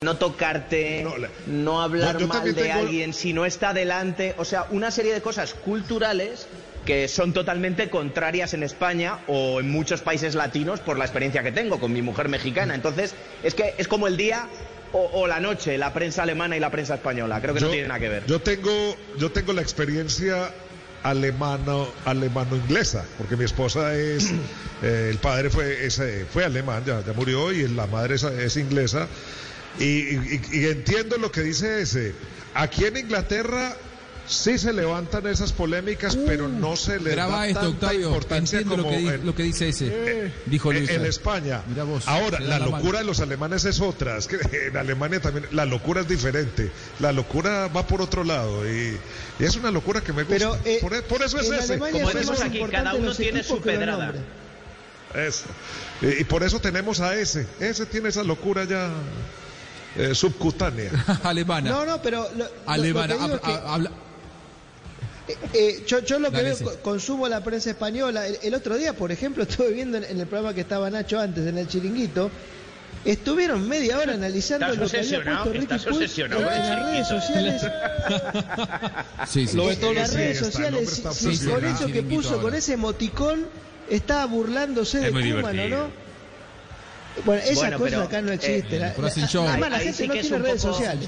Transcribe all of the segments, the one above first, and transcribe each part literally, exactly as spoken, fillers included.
no tocarte, no, la... no hablar no, mal de tengo... alguien si no está delante, o sea, una serie de cosas culturales que son totalmente contrarias en España o en muchos países latinos por la experiencia que tengo con mi mujer mexicana. Entonces, es que es como el día o, o la noche, la prensa alemana y la prensa española. Creo que yo, no tiene nada que ver. Yo tengo, yo tengo la experiencia alemano, alemano-inglesa, porque mi esposa es, eh, el padre fue, es, fue alemán, ya, ya murió, y la madre es, es inglesa. Y, y, y entiendo lo que dice ese. Aquí en Inglaterra sí se levantan esas polémicas, uh, pero no se le da esto, tanta Octavio, importancia como lo que, di, en, lo que dice ese, eh, dijo Luis. En España. Vos, ahora, la, la locura mano. de los alemanes es otra. Es que en Alemania también la locura es diferente. La locura va por otro lado y, y es una locura que me gusta. Pero, eh, por, por eso es ese. Como decimos aquí, cada uno tiene su pedrada. Eso. Y, y por eso tenemos a ese. Ese tiene esa locura ya eh, subcutánea. Alemana. No, no, pero lo, alemana. Lo, lo que habla. Eh, eh, yo, yo lo que Dale, veo, sí. consumo la prensa española. El, el otro día, por ejemplo, estuve viendo en, en el programa que estaba Nacho antes, en el Chiringuito, estuvieron media hora analizando lo que había puesto Ricky Puig en, en las redes sociales. Sí, sí. Lo en, en las sí, redes sociales, si, si con eso que puso, ahora. Con ese emoticón, estaba burlándose de Koeman, ¿o no? Bueno, esas bueno, cosas pero, acá no existen. Eh, la, la, además, la gente sí no tiene redes poco... sociales.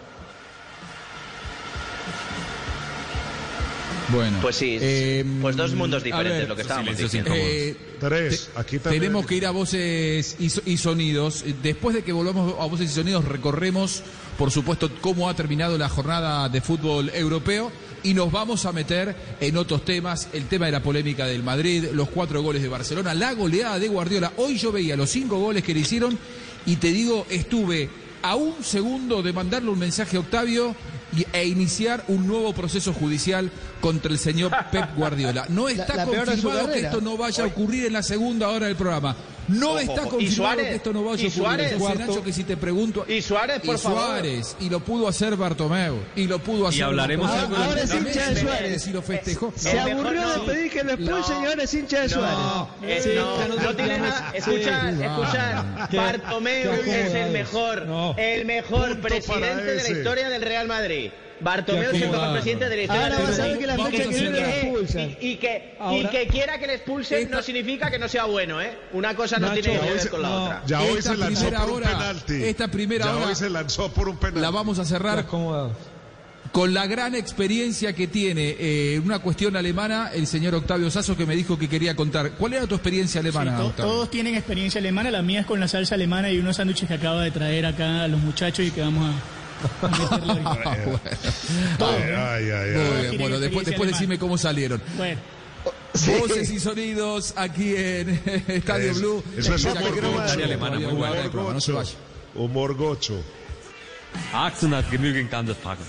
Bueno, pues sí, eh, pues dos mundos diferentes, ver, lo que estábamos diciendo. Eh, Tres, aquí también. Tenemos que ir a Voces y, y Sonidos. Después de que volvamos a Voces y Sonidos, recorremos, por supuesto, cómo ha terminado la jornada de fútbol europeo y nos vamos a meter en otros temas, el tema de la polémica del Madrid, los cuatro goles de Barcelona, la goleada de Guardiola. Hoy yo veía los cinco goles que le hicieron y te digo, estuve a un segundo de mandarle un mensaje a Octavio y, e iniciar un nuevo proceso judicial contra el señor Pep Guardiola. No está la, la confirmado que esto no vaya a ocurrir en la segunda hora del programa. No ojo, está confirmado Suárez, que esto no vaya a ocurrir. Suárez, Entonces, Nacho, que si te pregunto... Y Suárez, por y Suárez, favor. Y lo pudo hacer Bartomeu. Y lo pudo hacer... Y hablaremos algo de ahora es hincha de Suárez. Y lo festejó. Se no, aburrió no, de pedir que lo expulsen no, y ahora es hincha de Suárez. No, eh, sí, no, no, no tiene nada... Escuchad, sí, escuchad. Bartomeu es el mejor, no. el mejor Punto presidente de la historia del Real Madrid. Bartomeu es el mejor presidente de la historia. Ahora vas a ver que la fecha que viene lo expulsan. Y que, y que quiera que le expulsen esta... no significa que no sea bueno, ¿eh? Una cosa no Nacho, tiene que ver con la no, otra. Ya hoy se lanzó por un hora, penalti. Esta primera ya hora hoy se lanzó por un penalti. La vamos a cerrar con la gran experiencia que tiene eh, una cuestión alemana el señor Octavio Sasso, que me dijo que quería contar. ¿Cuál era tu experiencia alemana, sí, to Octavio? Todos tienen experiencia alemana. La mía es con la salsa alemana y unos sándwiches que acaba de traer acá a los muchachos y que vamos a... Todo, ay, ay, ay, Muy bien, bueno, después, después decime cómo salieron. Bueno. Sí. Voces y Sonidos aquí en Estadio es, Blue. Eso es humor gocho. Alemana, muy buena. Humor gocho. No se vaya. Humor gocho. Axel hat genügend kann das packen.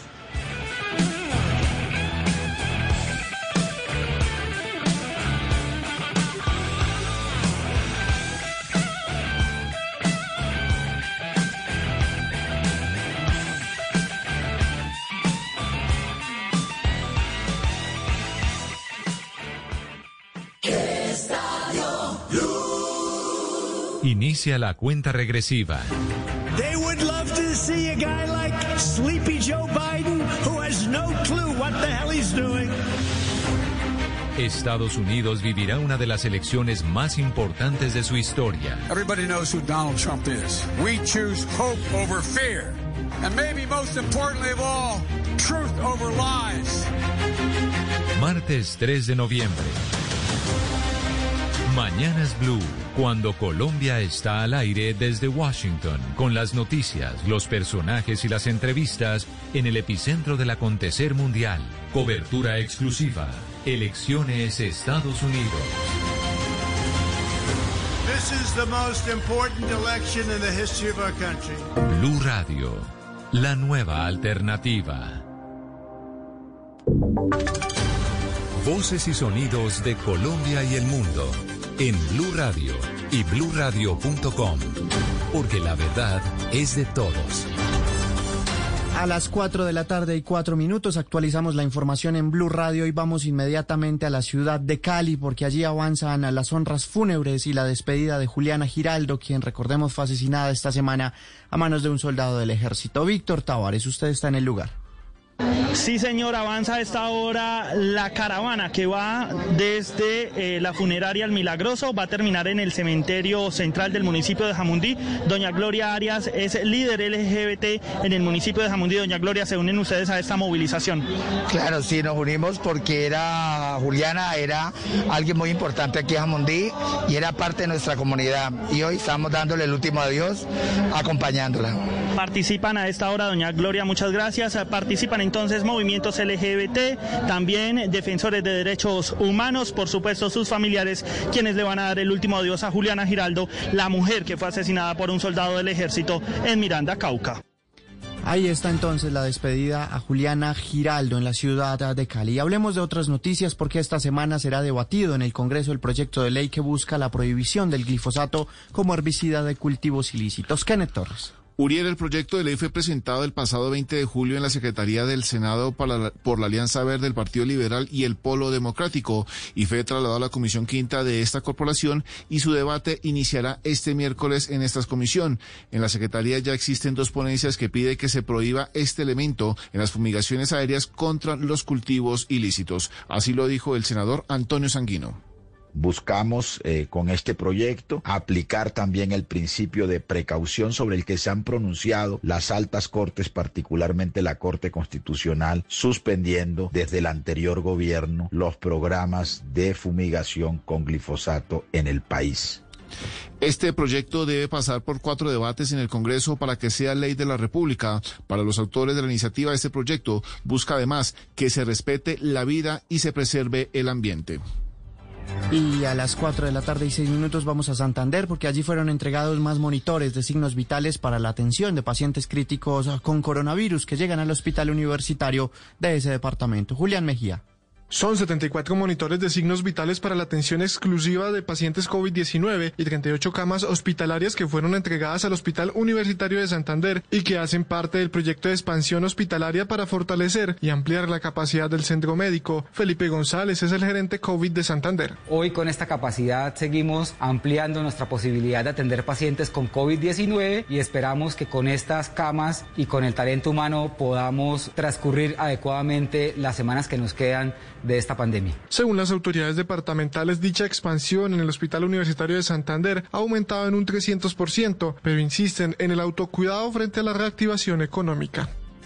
Inicia la cuenta regresiva. They would love to see a guy like Sleepy Joe Biden who has no clue what the hell he's doing. Estados Unidos vivirá una de las elecciones más importantes de su historia. Everybody knows who Donald Trump is. We choose hope over fear. And maybe most importantly of all, truth over lies. Martes tres de noviembre. Mañanas Blue, cuando Colombia está al aire desde Washington, con las noticias, los personajes y las entrevistas en el epicentro del acontecer mundial. Cobertura exclusiva. Elecciones Estados Unidos. This is the most important election in the history of our country. Blue Radio, la nueva alternativa. Voces y sonidos de Colombia y el mundo en Blue Radio y blue radio punto com, porque la verdad es de todos. A las cuatro de la tarde y cuatro minutos actualizamos la información en Blue Radio y vamos inmediatamente a la ciudad de Cali porque allí avanzan las honras fúnebres y la despedida de Juliana Giraldo, quien recordemos fue asesinada esta semana a manos de un soldado del ejército. Víctor Tavares, usted está en el lugar. Sí, señor, avanza a esta hora la caravana que va desde eh, la funeraria El Milagroso, va a terminar en el cementerio central del municipio de Jamundí. Doña Gloria Arias es líder L G B T en el municipio de Jamundí. Doña Gloria, ¿se unen ustedes a esta movilización? Claro, sí, nos unimos porque era Juliana, era alguien muy importante aquí en Jamundí y era parte de nuestra comunidad. Y hoy estamos dándole el último adiós, acompañándola. Participan a esta hora, doña Gloria, muchas gracias. Participan entonces movimientos L G B T, también defensores de derechos humanos, por supuesto sus familiares, quienes le van a dar el último adiós a Juliana Giraldo, la mujer que fue asesinada por un soldado del ejército en Miranda, Cauca. Ahí está entonces la despedida a Juliana Giraldo en la ciudad de Cali. Hablemos de otras noticias porque esta semana será debatido en el Congreso el proyecto de ley que busca la prohibición del glifosato como herbicida de cultivos ilícitos. Kenneth Torres. Uriel, el proyecto de ley fue presentado el pasado veinte de julio en la Secretaría del Senado para la, por la Alianza Verde, el Partido Liberal y el Polo Democrático y fue trasladado a la Comisión Quinta de esta corporación y su debate iniciará este miércoles en esta comisión. En la Secretaría ya existen dos ponencias que piden que se prohíba este elemento en las fumigaciones aéreas contra los cultivos ilícitos. Así lo dijo el senador Antonio Sanguino. Buscamos eh, con este proyecto aplicar también el principio de precaución sobre el que se han pronunciado las altas cortes, particularmente la Corte Constitucional, suspendiendo desde el anterior gobierno los programas de fumigación con glifosato en el país. Este proyecto debe pasar por cuatro debates en el Congreso para que sea ley de la República. Para los autores de la iniciativa, este proyecto busca además que se respete la vida y se preserve el ambiente. Y a las cuatro de la tarde y seis minutos vamos a Santander porque allí fueron entregados más monitores de signos vitales para la atención de pacientes críticos con coronavirus que llegan al hospital universitario de ese departamento. Julián Mejía. Son setenta y cuatro monitores de signos vitales para la atención exclusiva de pacientes COVID diecinueve y treinta y ocho camas hospitalarias que fueron entregadas al Hospital Universitario de Santander y que hacen parte del proyecto de expansión hospitalaria para fortalecer y ampliar la capacidad del centro médico. Felipe González es el gerente COVID de Santander. Hoy con esta capacidad seguimos ampliando nuestra posibilidad de atender pacientes con COVID diecinueve y esperamos que con estas camas y con el talento humano podamos transcurrir adecuadamente las semanas que nos quedan de esta pandemia. Según las autoridades departamentales, dicha expansión en el Hospital Universitario de Santander ha aumentado en un trescientos por ciento, pero insisten en el autocuidado frente a la reactivación económica.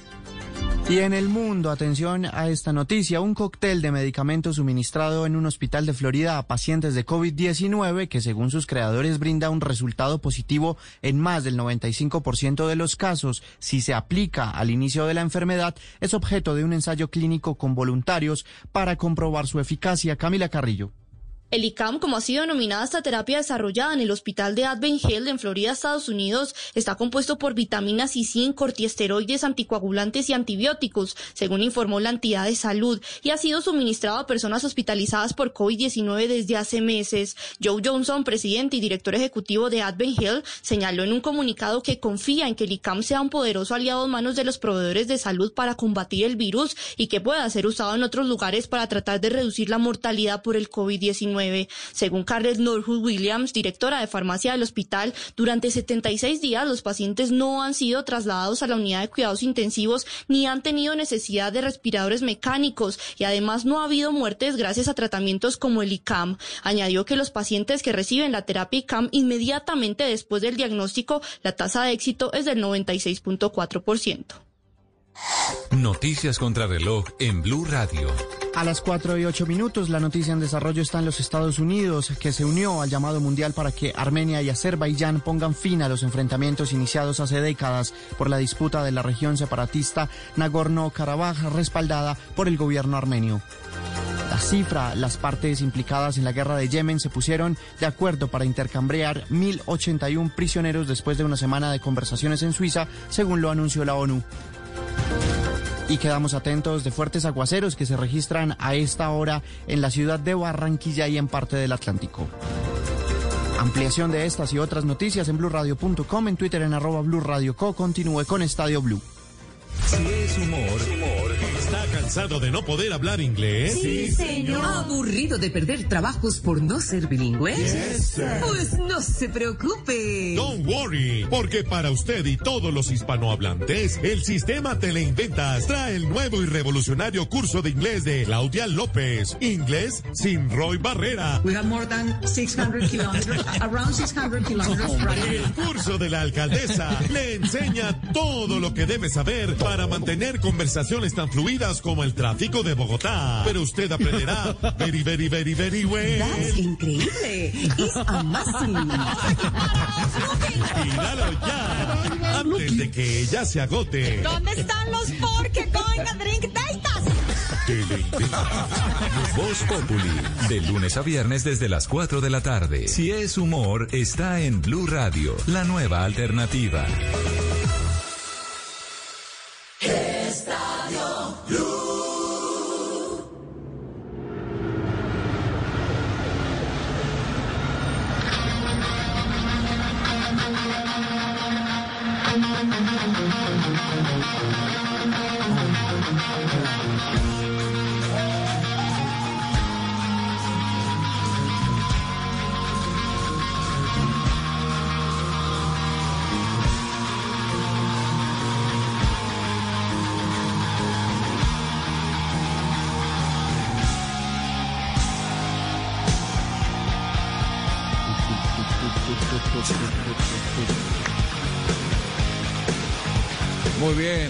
Y en el mundo, atención a esta noticia, un cóctel de medicamentos suministrado en un hospital de Florida a pacientes de COVID diecinueve que según sus creadores brinda un resultado positivo en más del noventa y cinco por ciento de los casos si se aplica al inicio de la enfermedad, es objeto de un ensayo clínico con voluntarios para comprobar su eficacia. Camila Carrillo. El I C A M, como ha sido denominada esta terapia desarrollada en el hospital de Advent Health en Florida, Estados Unidos, está compuesto por vitaminas y zinc, corticosteroides, anticoagulantes y antibióticos, según informó la entidad de salud, y ha sido suministrado a personas hospitalizadas por COVID diecinueve desde hace meses. Joe Johnson, presidente y director ejecutivo de Advent Health, señaló en un comunicado que confía en que el I C A M sea un poderoso aliado en manos de los proveedores de salud para combatir el virus y que pueda ser usado en otros lugares para tratar de reducir la mortalidad por el COVID diecinueve. Según Carlet Norwood Williams, directora de farmacia del hospital, durante setenta y seis días los pacientes no han sido trasladados a la unidad de cuidados intensivos ni han tenido necesidad de respiradores mecánicos y además no ha habido muertes gracias a tratamientos como el I C A M. Añadió que los pacientes que reciben la terapia I C A M inmediatamente después del diagnóstico, la tasa de éxito es del noventa y seis punto cuatro por ciento. Noticias contra reloj en Blue Radio. A las cuatro y ocho minutos, la noticia en desarrollo está en los Estados Unidos, que se unió al llamado mundial para que Armenia y Azerbaiyán pongan fin a los enfrentamientos iniciados hace décadas por la disputa de la región separatista Nagorno-Karabaj, respaldada por el gobierno armenio. La cifra, las partes implicadas en la guerra de Yemen se pusieron de acuerdo para intercambiar mil ochenta y uno prisioneros después de una semana de conversaciones en Suiza, según lo anunció la ONU. Y quedamos atentos de fuertes aguaceros que se registran a esta hora en la ciudad de Barranquilla y en parte del Atlántico. Ampliación de estas y otras noticias en blue radio punto com, en Twitter en arroba blue radio co. Continúe con Estadio Blue. Si es humor, humor. ¿Está cansado de no poder hablar inglés? Sí, señor. ¿Aburrido de perder trabajos por no ser bilingüe? Yes, sir. Pues no se preocupe. Don't worry, porque para usted y todos los hispanohablantes, el sistema Teleinventas trae el nuevo y revolucionario curso de inglés de Claudia López. Inglés sin Roy Barrera. We have more than six hundred kilometers, around six hundred kilometers right now. El curso de la alcaldesa le enseña todo lo que debe saber para mantener conversaciones tan fluidas como el tráfico de Bogotá. Pero usted aprenderá very, very, very, very well. That's increíble. It's amazing. Tíralo ya, antes de que ella se agote. ¿Dónde están los porque going a drink datas? Voz Populi, de lunes a viernes desde las cuatro de la tarde. Si es humor, está en Blue Radio, la nueva alternativa. Estadio Blue. Muy bien.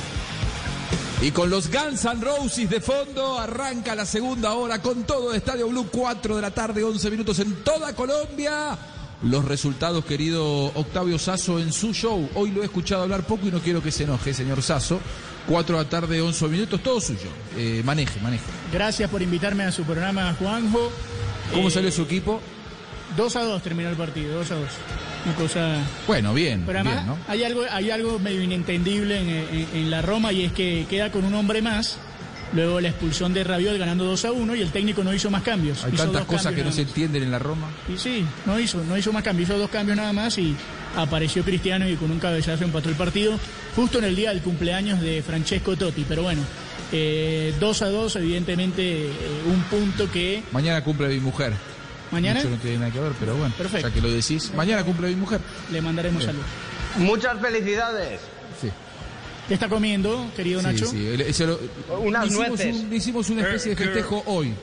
Y con los Guns N' Roses de fondo, arranca la segunda hora con todo de Estadio Blue, cuatro de la tarde, once minutos en toda Colombia. Los resultados, querido Octavio Sasso, en su show. Hoy lo he escuchado hablar poco y no quiero que se enoje, señor Sasso. cuatro de la tarde, once minutos, todo suyo. Eh, maneje, maneje. Gracias por invitarme a su programa, Juanjo. ¿Cómo eh, salió su equipo? dos a dos terminó el partido, dos a dos. Una cosa... Bueno, bien, Pero además, bien, ¿no? hay algo, hay algo medio inentendible en, en, en la Roma, y es que queda con un hombre más, luego la expulsión de Rabiot ganando dos a uno, y el técnico no hizo más cambios. Hay hizo tantas dos cosas que no más. se entienden en la Roma. Y sí, no hizo, no hizo más cambios, hizo dos cambios nada más y apareció Cristiano y con un cabezazo empató el partido justo en el día del cumpleaños de Francesco Totti. Pero bueno, eh, dos a dos, evidentemente, eh, un punto que... Mañana cumple mi mujer. ¿Mañana? Mucho no tiene nada que ver, pero bueno, perfecto. Ya que lo decís, mañana cumple mi mujer. Le mandaremos Bien. salud. Muchas felicidades. Sí. ¿Qué está comiendo, querido Sí, Nacho? sí, el- se lo- Unas hicimos nueces. un- hicimos una especie Eh, de festejo hoy.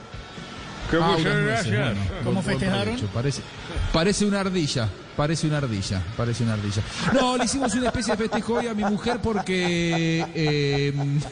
Qué Ah, muchas unas nueces, gracias. bueno, ¿Cómo buen- buen festejaron? provecho. Parece, parece una ardilla, parece una ardilla, parece una ardilla. No, le hicimos una especie de festejo hoy a mi mujer porque eh,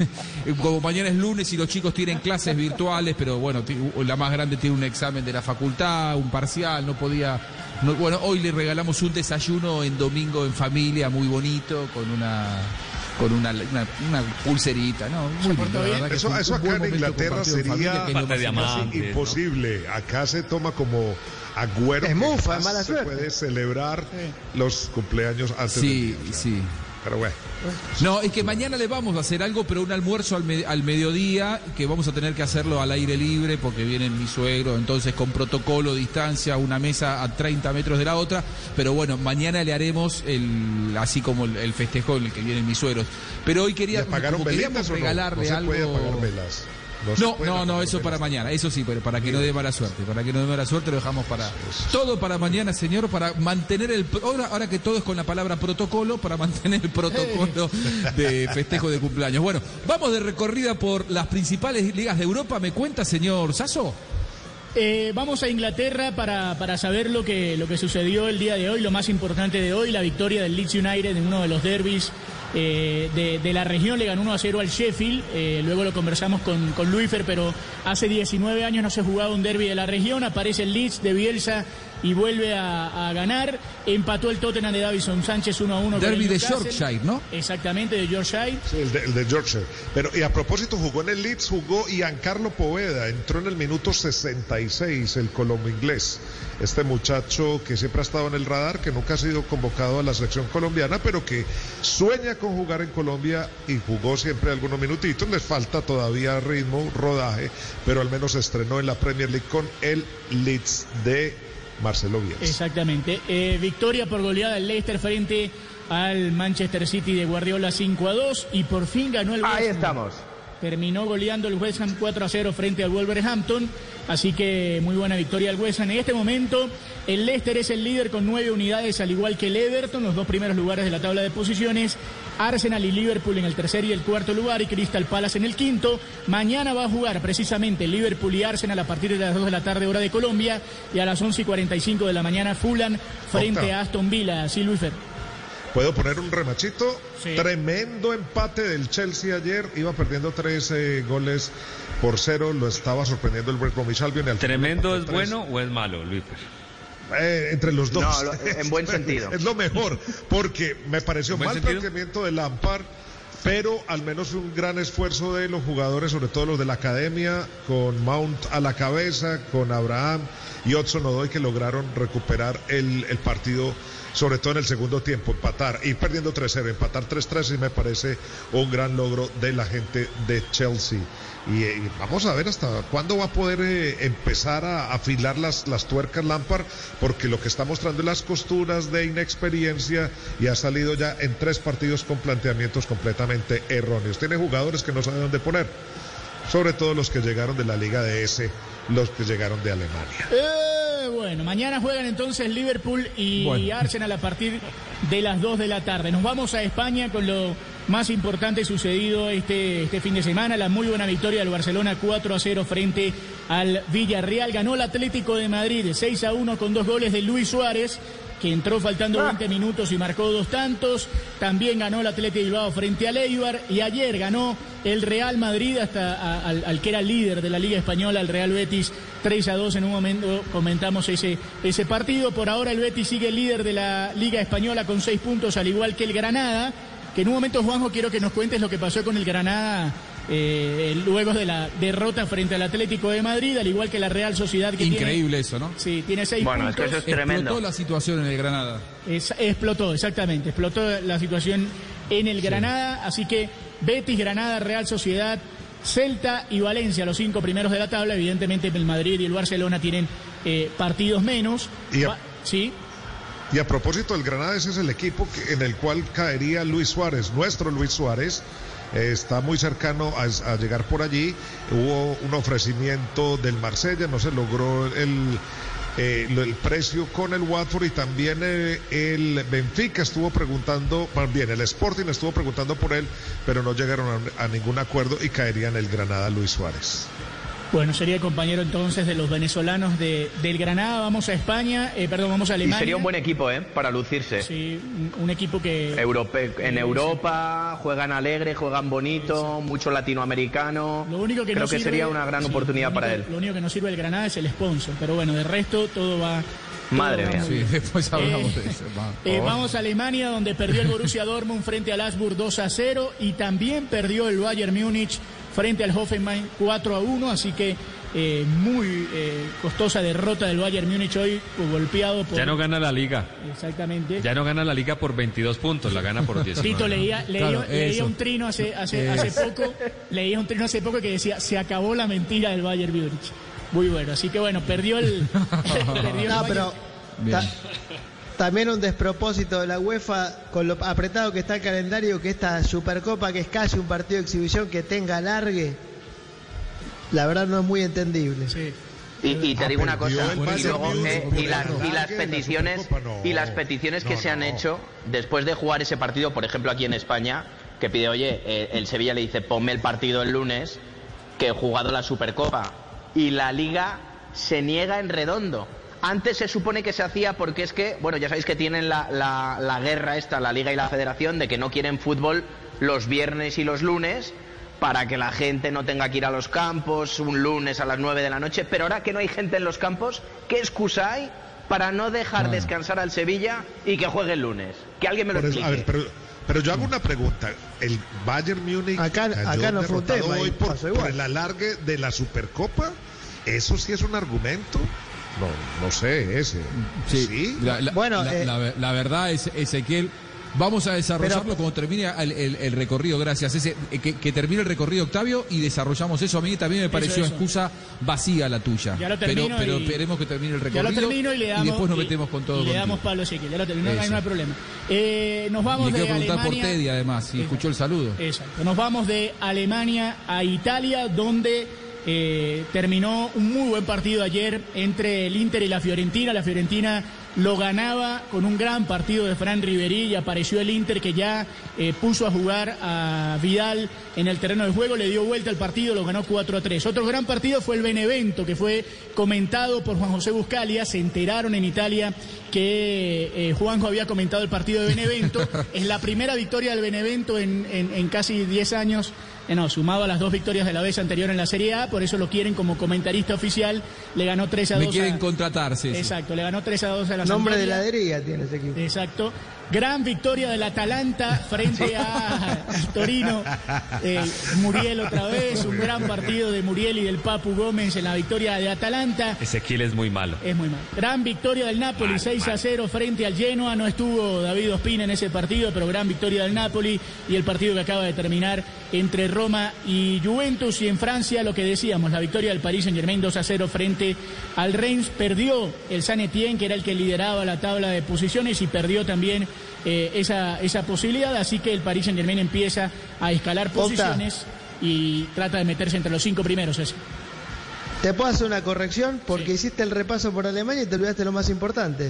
como mañana es lunes y los chicos tienen clases virtuales, pero bueno, ti- la más grande tiene un examen de la facultad, un parcial, no podía... no- bueno, hoy le regalamos un desayuno en domingo en familia muy bonito, con una... con una, una, una pulserita, ¿no? Muy lindo, la verdad que Eso, fue un eso buen acá en momento Inglaterra compartido en familia, sería que es lo más casi importante. imposible. Acá se toma como agüero. Es que mufa, jamás es mala se suerte. puede celebrar los cumpleaños antes Sí, del día. sí. Pero bueno. No, es que mañana le vamos a hacer algo, pero un almuerzo al, me- al mediodía, que vamos a tener que hacerlo al aire libre, porque viene mi suegro, entonces con protocolo, distancia, una mesa a treinta metros de la otra, pero bueno, mañana le haremos el así como el, el festejo en el que vienen mis suegros. Pero hoy quería, ¿Y apagaron como queríamos velitas o no? regalarle No se algo... puede apagar velas. No, se No, pueden no, no, apagar eso velas. para mañana, eso sí, pero para que no dé mala suerte, para que no dé mala suerte lo dejamos para todo para mañana, señor, para mantener el ahora, ahora que todo es con la palabra protocolo, para mantener el protocolo de festejo de cumpleaños. Bueno, vamos de recorrida por las principales ligas de Europa, ¿me cuenta, señor Sasso? Eh, vamos a Inglaterra para, para saber lo que, lo que sucedió el día de hoy, lo más importante de hoy, la victoria del Leeds United en uno de los derbis eh, de, de la región, le ganó uno a cero al Sheffield, eh, luego lo conversamos con, con Luifer, pero hace diecinueve años no se jugaba un derbi de la región, aparece el Leeds de Bielsa y vuelve a, a ganar, empató el Tottenham de Davison Sánchez uno a uno. Derby de Yorkshire, ¿no? Exactamente, de Yorkshire. Sí, el de, el de Yorkshire. Pero, y a propósito, jugó en el Leeds, jugó Giancarlo Poveda, entró en el minuto sesenta y seis, el colombo inglés. Este muchacho que siempre ha estado en el radar, que nunca ha sido convocado a la selección colombiana, pero que sueña con jugar en Colombia y jugó siempre algunos minutitos. Les falta todavía ritmo, rodaje, pero al menos se estrenó en la Premier League con el Leeds de Marcelo Bielsa. Exactamente. Eh, victoria por goleada del Leicester frente al Manchester City de Guardiola cinco a dos y por fin ganó el West Ham. Ahí estamos. Terminó goleando el West Ham cuatro a cero frente al Wolverhampton, así que muy buena victoria del West Ham. En este momento el Leicester es el líder con nueve unidades, al igual que el Everton, los dos primeros lugares de la tabla de posiciones. Arsenal y Liverpool en el tercer y el cuarto lugar y Crystal Palace en el quinto. Mañana va a jugar precisamente Liverpool y Arsenal a partir de las dos de la tarde hora de Colombia y a las once y cuarenta y cinco de la mañana Fulham frente Octa. a Aston Villa. ¿Sí, Luis Fer? ¿Puedo poner un remachito? Sí. Tremendo empate del Chelsea ayer. Iba perdiendo tres eh, goles por cero. Lo estaba sorprendiendo el West Bromwich Albion. Al ¿Tremendo es bueno o es malo, Luis Fer? Eh, entre los dos. No, lo, en buen sentido. Es lo mejor, porque me pareció mal sentido? planteamiento de Lampard, pero al menos un gran esfuerzo de los jugadores, sobre todo los de la academia, con Mount a la cabeza, con Abraham y Hudson-Odoi, que lograron recuperar el, el partido, sobre todo en el segundo tiempo, empatar, ir perdiendo tres cero, empatar tres tres, y me parece un gran logro de la gente de Chelsea. Y, y vamos a ver hasta cuándo va a poder eh, empezar a afilar las, las tuercas Lampard, porque lo que está mostrando es las costuras de inexperiencia y ha salido ya en tres partidos con planteamientos completamente erróneos. Tiene jugadores que no saben dónde poner, sobre todo los que llegaron de la Liga D S, los que llegaron de Alemania. Eh, bueno, mañana juegan entonces Liverpool y bueno. Arsenal a partir de las dos de la tarde. Nos vamos a España con lo más importante sucedido este, este fin de semana, la muy buena victoria del Barcelona cuatro a cero frente al Villarreal. Ganó el Atlético de Madrid seis a uno con dos goles de Luis Suárez, que entró faltando veinte minutos y marcó dos tantos. También ganó el Athletic Bilbao frente al Eibar, y ayer ganó el Real Madrid hasta a, al, al que era líder de la Liga Española, el Real Betis, tres a dos. En un momento comentamos ese, ese partido. Por ahora el Betis sigue líder de la Liga Española con seis puntos, al igual que el Granada, que en un momento, Juanjo, quiero que nos cuentes lo que pasó con el Granada eh, luego de la derrota frente al Atlético de Madrid, al igual que la Real Sociedad, que increíble tiene, eso, ¿no? Sí, tiene seis bueno, puntos. Bueno, es que eso es tremendo. Explotó la situación en el Granada. Es, explotó, exactamente, explotó la situación en el Granada, sí. Así que Betis, Granada, Real Sociedad, Celta y Valencia, los cinco primeros de la tabla. Evidentemente el Madrid y el Barcelona tienen eh, partidos menos. Y a, sí. Y a propósito del Granada, ese es el equipo que, en el cual caería Luis Suárez, nuestro Luis Suárez. Eh, está muy cercano a, a llegar por allí. Hubo un ofrecimiento del Marsella, no se logró el, eh, el precio con el Watford, y también eh, el Benfica estuvo preguntando, más bien el Sporting estuvo preguntando por él, pero no llegaron a, a ningún acuerdo y caería en el Granada Luis Suárez. Bueno, sería el compañero entonces de los venezolanos de, del Granada. Vamos a España, eh, perdón, vamos a Alemania. Y sería un buen equipo, ¿eh? Para lucirse. Sí, un, un equipo que... Europe, en Europa, juegan alegre, juegan bonito, sí. Mucho latinoamericano. Lo único que Creo no que sirve, sería una gran sí, oportunidad único, para él. Lo único que no sirve el Granada es el sponsor, pero bueno, de resto todo va... Madre mía. Sí, después hablamos eh, de eso. Eh, vamos a Alemania, donde perdió el Borussia Dortmund frente al Augsburg dos a cero, y también perdió el Bayern Múnich frente al Hoffenheim cuatro a uno, así que eh, muy eh, costosa derrota del Bayern Múnich hoy, golpeado por... Ya no gana la Liga. Exactamente. Ya no gana la Liga por veintidós puntos, la gana por diecinueve. Tito, leía, leía, claro, leía un trino hace, hace, hace poco, leía un trino hace poco que decía, se acabó la mentira del Bayern Múnich. Muy bueno, así que bueno, perdió el... perdió no, el pero ta, también un despropósito de la UEFA, con lo apretado que está el calendario, que esta Supercopa, que es casi un partido de exhibición, que tenga alargue, la verdad no es muy entendible. Sí. Y, y te ah, digo una cosa, y, luego, eh, y, las, y las la peticiones no. y las peticiones que no, se han no. hecho después de jugar ese partido, por ejemplo aquí en España, que pide, oye, eh, el Sevilla le dice, ponme el partido el lunes, que he jugado la Supercopa, y la Liga se niega en redondo. Antes se supone que se hacía porque es que, bueno, ya sabéis que tienen la, la, la guerra esta, la Liga y la Federación, de que no quieren fútbol los viernes y los lunes, para que la gente no tenga que ir a los campos un lunes a las nueve de la noche. Pero ahora que no hay gente en los campos, ¿qué excusa hay para no dejar ah. descansar al Sevilla y que juegue el lunes? Que alguien me lo Por eso, explique. a ver, pero, pero yo hago una pregunta. El Bayern Múnich acá, cayó acá no fue un tema, hoy por, por por el alargue de la Supercopa. ¿Eso sí es un argumento? No, no sé, ese. Sí, ¿Sí? La, la, bueno, la, eh, la, la verdad es, Ezequiel, Vamos a desarrollarlo Pero, cuando termine el, el, el recorrido, gracias. Ese, que, que termine el recorrido, Octavio, y desarrollamos eso. A mí también me pareció eso, eso. excusa vacía la tuya. Ya lo pero termino pero y- esperemos que termine el recorrido. Ya lo termino y le damos. y después nos y- metemos con todo. Y le contigo. damos palo Ezequiel, ya lo termino, no hay, Eso. no hay problema. Eh, nos vamos Le de quiero preguntar Alemania. por Teddy, además, si escuchó el saludo. Exacto. Nos vamos de Alemania a Italia, donde eh, terminó un muy buen partido ayer entre el Inter y la Fiorentina. La Fiorentina lo ganaba con un gran partido de Fran Ribéry y apareció el Inter que ya eh, puso a jugar a Vidal en el terreno de juego, le dio vuelta al partido, lo ganó cuatro a tres. Otro gran partido fue el Benevento, que fue comentado por Juan José Buscalia. Se enteraron en Italia que eh, Juanjo había comentado el partido de Benevento. Es la primera victoria del Benevento en, en, en casi diez años. Eh, no, sumado a las dos victorias de la vez anterior en la Serie A, por eso lo quieren como comentarista oficial. Le ganó tres a dos. Me quieren a... contratar, sí. Exacto, le ganó tres a dos a la nombre de Sampdoria. heladería tiene ese equipo. Exacto. Gran victoria del Atalanta frente a Torino. Eh, Muriel otra vez, un gran partido de Muriel y del Papu Gómez en la victoria de Atalanta. Ezequiel es muy malo. Es muy mal. Gran victoria del Napoli, Mal, seis a mal. cero frente al Genoa. No estuvo David Ospina en ese partido, pero gran victoria del Napoli. Y el partido que acaba de terminar entre Roma y Juventus. Y en Francia, lo que decíamos, la victoria del Paris Saint-Germain dos a cero frente al Reims. Perdió el Saint-Étienne, que era el que lideraba la tabla de posiciones, y perdió también eh, esa, esa posibilidad. Así que el Paris Saint-Germain empieza a escalar posiciones y trata de meterse entre los cinco primeros. Eso. Te puedo hacer una corrección porque hiciste el repaso por Alemania y te olvidaste lo más importante.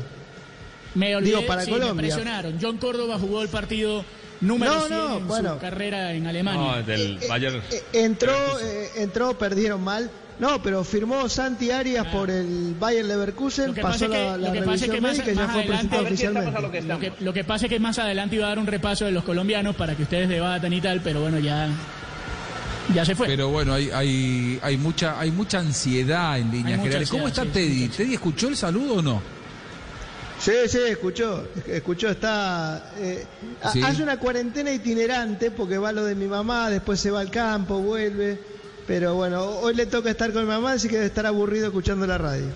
Me olvidé, Digo, para sí, Colombia. me presionaron. John Córdoba jugó el partido número No, cien no, en bueno. su carrera en Alemania. No, del Bayern. Eh, entró, eh, entró, perdieron mal. No, pero firmó Santi Arias por el Bayer Leverkusen, Lo que pasó pasa es que- la, la lo que pasa es revisión que más- médica y ya más fue adelante- presentado a ver si estamos oficialmente. a lo que Lo que, lo que pasa es que más adelante iba a dar un repaso de los colombianos para que ustedes debatan y tal, pero bueno, ya, ya se fue. Pero bueno, hay, hay, hay, mucha, hay mucha ansiedad en líneas mucha generales. ¿Cómo está ansiedad, sí, Teddy? mucha ¿Teddy escuchó el saludo o no? Sí, sí, escuchó, escuchó, está... eh, ha- Sí. hace una cuarentena itinerante porque va lo de mi mamá, después se va al campo, vuelve. Pero bueno, hoy le toca estar con mi mamá, así que debe estar aburrido escuchando la radio.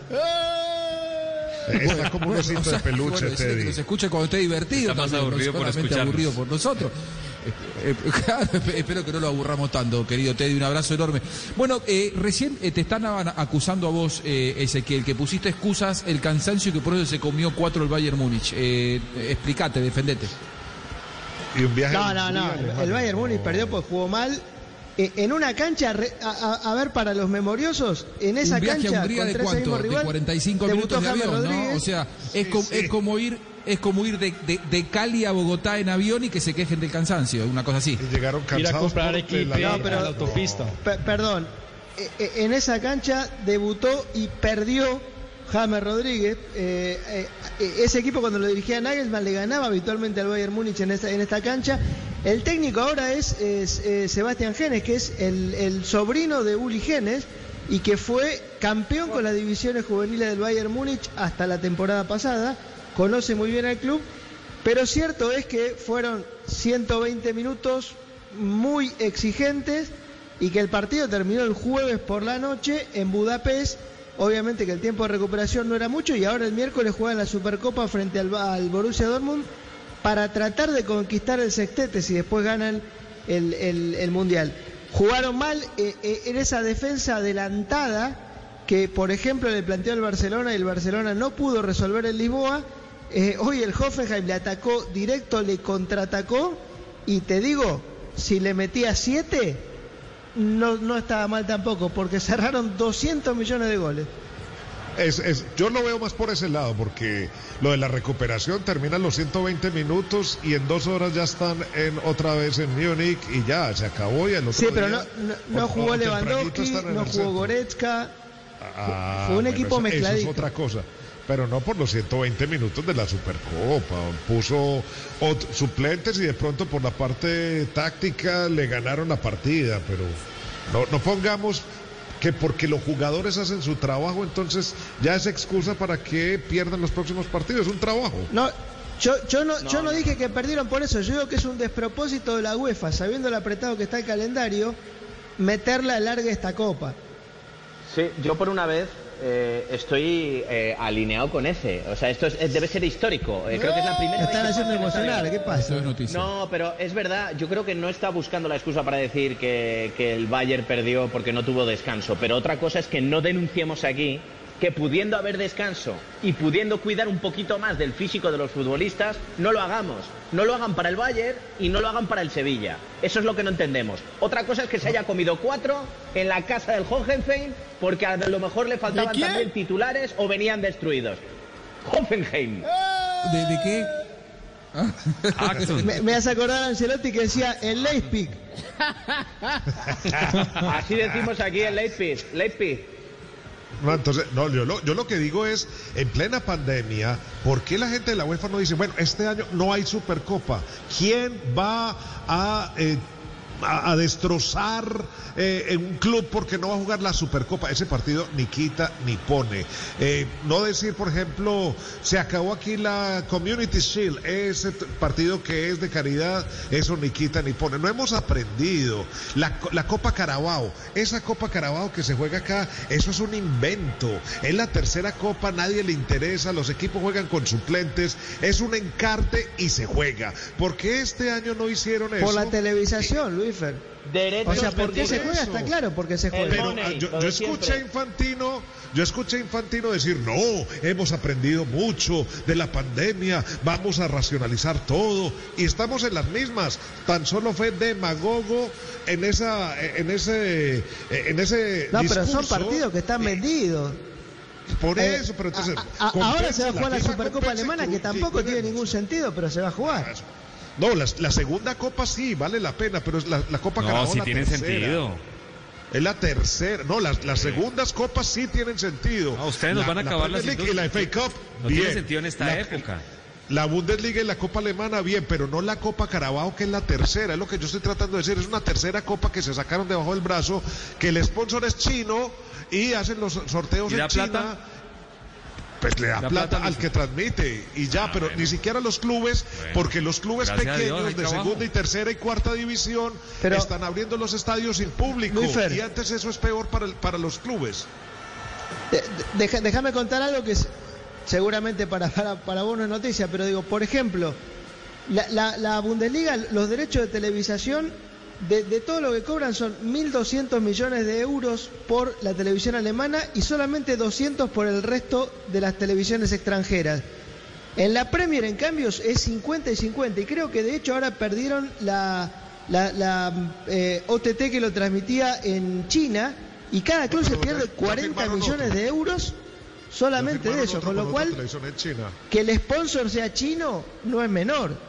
Está como un osito o sea, de peluche, bueno, decirle Teddy. que nos escuche cuando esté divertido. Está más también, aburrido no por solamente escucharnos. aburrido por nosotros. Eh, eh, claro, espero que no lo aburramos tanto, querido Teddy. Un abrazo enorme. Bueno, eh, recién eh, te están acusando a vos, eh, Ezequiel, que pusiste excusas, el cansancio y que por eso se comió cuatro el Bayern Múnich. Eh, explícate, defendete. Y un viaje No, a no, no, Alemania. el Bayern Múnich perdió porque jugó mal. Eh, En una cancha, re- a, a- a ver, para los memoriosos, en esa Un viaje cancha, a Hungría de contra ese cuánto, mismo de rival, cuarenta y cinco debutó minutos de James avión, ¿no? Rodríguez. O sea, es, Sí, co- sí. es como ir es como ir de, de, de Cali a Bogotá en avión y que se quejen del cansancio, una cosa así. Y llegaron cansados por equipe la- No, pero- a la autopista. Pe- perdón, eh, eh, en esa cancha debutó y perdió James Rodríguez. Eh, eh, eh, ese equipo cuando lo dirigía Nagelsmann le ganaba habitualmente al Bayern Múnich en esta, en esta cancha. El técnico ahora es, es, eh, Sebastián Genes, que es el, el sobrino de Uli Genes y que fue campeón con las divisiones juveniles del Bayern Múnich hasta la temporada pasada. Conoce muy bien al club, pero cierto es que fueron ciento veinte minutos muy exigentes y que el partido terminó el jueves por la noche en Budapest. Obviamente que el tiempo de recuperación no era mucho y ahora el miércoles juegan la Supercopa frente al, al Borussia Dortmund para tratar de conquistar el sextete si después ganan el, el- el Mundial. Jugaron mal eh, eh, en esa defensa adelantada que, por ejemplo, le planteó el Barcelona y el Barcelona no pudo resolver en Lisboa. Eh, hoy el Hoffenheim le atacó directo, le contraatacó y te digo, si le metía siete, no, no estaba mal tampoco, porque cerraron doscientos millones de goles. Es, es, yo lo veo más por ese lado, porque lo de la recuperación terminan los ciento veinte minutos y en dos horas ya están en otra vez en Múnich y ya se acabó y el otro Sí, pero no, día, no, no o- jugó o Lewandowski, tempranito están en no el jugó centro. Goretzka. Ah, Fue un bueno, equipo eso- mezcladito. Eso es otra cosa. Pero no por los ciento veinte minutos de la Supercopa. Puso ot- suplentes y de pronto por la parte táctica le ganaron la partida. Pero no, no pongamos que porque los jugadores hacen su trabajo, entonces ya es excusa para que pierdan los próximos partidos. Es un trabajo. No, yo, yo no, yo no dije que perdieron por eso. Yo digo que es un despropósito de la UEFA, sabiendo lo apretado que está el calendario, meterla larga esta copa. Sí, yo por una vez eh, estoy eh, alineado con ese. O sea, esto es, debe ser histórico. Eh, creo que es la primera. Están haciendo emocional, ¿qué pasa? No, pero es verdad. Yo creo que no está buscando la excusa para decir que, que el Bayern perdió porque no tuvo descanso. Pero otra cosa es que no denunciemos aquí que pudiendo haber descanso y pudiendo cuidar un poquito más del físico de los futbolistas, no lo hagamos. No lo hagan para el Bayern y no lo hagan para el Sevilla. Eso es lo que no entendemos. Otra cosa es que se haya comido cuatro en la casa del Hoffenheim porque a lo mejor le faltaban también titulares o venían destruidos. Hoffenheim. ¿De, de qué? me, me hace acordar a Ancelotti que decía el Leipzig. Así decimos aquí en Leipzig. Leipzig. No, entonces, no, yo lo, yo lo que digo es, en plena pandemia, ¿por qué la gente de la UEFA no dice, bueno, este año no hay Supercopa? ¿Quién va a... Eh, A, a destrozar eh, en un club porque no va a jugar la Supercopa? Ese partido ni quita ni pone. Eh, no decir, por ejemplo, se acabó aquí la Community Shield, ese partido que es de caridad, eso ni quita ni pone. No hemos aprendido. La, la Copa Carabao, esa Copa Carabao que se juega acá, eso es un invento. Es la tercera Copa, nadie le interesa, los equipos juegan con suplentes, es un encarte y se juega. ¿Por qué este año no hicieron eso? Por la televisación, Luis. Derechos o sea, ¿por qué por se juega? Está claro, porque se juega. Pero money, yo, yo escuché a Infantino, yo escuché a Infantino decir, no, hemos aprendido mucho de la pandemia, vamos a racionalizar todo, y estamos en las mismas. Tan solo fue demagogo en esa, en ese, en ese No, discurso. pero son partidos que están vendidos. Por Eh, eso, pero entonces... a, a, ahora se va a jugar la FIFA Supercopa Alemana, que tampoco tiene ningún sentido, pero se va a jugar. No, la, la segunda copa sí, vale la pena, pero es la, la Copa No, Carabao sí la tiene tercera. sentido. Es la tercera. No, las, las segundas copas sí tienen sentido. No, ustedes nos la, van a la acabar Premier las League y la F A Cup, No bien. tiene sentido en esta La- época. La Bundesliga y la Copa Alemana, bien, pero no la Copa Carabao, que es la tercera. Es lo que yo estoy tratando de decir. Es una tercera copa que se sacaron debajo del brazo, que el sponsor es chino y hacen los sorteos ¿Y en da China. plata? Pues le da ¿Da plata, plata, al Luis? que transmite y ya, Ah, pero bueno. ni siquiera los clubes, Bueno, porque los clubes gracias a Dios, pequeños hay de trabajo. segunda y tercera y cuarta división Pero- están abriendo los estadios sin público. Luis Fer. Y antes eso es peor para, el- para los clubes. De- de- deja- déjame contar algo que es, seguramente para, para, para vos no es noticia, pero digo, por ejemplo, la, la, la Bundesliga, los derechos de televisación, de, de todo lo que cobran son mil doscientos millones de euros por la televisión alemana y solamente doscientos por el resto de las televisiones extranjeras. En la Premier, en cambio, es cincuenta y cincuenta, y creo que de hecho ahora perdieron la, la, la eh, O T T que lo transmitía en China, y cada club se pierde cuarenta millones de euros solamente de eso, con lo cual Televisión en China. que el sponsor sea chino no es menor.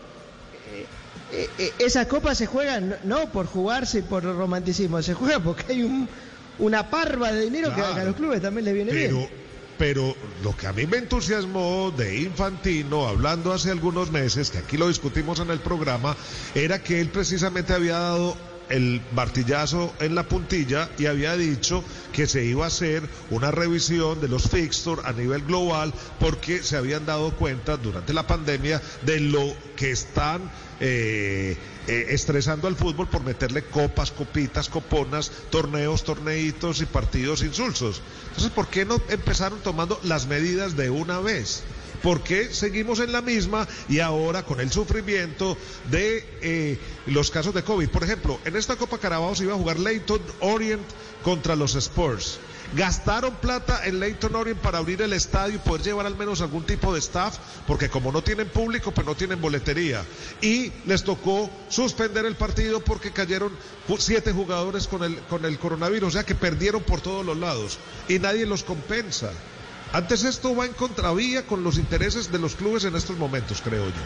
Eh, eh, esas copas se juegan no por jugarse y por romanticismo, se juega porque hay un, una parva de dinero que a- que a Claro. los clubes también les viene Pero, bien. pero lo que a mí me entusiasmó de Infantino, hablando hace algunos meses, que aquí lo discutimos en el programa, era que él precisamente había dado el martillazo en la puntilla y había dicho que se iba a hacer una revisión de los fixtures a nivel global porque se habían dado cuenta durante la pandemia de lo que están eh, eh, estresando al fútbol por meterle copas, copitas, coponas, torneos, torneitos y partidos insulsos. Entonces, ¿por qué no empezaron tomando las medidas de una vez? ¿Por qué seguimos en la misma y ahora con el sufrimiento de eh, los casos de COVID? Por ejemplo, en esta Copa Carabao se iba a jugar Leyton Orient contra los Spurs. Gastaron plata en Leyton Orient para abrir el estadio y poder llevar al menos algún tipo de staff, porque como no tienen público, pues no tienen boletería. Y les tocó suspender el partido porque cayeron ju- siete jugadores con el, con el coronavirus, o sea que perdieron por todos los lados y nadie los compensa. Antes esto va en contravía con los intereses de los clubes en estos momentos, creo yo.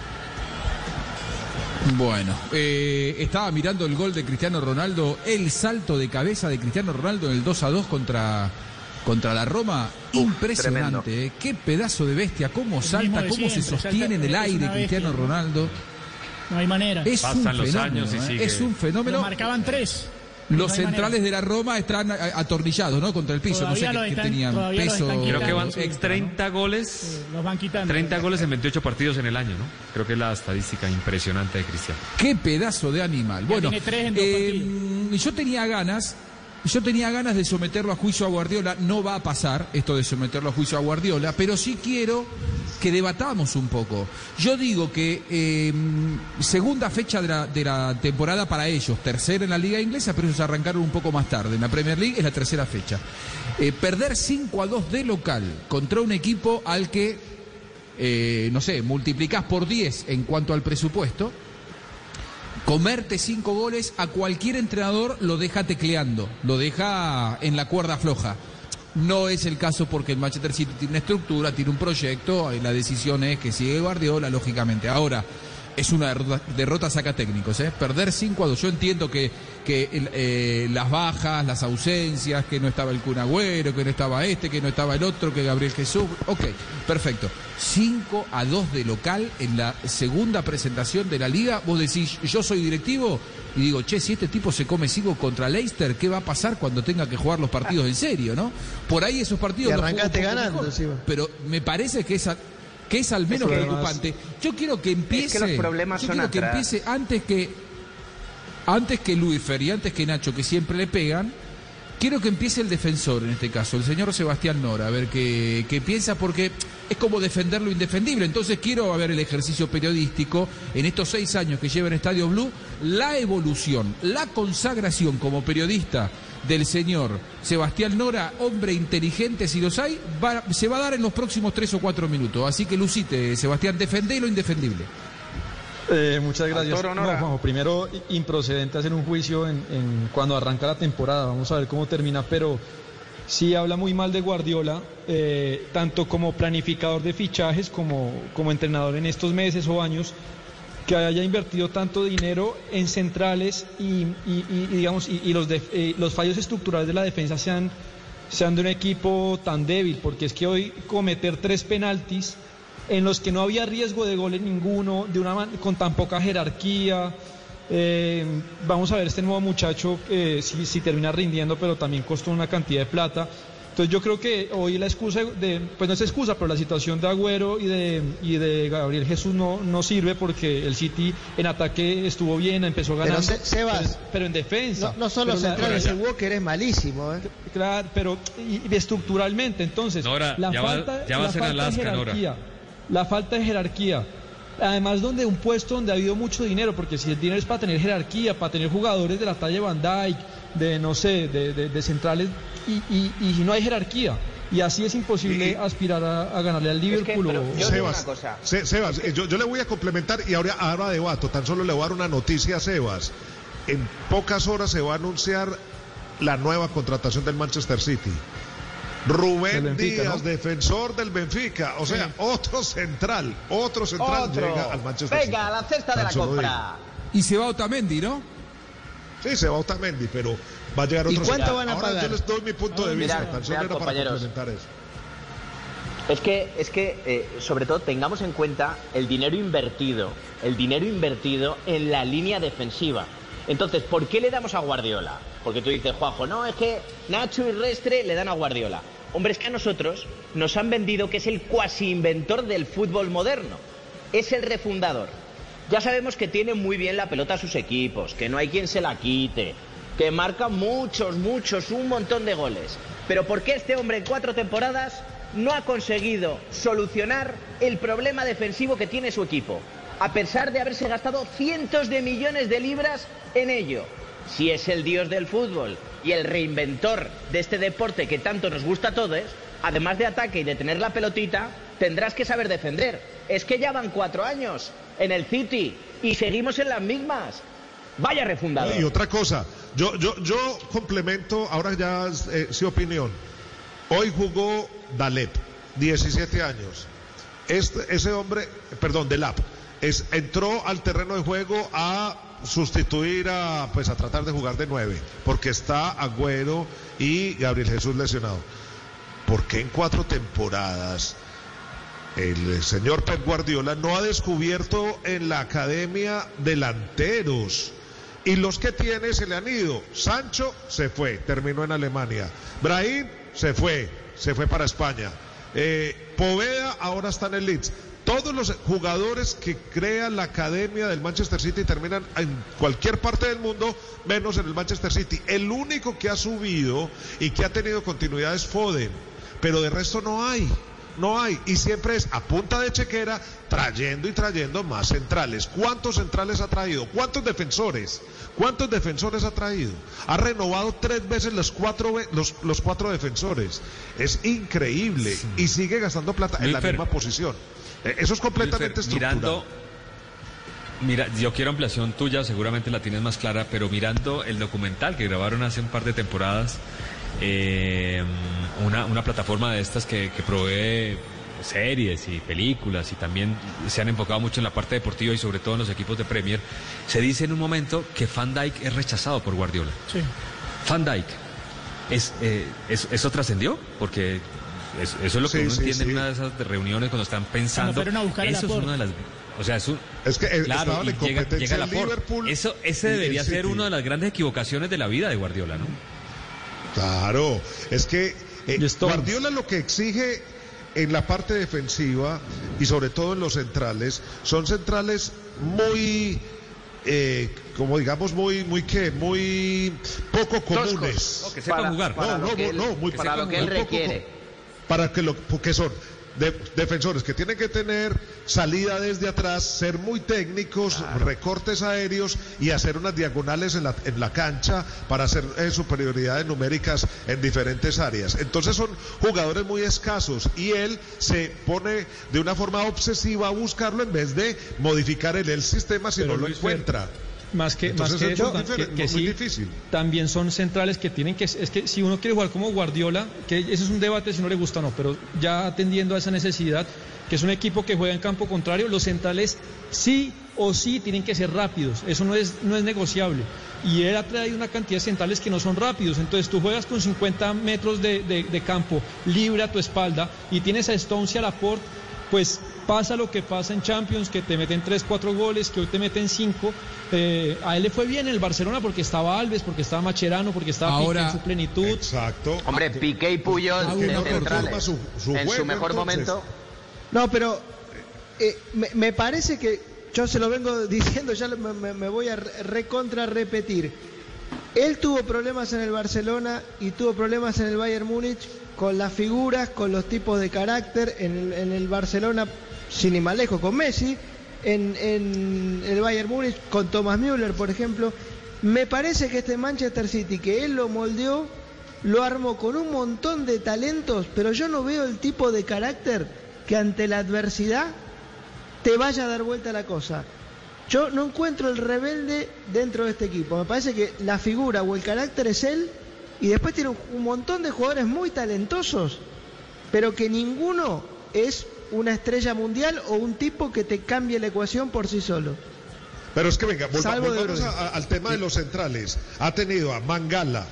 Bueno, eh, estaba mirando el gol de Cristiano Ronaldo, el salto de cabeza de Cristiano Ronaldo en el dos a dos contra, contra la Roma. Uf, Impresionante, eh. Qué pedazo de bestia, cómo mismo salta, de cómo se siempre, sostiene salta- en el es aire una Cristiano bestia. Ronaldo. No hay manera. Es un Pasan los fenómeno, años y eh. sigue. Es un fenómeno. Lo marcaban tres. Los No hay centrales manera. de la Roma están a- atornillados, ¿no? Contra el piso, Todavía no sé los qué, qué están- tenían todavía los peso. están Creo que van quitando, sí. treinta goles. Sí, los van quitando. treinta goles en veintiocho partidos en el año, ¿no? Creo que es la estadística impresionante de Cristiano. Qué pedazo de animal. Ya Bueno, tiene tres en dos eh, yo tenía ganas yo tenía ganas de someterlo a juicio a Guardiola. No va a pasar esto de someterlo a juicio a Guardiola, pero sí quiero que debatamos un poco. Yo digo que eh, segunda fecha de la, de la temporada para ellos, tercera en la Liga Inglesa, pero ellos arrancaron un poco más tarde. En la Premier League es la tercera fecha. Eh, perder cinco a dos de local contra un equipo al que, eh, no sé, multiplicás por diez en cuanto al presupuesto. Comerte cinco goles a cualquier entrenador lo deja tecleando, lo deja en la cuerda floja. No es el caso porque el Manchester City tiene una estructura, tiene un proyecto, y la decisión es que sigue Guardiola, lógicamente. Ahora, es una derrota, derrota saca técnicos, ¿eh? Perder cinco a dos. Yo entiendo que, que eh, las bajas, las ausencias, que no estaba el Kun Agüero, que no estaba este, que no estaba el otro, que Gabriel Jesús. Ok, perfecto. cinco a dos de local en la segunda presentación de la Liga. Vos decís, yo soy directivo y digo, che, si este tipo se come cinco contra Leicester, ¿qué va a pasar cuando tenga que jugar los partidos en serio, no? Por ahí esos partidos... Y arrancaste ganando, sí. Pero me parece que esa... que es al menos es que preocupante. Además, yo quiero que empiece, es que los problemas yo son quiero atrás. que empiece antes que antes que Luisfer y antes que Nacho, que siempre le pegan. Quiero que empiece el defensor en este caso, el señor Sebastián Nora, a ver qué, qué piensa, porque es como defender lo indefendible. Entonces quiero ver el ejercicio periodístico en estos seis años que lleva en Estadio Blue, la evolución, la consagración como periodista del señor Sebastián Nora, hombre inteligente si los hay, va, se va a dar en los próximos tres o cuatro minutos. Así que lucite, Sebastián, defendé lo indefendible. Eh, muchas gracias. No, Juanjo, primero, improcedente hacer un juicio en, en cuando arranca la temporada. Vamos a ver cómo termina, pero sí habla muy mal de Guardiola, eh, tanto como planificador de fichajes como, como entrenador en estos meses o años, que haya invertido tanto dinero en centrales y, y, y digamos y, y los, de, eh, los fallos estructurales de la defensa sean, sean de un equipo tan débil, porque es que hoy cometer tres penaltis en los que no había riesgo de goles ninguno, de una con tan poca jerarquía. Eh, vamos a ver este nuevo muchacho eh, si, si termina rindiendo, pero también costó una cantidad de plata. Entonces yo creo que hoy la excusa, de, pues no es excusa, pero la situación de Agüero y de, y de Gabriel Jesús no, no sirve, porque el City en ataque estuvo bien, empezó ganando, pero, se, Sebas, pero, pero en defensa. No, no solo centrales, el Walker es malísimo. ¿eh? Claro, pero y, y estructuralmente, entonces, Nora, la ya falta, va, ya va la a ser falta Alaska, de jerarquía, Nora. La falta de jerarquía. Además, donde un puesto donde ha habido mucho dinero, porque si el dinero es para tener jerarquía, para tener jugadores de la talla de Van Dijk, de no sé, de, de, de centrales, y, y, y no hay jerarquía. Y así es imposible y, aspirar a, a ganarle al Liverpool. Es que, o... Sebas, Se, Sebas yo, yo le voy a complementar y ahora, ahora debato. Tan solo le voy a dar una noticia a Sebas. En pocas horas se va a anunciar la nueva contratación del Manchester City. Rubén Benfica, Díaz, ¿no? Defensor del Benfica, o sea, sí. otro central, otro central otro. llega al Manchester City. Venga, a la cesta de la compra. Y se va Otamendi, ¿no? Sí, se va Otamendi, pero va a llegar otro ¿Y cuánto central. van a Ahora pagar? yo les doy mi punto ah, de vista, mirad, tan solo mirad, era para complementar eso. Es que, es que eh, sobre todo tengamos en cuenta el dinero invertido, el dinero invertido en la línea defensiva. Entonces, ¿por qué le damos a Guardiola? Porque tú dices, Juanjo, no, es que Nacho y Restre le dan a Guardiola. Hombre, es que a nosotros nos han vendido que es el cuasi inventor del fútbol moderno. Es el refundador. Ya sabemos que tiene muy bien la pelota a sus equipos, que no hay quien se la quite, que marca muchos, muchos, un montón de goles. Pero ¿por qué este hombre en cuatro temporadas no ha conseguido solucionar el problema defensivo que tiene su equipo? A pesar de haberse gastado cientos de millones de libras en ello. Si es el dios del fútbol y el reinventor de este deporte que tanto nos gusta a todos, además de ataque y de tener la pelotita, tendrás que saber defender. Es que ya van cuatro años en el City y seguimos en las mismas. Vaya refundador. Y otra cosa, yo yo yo complemento, ahora ya eh, sí opinión. Hoy jugó Dalep, diecisiete años. Este, ese hombre, perdón, Delap, es, entró al terreno de juego a sustituir a, pues a tratar de jugar de nueve, porque está Agüero y Gabriel Jesús lesionado. ¿Por qué en cuatro temporadas el señor Pep Guardiola no ha descubierto en la academia delanteros? Y los que tiene se le han ido. Sancho se fue, terminó en Alemania. Brahim se fue, se fue para España. Eh, Poveda ahora está en el Leeds. Todos los jugadores que crea la academia del Manchester City terminan en cualquier parte del mundo, menos en el Manchester City. El único que ha subido y que ha tenido continuidad es Foden, pero de resto no hay. No hay, y siempre es a punta de chequera, trayendo y trayendo más centrales. ¿Cuántos centrales ha traído? ¿Cuántos defensores? ¿Cuántos defensores ha traído? Ha renovado tres veces los cuatro, los, los cuatro defensores. Es increíble, sí. Y sigue gastando plata en la misma posición. Eso es completamente estructural. Mirando, mira, yo quiero ampliación tuya, seguramente la tienes más clara, pero mirando el documental que grabaron hace un par de temporadas, Eh, una, una plataforma de estas que, que provee series y películas y también se han enfocado mucho en la parte deportiva y sobre todo en los equipos de Premier. Se dice en un momento que Van Dijk es rechazado por Guardiola. Sí. Van Dijk es, eh, es, ¿eso trascendió? Porque es, eso es lo que sí, uno sí, entiende sí. en una de esas reuniones cuando están pensando. Cuando fueron a buscar eso el es una de las. O sea, es, un, es que claro, estaban en llega, competencia llega en Liverpool. Eso, ese debería ser una de las grandes equivocaciones de la vida de Guardiola, ¿no? Claro, es que eh, Guardiola lo que exige en la parte defensiva y sobre todo en los centrales son centrales muy, eh, como digamos, muy, muy qué, muy poco comunes. No, que sepan para, jugar. Para no, no, él, no, muy para lo que él requiere. Poco, para que lo que son de, defensores que tienen que tener salida desde atrás, ser muy técnicos, claro. recortes aéreos y hacer unas diagonales en la, en la cancha para hacer eh, superioridades numéricas en diferentes áreas. Entonces son jugadores muy escasos y él se pone de una forma obsesiva a buscarlo en vez de modificar el, el sistema si Pero no lo encuentra. Fer, Más que, Entonces, más que eso, es que, que muy sí, difícil. También son centrales que tienen que, es que si uno quiere jugar como Guardiola, que eso es un debate si no le gusta o no, pero ya atendiendo a esa necesidad, que es un equipo que juega en campo contrario, los centrales sí o sí tienen que ser rápidos, eso no es, no es negociable. Y él ha traído una cantidad de centrales que no son rápidos, entonces tú juegas con cincuenta metros de, de, de campo libre a tu espalda y tienes a Stones y a Laporte, pues pasa lo que pasa en Champions, que te meten tres, cuatro goles, que hoy te meten cinco. Eh, a él le fue bien en el Barcelona porque estaba Alves, porque estaba Macherano, porque estaba Ahora, Piqué en su plenitud. Exacto. Hombre, Piqué y Puyol ah, de centrales su, su en juego, su mejor entonces. momento. No, pero eh, me, me parece que yo se lo vengo diciendo, ya me, me, me voy a recontra repetir. Él tuvo problemas en el Barcelona y tuvo problemas en el Bayern Múnich con las figuras, con los tipos de carácter. En el, en el Barcelona, sin ir más lejos, con Messi. En, en el Bayern Múnich, con Thomas Müller, por ejemplo. Me parece que este Manchester City, que él lo moldeó, lo armó con un montón de talentos, pero yo no veo el tipo de carácter que ante la adversidad te vaya a dar vuelta la cosa. Yo no encuentro el rebelde dentro de este equipo. Me parece que la figura o el carácter es él, y después tiene un, un montón de jugadores muy talentosos, pero que ninguno es una estrella mundial o un tipo que te cambie la ecuación por sí solo. Pero es que venga, volva, volvamos a, a, al tema de los centrales. Ha tenido a Mangala,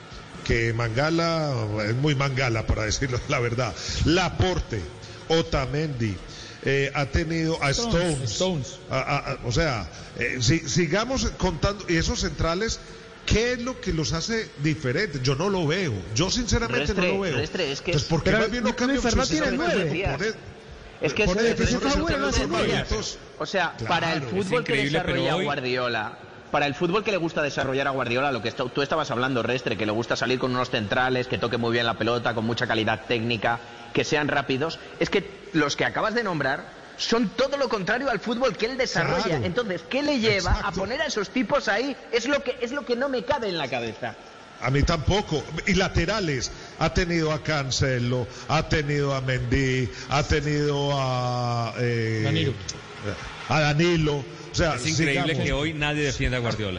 que Mangala es muy Mangala para decirlo la verdad. Laporte, Otamendi. Eh, ha tenido a Stones, Stones. A, a, a, o sea, eh, si, sigamos contando, y esos centrales, ¿qué es lo que los hace diferentes? Yo no lo veo, yo sinceramente Restre, no lo veo. Restre, es que Entonces, ¿por qué más bien no cambia no tiene nueve? Es que pone es, es, es, bueno, o sea, claro, para el fútbol que desarrolla hoy... Guardiola, para el fútbol que le gusta desarrollar a Guardiola, lo que está, tú estabas hablando, Restre, que le gusta salir con unos centrales, que toque muy bien la pelota, con mucha calidad técnica, que sean rápidos, es que los que acabas de nombrar son todo lo contrario al fútbol que él desarrolla. Claro. Entonces, ¿qué le lleva Exacto. a poner a esos tipos ahí? Es lo que es lo que no me cabe en la cabeza. A mí tampoco. Y laterales. Ha tenido a Cancelo, ha tenido a Mendy, ha tenido a eh, Danilo. A Danilo. O sea, es increíble sigamos. que hoy nadie defienda a Guardiola.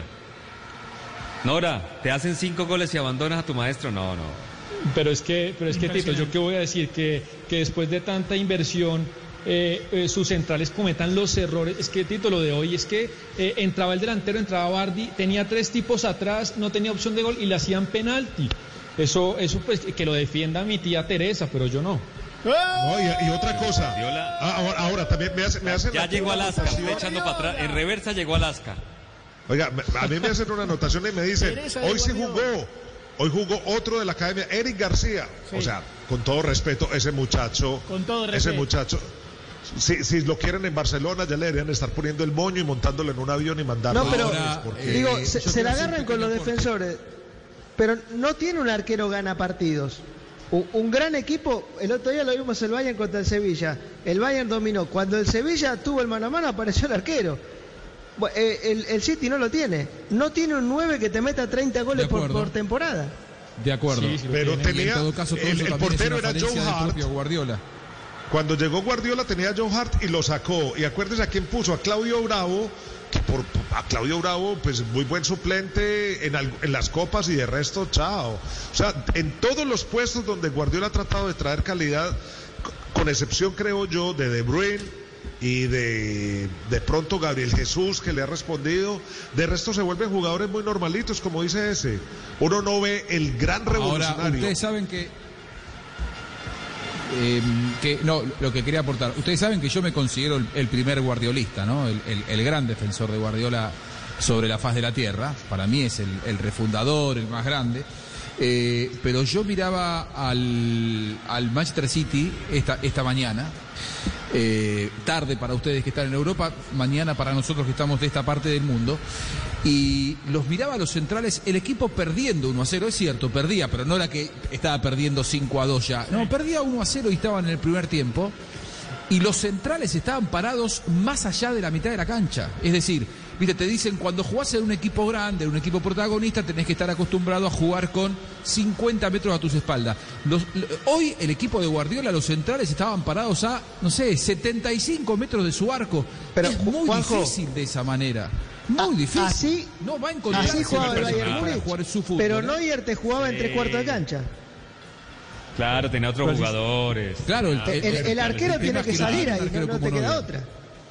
Nora, ¿te hacen cinco goles y abandonas a tu maestro? No, no. Pero es que, pero es que Tito, yo qué voy a decir, que, que después de tanta inversión, eh, eh, sus centrales cometan los errores. Es que Tito, lo de hoy es que eh, entraba el delantero, entraba Bardi, tenía tres tipos atrás, no tenía opción de gol y le hacían penalti. Eso, eso pues que lo defienda mi tía Teresa, pero yo no. No, y, y otra cosa. Ah, ahora, ahora también me hacen, me hacen ya llegó Alaska, estoy echando para atrás, en reversa llegó Alaska. Oiga, a mí me hacen una anotación y me dicen, hoy sí jugó. hoy jugó otro de la academia, Eric García. Sí. O sea, con todo respeto, ese muchacho, con todo respeto. ese muchacho, si, si lo quieren en Barcelona, ya le deberían estar poniendo el moño y montándolo en un avión y mandarlo. No, pero, a porque, digo, eh, se, se la agarran con los defensores, pero no tiene un arquero gana partidos. Un, un gran equipo, el otro día lo vimos el Bayern contra el Sevilla. El Bayern dominó. Cuando el Sevilla tuvo el mano a mano, apareció el arquero. El, el City no lo tiene. No tiene un nueve que te meta treinta goles por, por temporada. De acuerdo. Sí, sí, pero tenía, en todo caso, todo el, el portero era Joe Hart. Guardiola. Cuando llegó Guardiola tenía a Joe Hart y lo sacó. Y acuérdense a quién puso, a Claudio Bravo, que por a Claudio Bravo, pues muy buen suplente en, en las copas y de resto, chao. O sea, en todos los puestos donde Guardiola ha tratado de traer calidad, con excepción, creo yo, de De Bruyne y de de pronto Gabriel Jesús, que le ha respondido, de resto se vuelven jugadores muy normalitos, como dice ese. Uno no ve el gran revolucionario. Ahora, ustedes saben que eh, que no, lo que quería aportar, ustedes saben que yo me considero el, el primer guardiolista, ¿no? El, el, el gran defensor de Guardiola sobre la faz de la tierra. Para mí es el, el refundador, el más grande. Eh, pero yo miraba al, al Manchester City esta, esta mañana, eh, tarde para ustedes que están en Europa, mañana para nosotros que estamos de esta parte del mundo, y los miraba a los centrales, el equipo perdiendo uno a cero, es cierto, perdía, pero no era que estaba perdiendo cinco a dos ya, no, perdía uno a cero y estaban en el primer tiempo, y los centrales estaban parados más allá de la mitad de la cancha, es decir, viste, te dicen, cuando jugás en un equipo grande, en un equipo protagonista, tenés que estar acostumbrado a jugar con cincuenta metros a tus espaldas. Los, hoy el equipo de Guardiola, los centrales estaban parados a, no sé, setenta y cinco metros de su arco. Pero es muy Juanjo, difícil de esa manera. Muy difícil. Así, no va a encontrar así jugaba el Bayern Múnich, jugar su fútbol, pero ¿eh? Neuer te jugaba en tres cuartos de cancha. Claro, tenía otros pues, jugadores. Claro, el, el, el, el arquero tiene que salir ahí, no, no te queda otra.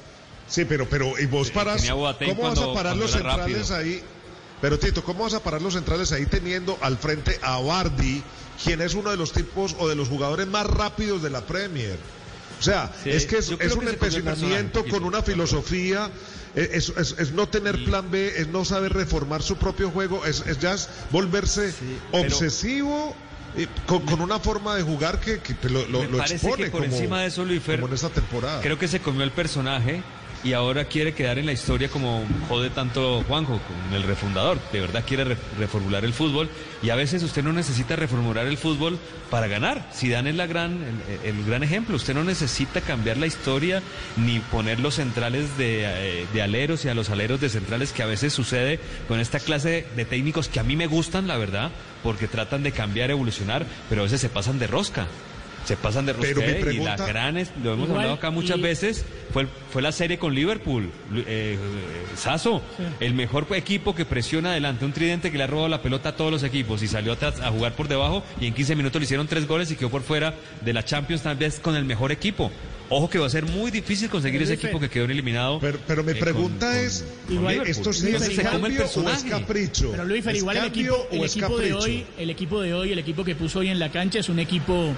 Sí, pero, pero, ¿y vos parás? ¿Cómo vas a parar los centrales ahí? Pero Tito, ¿cómo vas a parar los centrales ahí teniendo al frente a Vardy, quien es uno de los tipos o de los jugadores más rápidos de la Premier? O sea, sí, es que es, es un empecinamiento con una filosofía, es, es, es no tener sí. plan B, es no saber reformar su propio juego, es, es ya es volverse sí, obsesivo. Y con, con una forma de jugar que, que lo, lo, lo expone que por como, encima de eso, Luis Fer, como en esta temporada. Creo que se comió el personaje y ahora quiere quedar en la historia como jode tanto Juanjo con el refundador. De verdad quiere re reformular el fútbol y a veces usted no necesita reformular el fútbol para ganar. Zidane es la gran, el, el gran ejemplo. Usted no necesita cambiar la historia ni poner los centrales de, de aleros y a los aleros de centrales, que a veces sucede con esta clase de técnicos que a mí me gustan, la verdad, porque tratan de cambiar, evolucionar, pero a veces se pasan de rosca. Se pasan de rosca pregunta... y la gran, es, lo hemos Igual, hablado acá muchas y... veces, fue, fue la serie con Liverpool, eh, Sasso, sí. el mejor equipo que presiona adelante, un tridente que le ha robado la pelota a todos los equipos y salió atrás a jugar por debajo y en quince minutos le hicieron tres goles y quedó por fuera de la Champions tal vez con el mejor equipo. Ojo que va a ser muy difícil conseguir pero ese equipo que quedó eliminado. Pero, pero mi eh, pregunta con, es, con igual, ¿esto sí es cambio o es capricho? Pero Luis, pero igual el equipo, el equipo de hoy, el equipo de hoy, el equipo que puso hoy en la cancha es un equipo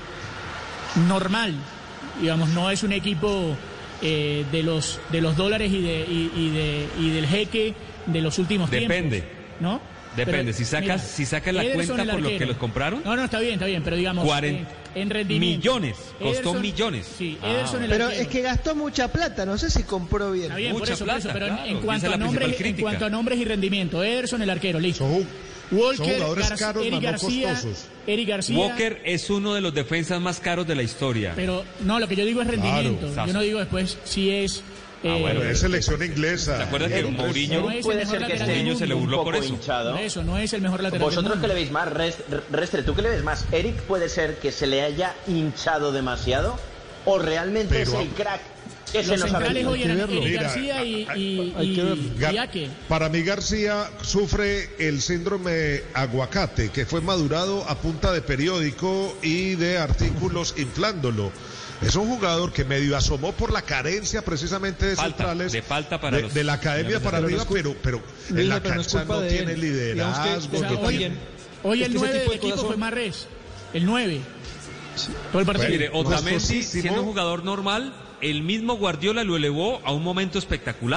normal, digamos, no es un equipo eh, de los de los dólares y de y, y de y del jeque de los últimos Depende. tiempos, ¿no? Depende, pero, si sacas mira, si sacas la Ederson cuenta por lo que los compraron. No, no, está bien, está bien, pero digamos cuarenta eh, en rendimiento. Millones, costó Ederson, millones. Sí, Ederson ah, pero es que gastó mucha plata, no sé si compró bien. Está bien, mucha por eso, plata, por eso, pero claro, en, cuanto a nombres, en cuanto a nombres y rendimiento, Ederson el arquero, listo. So, Walker, Gar caros, Eric García, costosos. Eric García. Walker es uno de los defensas más caros de la historia. Pero no, lo que yo digo es rendimiento. Claro. Yo no digo después si es. Eh, ah, bueno, es selección inglesa. ¿Te acuerdas que Mourinho, no puede ser que Mourinho se le burló por eso? Por eso no es el mejor lateral. Vosotros que le veis más, Restre, tú que le ves más, Eric puede ser que se le haya hinchado demasiado o realmente pero, es el crack. Los no centrales hoy eran Eric García y, y, y, y Ake. Para mí García sufre el síndrome aguacate, que fue madurado a punta de periódico y de artículos inflándolo. Es un jugador que medio asomó por la carencia precisamente de falta, centrales de, falta para de, los, de la academia para arriba, pero, pero en la cancha no tiene liderazgo. Que, o sea, hoy, hoy el nueve del equipo fue Marrés, el nueve. Sí. Todo el partido. Mire, Otamendi, siendo un jugador normal, el mismo Guardiola lo elevó a un momento espectacular.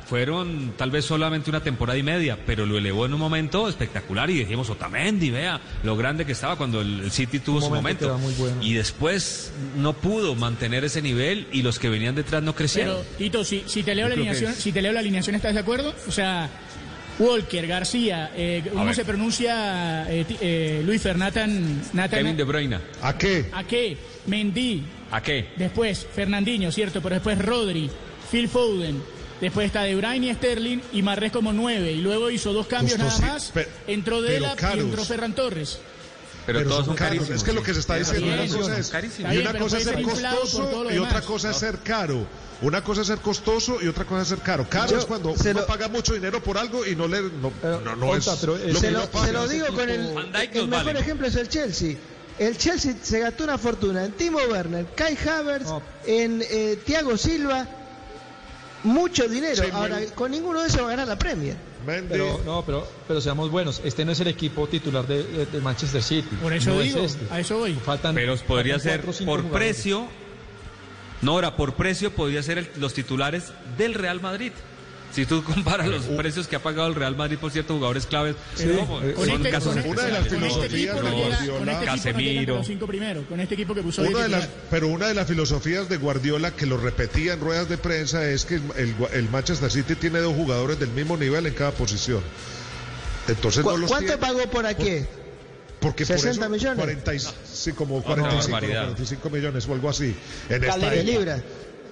fueron tal vez solamente una temporada y media, pero lo elevó en un momento espectacular y dijimos, Otamendi, vea lo grande que estaba cuando el, el City tuvo su momento. Muy bueno. Y después no pudo mantener ese nivel y los que venían detrás no crecieron. Pero, Tito, si, si te leo la alineación, si te leo la alineación, ¿estás de acuerdo? O sea, Walker, García, eh, ¿cómo se pronuncia eh, eh, Luis Fernatan? Kevin De Bruyne. ¿A qué? ¿A qué? Mendy. ¿A qué? Después Fernandinho, ¿cierto? Pero después Rodri, Phil Foden. Después está De Bruyne y Sterling y Mahrez como nueve. Y luego hizo dos cambios Justo nada más. Sí, pero, entró Dela y entró Ferran Torres. Pero, pero todos son caros. Es que lo que se está diciendo, bien, una cosa es, bien, y una cosa es ser costoso y otra cosa es ser caro. Una cosa es ser costoso y otra cosa es ser caro. Caro Yo, es cuando uno lo... paga mucho dinero por algo y no le no, pero, no, no es, pero es lo se, lo, se lo digo con el, el mejor vale. ejemplo es el Chelsea. El Chelsea se gastó una fortuna en Timo Werner, Kai Havertz, oh. en eh, Thiago Silva, mucho dinero. Sí, Ahora, muy... con ninguno de esos va a ganar la Premier. Pero, no, pero, pero seamos buenos, este no es el equipo titular de, de, de Manchester City. Por eso no digo, es este. a eso voy. Faltan, pero podría faltan ser cuatro, por jugadores. Precio, no, ahora por precio podría ser el, los titulares del Real Madrid. Si tú comparas los uh, precios que ha pagado el Real Madrid por ciertos jugadores claves, sí, ¿cómo? Eh, son este, casos este, una de las filosofías de Guardiola, Casemiro, con este equipo que puso una de las, pero una de las filosofías de Guardiola que lo repetía en ruedas de prensa es que el, el Manchester City tiene dos jugadores del mismo nivel en cada posición. Entonces ¿Cu no los ¿Cuánto tiene, pagó por aquí? Porque sesenta por eso millones. cuarenta, sí, como cuarenta y cinco, no, cuarenta y cinco millones o algo así. En esta de libras.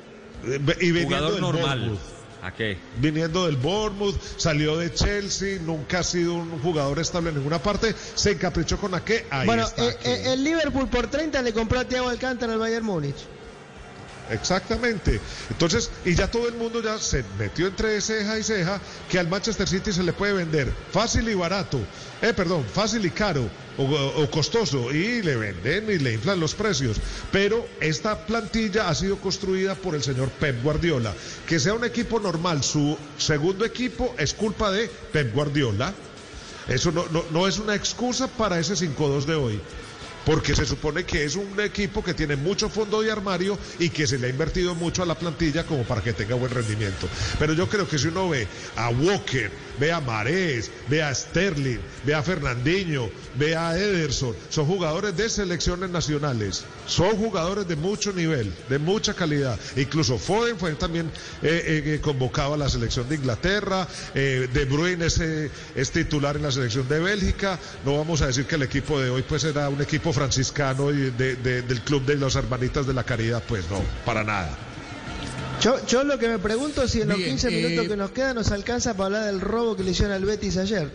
Y jugador normal. Bournemouth. ¿A qué? Viniendo del Bournemouth, salió de Chelsea, nunca ha sido un jugador estable en ninguna parte, se encaprichó con Ake, ahí bueno, está. Eh, eh, el Liverpool por treinta le compró a Thiago Alcántara al Bayern Múnich. Exactamente. Entonces, y ya todo el mundo ya se metió entre ceja y ceja que al Manchester City se le puede vender fácil y barato, eh, perdón, fácil y caro o, o costoso, y le venden y le inflan los precios. Pero esta plantilla ha sido construida por el señor Pep Guardiola. Que sea un equipo normal, su segundo equipo es culpa de Pep Guardiola. Eso no, no, no es una excusa para ese cinco dos de hoy. Porque se supone que es un equipo que tiene mucho fondo de armario y que se le ha invertido mucho a la plantilla como para que tenga buen rendimiento. Pero yo creo que si uno ve a Walker, ve a Mahrez, ve a Sterling, ve a Fernandinho, ve a Ederson, son jugadores de selecciones nacionales, son jugadores de mucho nivel, de mucha calidad. Incluso Foden fue también eh, eh, convocado a la selección de Inglaterra, eh, De Bruyne es, eh, es titular en la selección de Bélgica. No vamos a decir que el equipo de hoy pues era un equipo franciscano y de, de, del club de los hermanitas de la caridad, pues no, para nada. Yo, yo lo que me pregunto es si en los Bien, quince eh... minutos que nos quedan nos alcanza para hablar del robo que le hicieron al Betis ayer.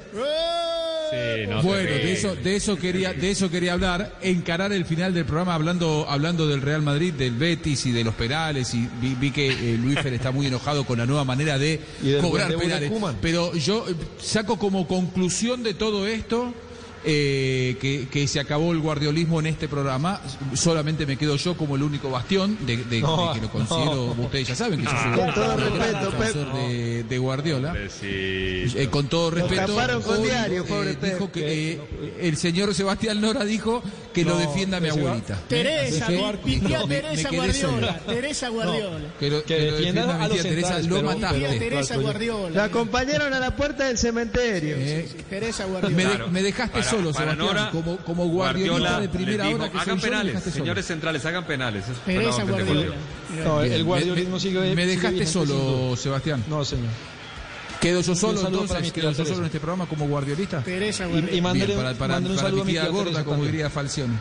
Sí, no bueno, de eso, de eso quería, de eso quería hablar, encarar el final del programa hablando, hablando del Real Madrid, del Betis y de los penales, y vi, vi que eh, Luis Fer está muy enojado con la nueva manera de cobrar penales. Pero yo saco como conclusión de todo esto Eh, que, que se acabó el guardiolismo en este programa. Solamente me quedo yo como el único bastión de, de, no, de que lo considero, no. Ustedes ya saben que yo soy con todo respeto, defensor de, de Guardiola. Eh, con todo respeto, con hoy, diario, eh, dijo que eh, el señor Sebastián Lora dijo que no, lo defienda mi abuelita. Teresa, mi tía Teresa Guardiola. Teresa Guardiola. Que lo, que que lo defienda a mi tía Teresa, lo mataste. Teresa Guardiola. La acompañaron a la puerta del cementerio. Eh, Teresa Guardiola. Me, de, me dejaste para, solo, para Sebastián, Nora, como, como guardiolista de primera dijo, hora que hagan soy penales, yo, señores solo. Centrales, hagan penales. Teresa Guardiola. No, el guardiolismo sigue. Me dejaste sigue solo, Sebastián. No, señor. Quedo yo solo, entonces, quedo yo solo en este programa como guardiolista. Teresa Guardiola. Y, y mándale, Bien, para, para, mándale un para saludo mi tía, a mi tía gorda, Teresa como también. diría Falcioni.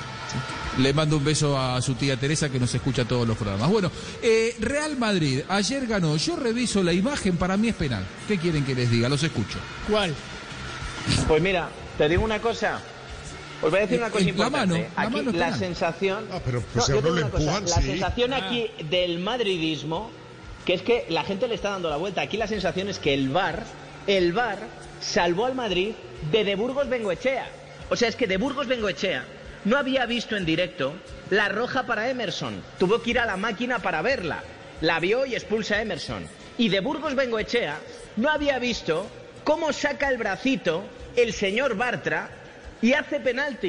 Sí. Le mando un beso a su tía Teresa que nos escucha todos los programas. Bueno, eh, Real Madrid ayer ganó. Yo reviso la imagen, para mí es penal. ¿Qué quieren que les diga? Los escucho. ¿Cuál? Pues mira, te digo una cosa. Os voy a decir una cosa la importante. Mano, la aquí mano la sensación, ah, pero pues no, no yo lo empujan, cosa, sí. La sensación aquí ah. del madridismo, que es que la gente le está dando la vuelta. Aquí la sensación es que el V A R, el V A R salvó al Madrid de De Burgos Bengoechea. O sea, es que De Burgos Bengoechea no había visto en directo la roja para Emerson. Tuvo que ir a la máquina para verla. La vio y expulsa a Emerson. Y De Burgos Bengoechea no había visto cómo saca el bracito el señor Bartra y hace penalti. O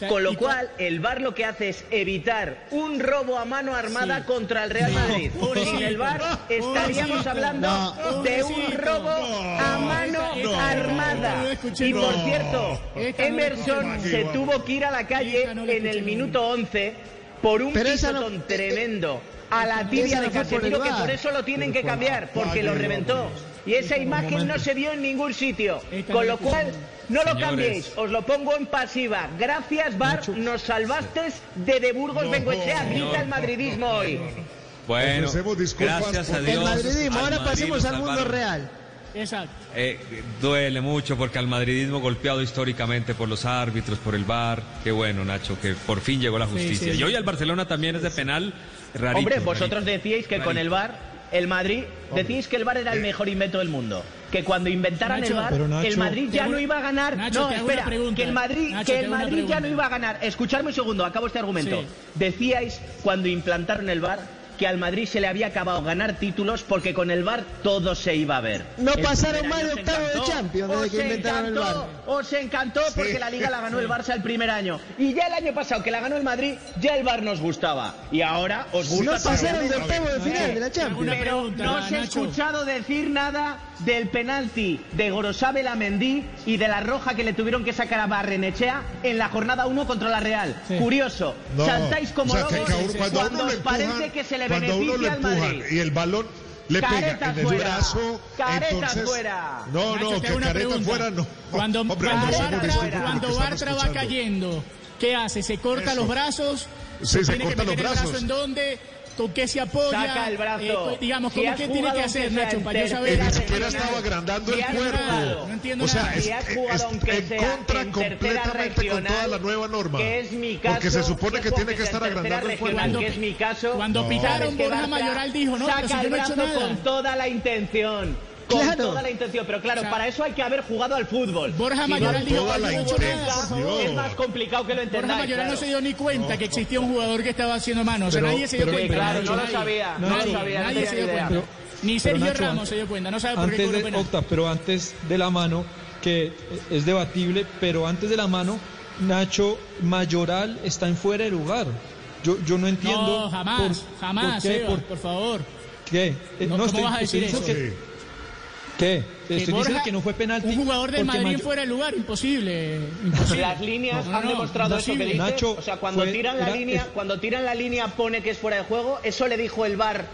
sea, con lo cual el V A R lo que hace es evitar un robo a mano armada sí. contra el Real Madrid. No. Sin el V A R estaríamos hablando no. de un robo a mano no. armada. Y por cierto, Emerson se tuvo que ir a la calle en el minuto once por un pisotón no, tremendo a la tibia de Casemiro, que por eso lo tienen que cambiar, porque lo reventó. Y esa imagen no se vio en ningún sitio. Con lo cual, no lo cambiéis. Os lo pongo en pasiva. Gracias, V A R. Nos salvaste de De Burgos Bengoechea. Grita el madridismo hoy. Bueno, gracias a Dios. El madridismo. Ahora pasemos al mundo real. Exacto. Eh, duele mucho porque al madridismo golpeado históricamente por los árbitros, por el V A R. Qué bueno, Nacho, que por fin llegó la justicia. Sí, sí. Y hoy al Barcelona también es de penal. Rarito, Hombre, vosotros rarito. decíais que rarito. con el V A R, el Madrid, decíais que el V A R era el mejor invento del mundo. Que cuando inventaran Nacho, el V A R, Nacho, el Madrid ya no iba a ganar. Nacho, no, espera, que el Madrid, Nacho, que el Madrid ya no iba a ganar. Escuchadme un segundo, acabo este argumento. Sí. Decíais cuando implantaron el V A R que al Madrid se le había acabado ganar títulos porque con el V A R todo se iba a ver. No el pasaron más de octavo de Champions desde que inventaron encantó, el V A R. Os encantó porque sí. la Liga la ganó el Barça el primer año. Y ya el año pasado que la ganó el Madrid, ya el V A R nos gustaba. Y ahora os gusta. No pasaron de octavo de final de la Champions. Pero no os he escuchado decir nada del penalti de Gorosabel a Mendy y de la roja que le tuvieron que sacar a Barrenechea en la jornada uno contra la Real. Sí. Curioso. No. Saltáis como o sea, lobos que, que, cuando, cuando os empujan, parece que se le beneficia al Madrid. Y el balón le Caretas pega en el fuera. brazo. Caretas entonces, fuera. No, no, Nacho, que careta fuera no. Cuando, Hombre, cuando, no Bartra, cuando Bartra va cayendo, ¿qué hace? ¿Se corta Eso. los brazos? Sí, se tiene corta que meter los brazos. el brazo en dónde? ¿Con qué se apoya? Saca el brazo. Eh, digamos, si ¿cómo qué tiene que hacer, Nacho, para yo saber? Ni siquiera estaba agrandando si el cuerpo. Jugado, no entiendo o sea, nada. es, si has jugado, es en contra en completamente con toda la nueva norma. Que es mi caso, porque se supone que tiene que estar agrandando el cuerpo. Cuando, que es mi caso. Cuando no. pitaron, Borja Mayoral dijo, no, saca pero si yo el no he hecho brazo nada. con toda la intención. Con claro. toda la intención, pero claro, o sea, para eso hay que haber jugado al fútbol. Borja si Mayoral no, dijo toda que la no intención es más complicado que lo entendáis. Borja Mayoral claro. no se dio ni cuenta no. que existía un jugador que estaba haciendo manos. O sea, pero, nadie se dio pero, cuenta. Claro, Nacho, no lo nadie. sabía, No, no nadie, lo sabía, nadie no se dio cuenta. Pero, ni Sergio Nacho, Ramos se dio cuenta, no sabe por antes qué cobró de, penal. Octa, pero antes de la mano, que es debatible, pero antes de la mano, Nacho Mayoral está en fuera de lugar. Yo, yo no entiendo. No, jamás, por, jamás, por, qué, Seba, por, por favor. ¿Qué? No, ¿Cómo estoy, vas a decir eso? Que, sí. ¿Qué? Que estoy Borja, diciendo que no fue penalti. Un jugador del Madrid Mayo... fuera de lugar, imposible. imposible. Las líneas no, no, han demostrado no, eso que dices. Nacho o sea, cuando fue, tiran la era, línea, es... cuando tiran la línea pone que es fuera de juego. Eso le dijo el V A R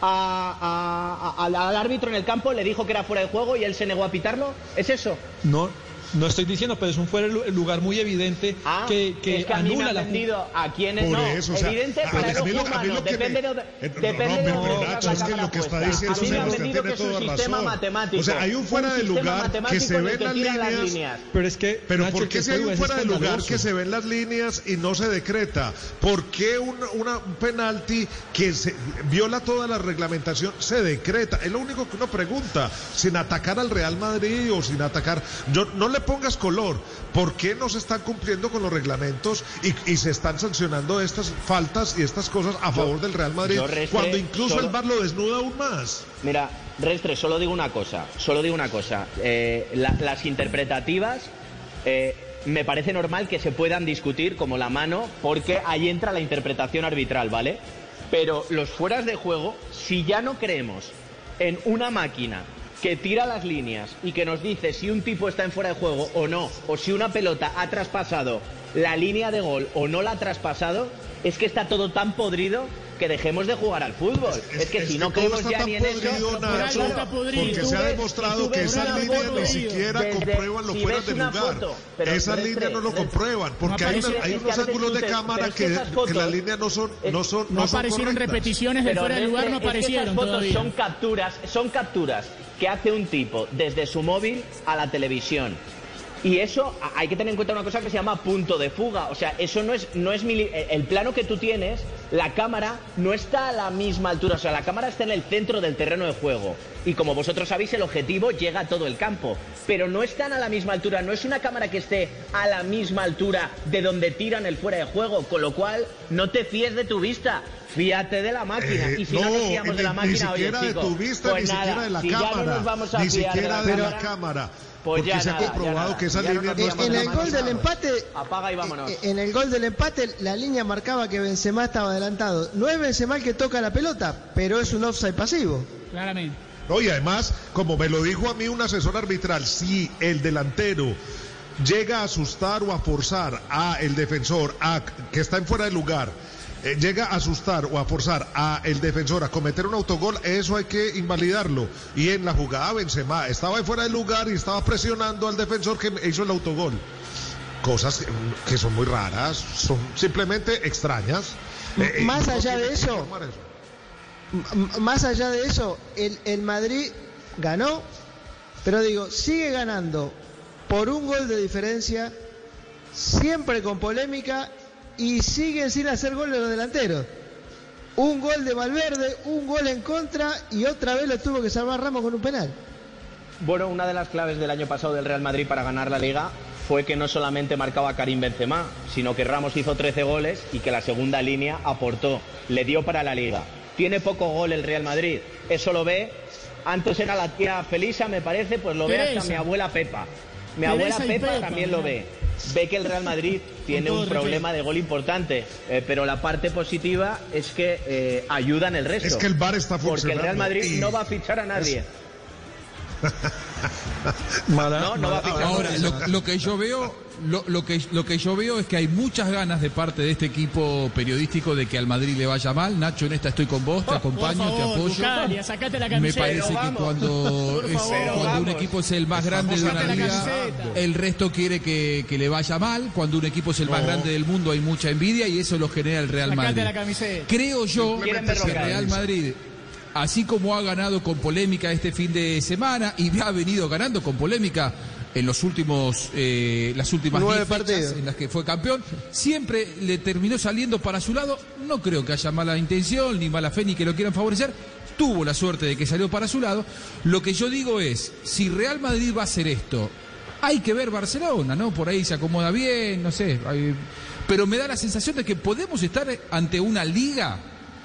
a, a, a, al, al árbitro en el campo, le dijo que era fuera de juego y él se negó a pitarlo. ¿Es eso? No. No estoy diciendo, pero es un fuera de lugar muy evidente ah, que, que, es que anula a la vendido a quienes Por no. Eso, o sea, evidente a, para a, el a mí lo, ojo a mí humano. lo que Depende me, de, eh, depende no, de pero, dónde Nacho, la es que lo que está puesta. diciendo a mí me han Sebastián vendido tiene que es un toda sistema razón. matemático. O sea, hay un fuera de lugar que se ve en las líneas, líneas. Pero es que pero Nacho, ¿por qué si hay un fuera de lugar que se ve en las líneas y no se decreta? ¿Por qué un, una, un penalti que se viola toda la reglamentación se decreta? Es lo único que uno pregunta, sin atacar al Real Madrid o sin atacar. Yo, no le pongas color. ¿Por qué no se están cumpliendo con los reglamentos y, y se están sancionando estas faltas y estas cosas a favor del Real Madrid Restre, cuando incluso solo, el V A R lo desnuda aún más? Mira, Restre, solo digo una cosa, solo digo una cosa. Eh, la, las interpretativas eh, me parece normal que se puedan discutir como la mano porque ahí entra la interpretación arbitral, ¿vale? Pero los fueras de juego, si ya no creemos en una máquina que tira las líneas y que nos dice si un tipo está en fuera de juego o no, o si una pelota ha traspasado la línea de gol o no la ha traspasado, es que está todo tan podrido que dejemos de jugar al fútbol. Es, es que es si que no creemos ya ni en eso, Nacho, porque se ha demostrado que esas líneas ni siquiera desde, comprueban los si fueras de lugar. Foto, esas líneas no lo comprueban, porque no hay, una, hay unos ángulos de cámara que, fotos, que las líneas no son no son no, no son aparecieron correctas. Repeticiones de fuera de lugar, no aparecieron. Esas fotos todavía. son capturas, son capturas que hace un tipo desde su móvil a la televisión. Y eso, hay que tener en cuenta una cosa que se llama punto de fuga. O sea, eso no es, no es mili- el plano que tú tienes, la cámara no está a la misma altura. O sea, la cámara está en el centro del terreno de juego. Y como vosotros sabéis, el objetivo llega a todo el campo. Pero no están a la misma altura. No es una cámara que esté a la misma altura de donde tiran el fuera de juego. Con lo cual, no te fíes de tu vista. Fíjate de la máquina. Eh, y si no, no nos fiamos ni, de la máquina, ni siquiera oye, de chico, tu vista, pues ni nada, siquiera de la si cámara. Ya no nos vamos a ni fiar siquiera de la, de cámara, la cámara. Pues porque ya se nada, ha comprobado ya que esa nada. línea En, no es en el gol del empate, apaga y vámonos. En el gol del empate, la línea marcaba que Benzema estaba adelantado. No es Benzema el que toca la pelota, pero es un offside pasivo. Claramente. No, y además, como me lo dijo a mí un asesor arbitral, si el delantero llega a asustar o a forzar a el defensor a, que está en fuera de lugar, eh, llega a asustar o a forzar a el defensor a cometer un autogol, eso hay que invalidarlo. Y en la jugada Benzema estaba en fuera de lugar y estaba presionando al defensor que hizo el autogol. Cosas que, que son muy raras, son simplemente extrañas. Eh, Más allá de eso... Más allá de eso, el, el Madrid ganó, pero digo, sigue ganando por un gol de diferencia, siempre con polémica, y siguen sin hacer goles los delanteros. Un gol de Valverde, un gol en contra, y otra vez lo tuvo que salvar Ramos con un penal. Bueno, una de las claves del año pasado del Real Madrid para ganar la Liga fue que no solamente marcaba Karim Benzema, sino que Ramos hizo trece goles y que la segunda línea aportó, le dio para la Liga. Tiene poco gol el Real Madrid, eso lo ve, antes era la tía Felisa, me parece, pues lo ve hasta mi abuela Pepa. Mi abuela Pepa, Pepa también lo ve. Ve que el Real Madrid tiene un problema de gol importante, eh, pero la parte positiva es que eh, ayuda en el resto. Es que el V A R está funcionando. Porque el Real Madrid y... no va a fichar a nadie. Es... Mala, no, no va a fichar. Ahora, lo, lo que yo veo... Lo, lo, que, lo que yo veo es que hay muchas ganas de parte de este equipo periodístico de que al Madrid le vaya mal. Nacho, en esta estoy con vos, te acompaño, favor, te apoyo. Buscalia, sacate la camiseta. Me parece que cuando, es, cuando un equipo es el más grande de una liga, el resto quiere que, que le vaya mal. Cuando un equipo es el más no. grande del mundo hay mucha envidia y eso lo genera el Real Madrid. La camiseta. Creo yo que el Real Madrid, así como ha ganado con polémica este fin de semana y ha venido ganando con polémica en los últimos eh, las últimas diez fechas en las que fue campeón, siempre le terminó saliendo para su lado. No creo que haya mala intención, ni mala fe, ni que lo quieran favorecer. Tuvo la suerte de que salió para su lado. Lo que yo digo es, si Real Madrid va a hacer esto, hay que ver Barcelona, ¿no? Por ahí se acomoda bien, no sé. Hay... Pero me da la sensación de que podemos estar ante una liga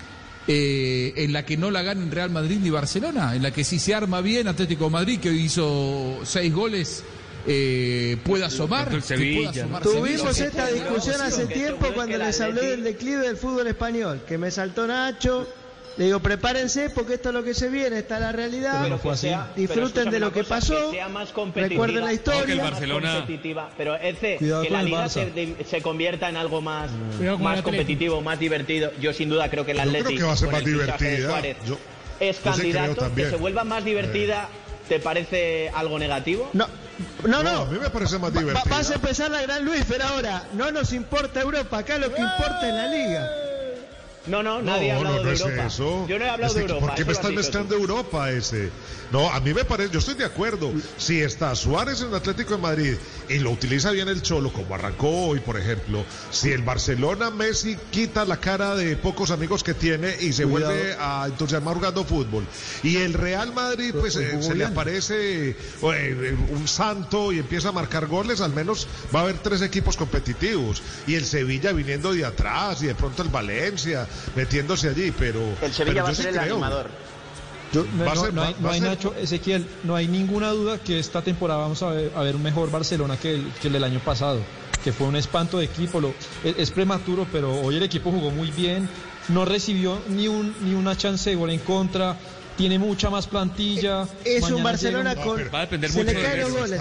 Eh, en la que no la ganen Real Madrid ni Barcelona, en la que si se arma bien Atlético de Madrid, que hizo seis goles, eh, pueda asomar. Sevilla. Que pueda Tuvimos Sevilla. Esta discusión hace tiempo cuando les hablé del declive del fútbol español, que me saltó Nacho. Le digo, prepárense porque esto es lo que se viene, está la realidad, sea, disfruten de lo que pasó, que recuerden la historia. Que el Barcelona... Pero Ece, que la liga se, se convierta en algo más, mm. más competitivo, más divertido. Yo sin duda creo que el Atlético, creo que va a ser más divertida. Suárez, yo, es yo candidato, que se vuelva más divertida. Eh. ¿Te parece algo negativo? No. No, no, no, a mí me parece más divertido. Va, vas a empezar la gran Luis, pero ahora no nos importa Europa, acá lo que importa es la liga. No, no, nadie no, ha hablado no, no de es Europa. Eso. Yo no he hablado este, de Europa. ¿Por qué me estás mezclando Europa ese? No, a mí me parece, yo estoy de acuerdo. Si está Suárez en el Atlético de Madrid y lo utiliza bien el Cholo, como arrancó hoy, por ejemplo, si el Barcelona, Messi quita la cara de pocos amigos que tiene y se Cuidado. vuelve a entusiasmar jugando fútbol, y el Real Madrid, pues eh, se le aparece eh, un santo y empieza a marcar goles, al menos va a haber tres equipos competitivos. Y el Sevilla viniendo de atrás, y de pronto el Valencia metiéndose allí, pero el Sevilla pero va a ser sí el creo. animador. Yo, no, no, ser, no, hay, no hay ser... Nacho, Ezequiel, no hay ninguna duda que esta temporada vamos a ver, a ver un mejor Barcelona que el, que el del año pasado, que fue un espanto de equipo. Lo, es, es prematuro, pero hoy el equipo jugó muy bien, no recibió ni un ni una chance de gol en contra, tiene mucha más plantilla. Es un Barcelona un... con... No, va a depender se mucho le caen los goles.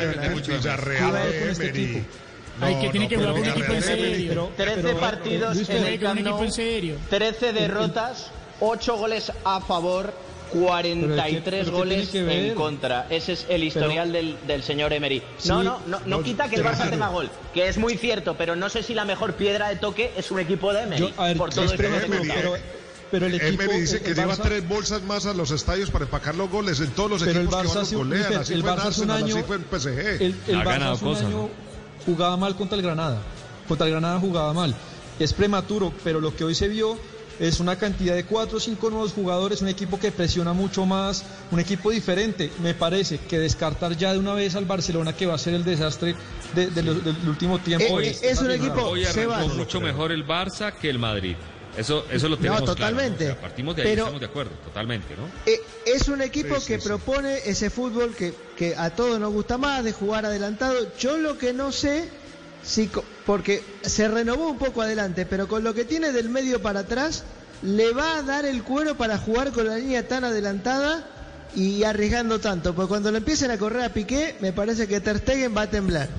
Villarreal, Emery. Hay que tiene que jugar con un equipo en serio. trece partidos en el Camp Nou, trece derrotas, ocho goles a favor, cuarenta y tres goles en contra. Ese es el historial pero, del, del señor Emery. Sí, no, no, no, no quita que el Barça tenga gol, que es muy cierto, pero no sé si la mejor piedra de toque es un equipo de Emery. Yo, a ver, por todo esto Emery, que pero, pero el equipo, Emery dice el, que el lleva Barça, tres bolsas más a los estadios para empacar los goles en todos los pero equipos el Barça, que van golean. Así el fue en Barça Arsenal, año, así fue en P S G. El, el ha Barça ganado hace un cosas, año ¿no? jugaba mal contra el Granada. Contra el Granada jugaba mal. Es prematuro, pero lo que hoy se vio es una cantidad de cuatro o cinco nuevos jugadores, un equipo que presiona mucho más, un equipo diferente. Me parece que descartar ya de una vez al Barcelona, que va a ser el desastre de, de, de, del último tiempo. Hoy, es un equipo, hoy arrancó mucho mejor el Barça que el Madrid. Eso, eso lo tenemos No, totalmente. Claro, ¿no? O sea, partimos de ahí, Pero, estamos de acuerdo, totalmente, ¿no? Eh, es un equipo Sí, sí, que sí. propone ese fútbol que, que a todos nos gusta más, de jugar adelantado. Yo lo que no sé, si co- porque se renovó un poco adelante, pero con lo que tiene del medio para atrás, le va a dar el cuero para jugar con la línea tan adelantada y arriesgando tanto. Porque cuando le empiecen a correr a Piqué, me parece que Ter Stegen va a temblar.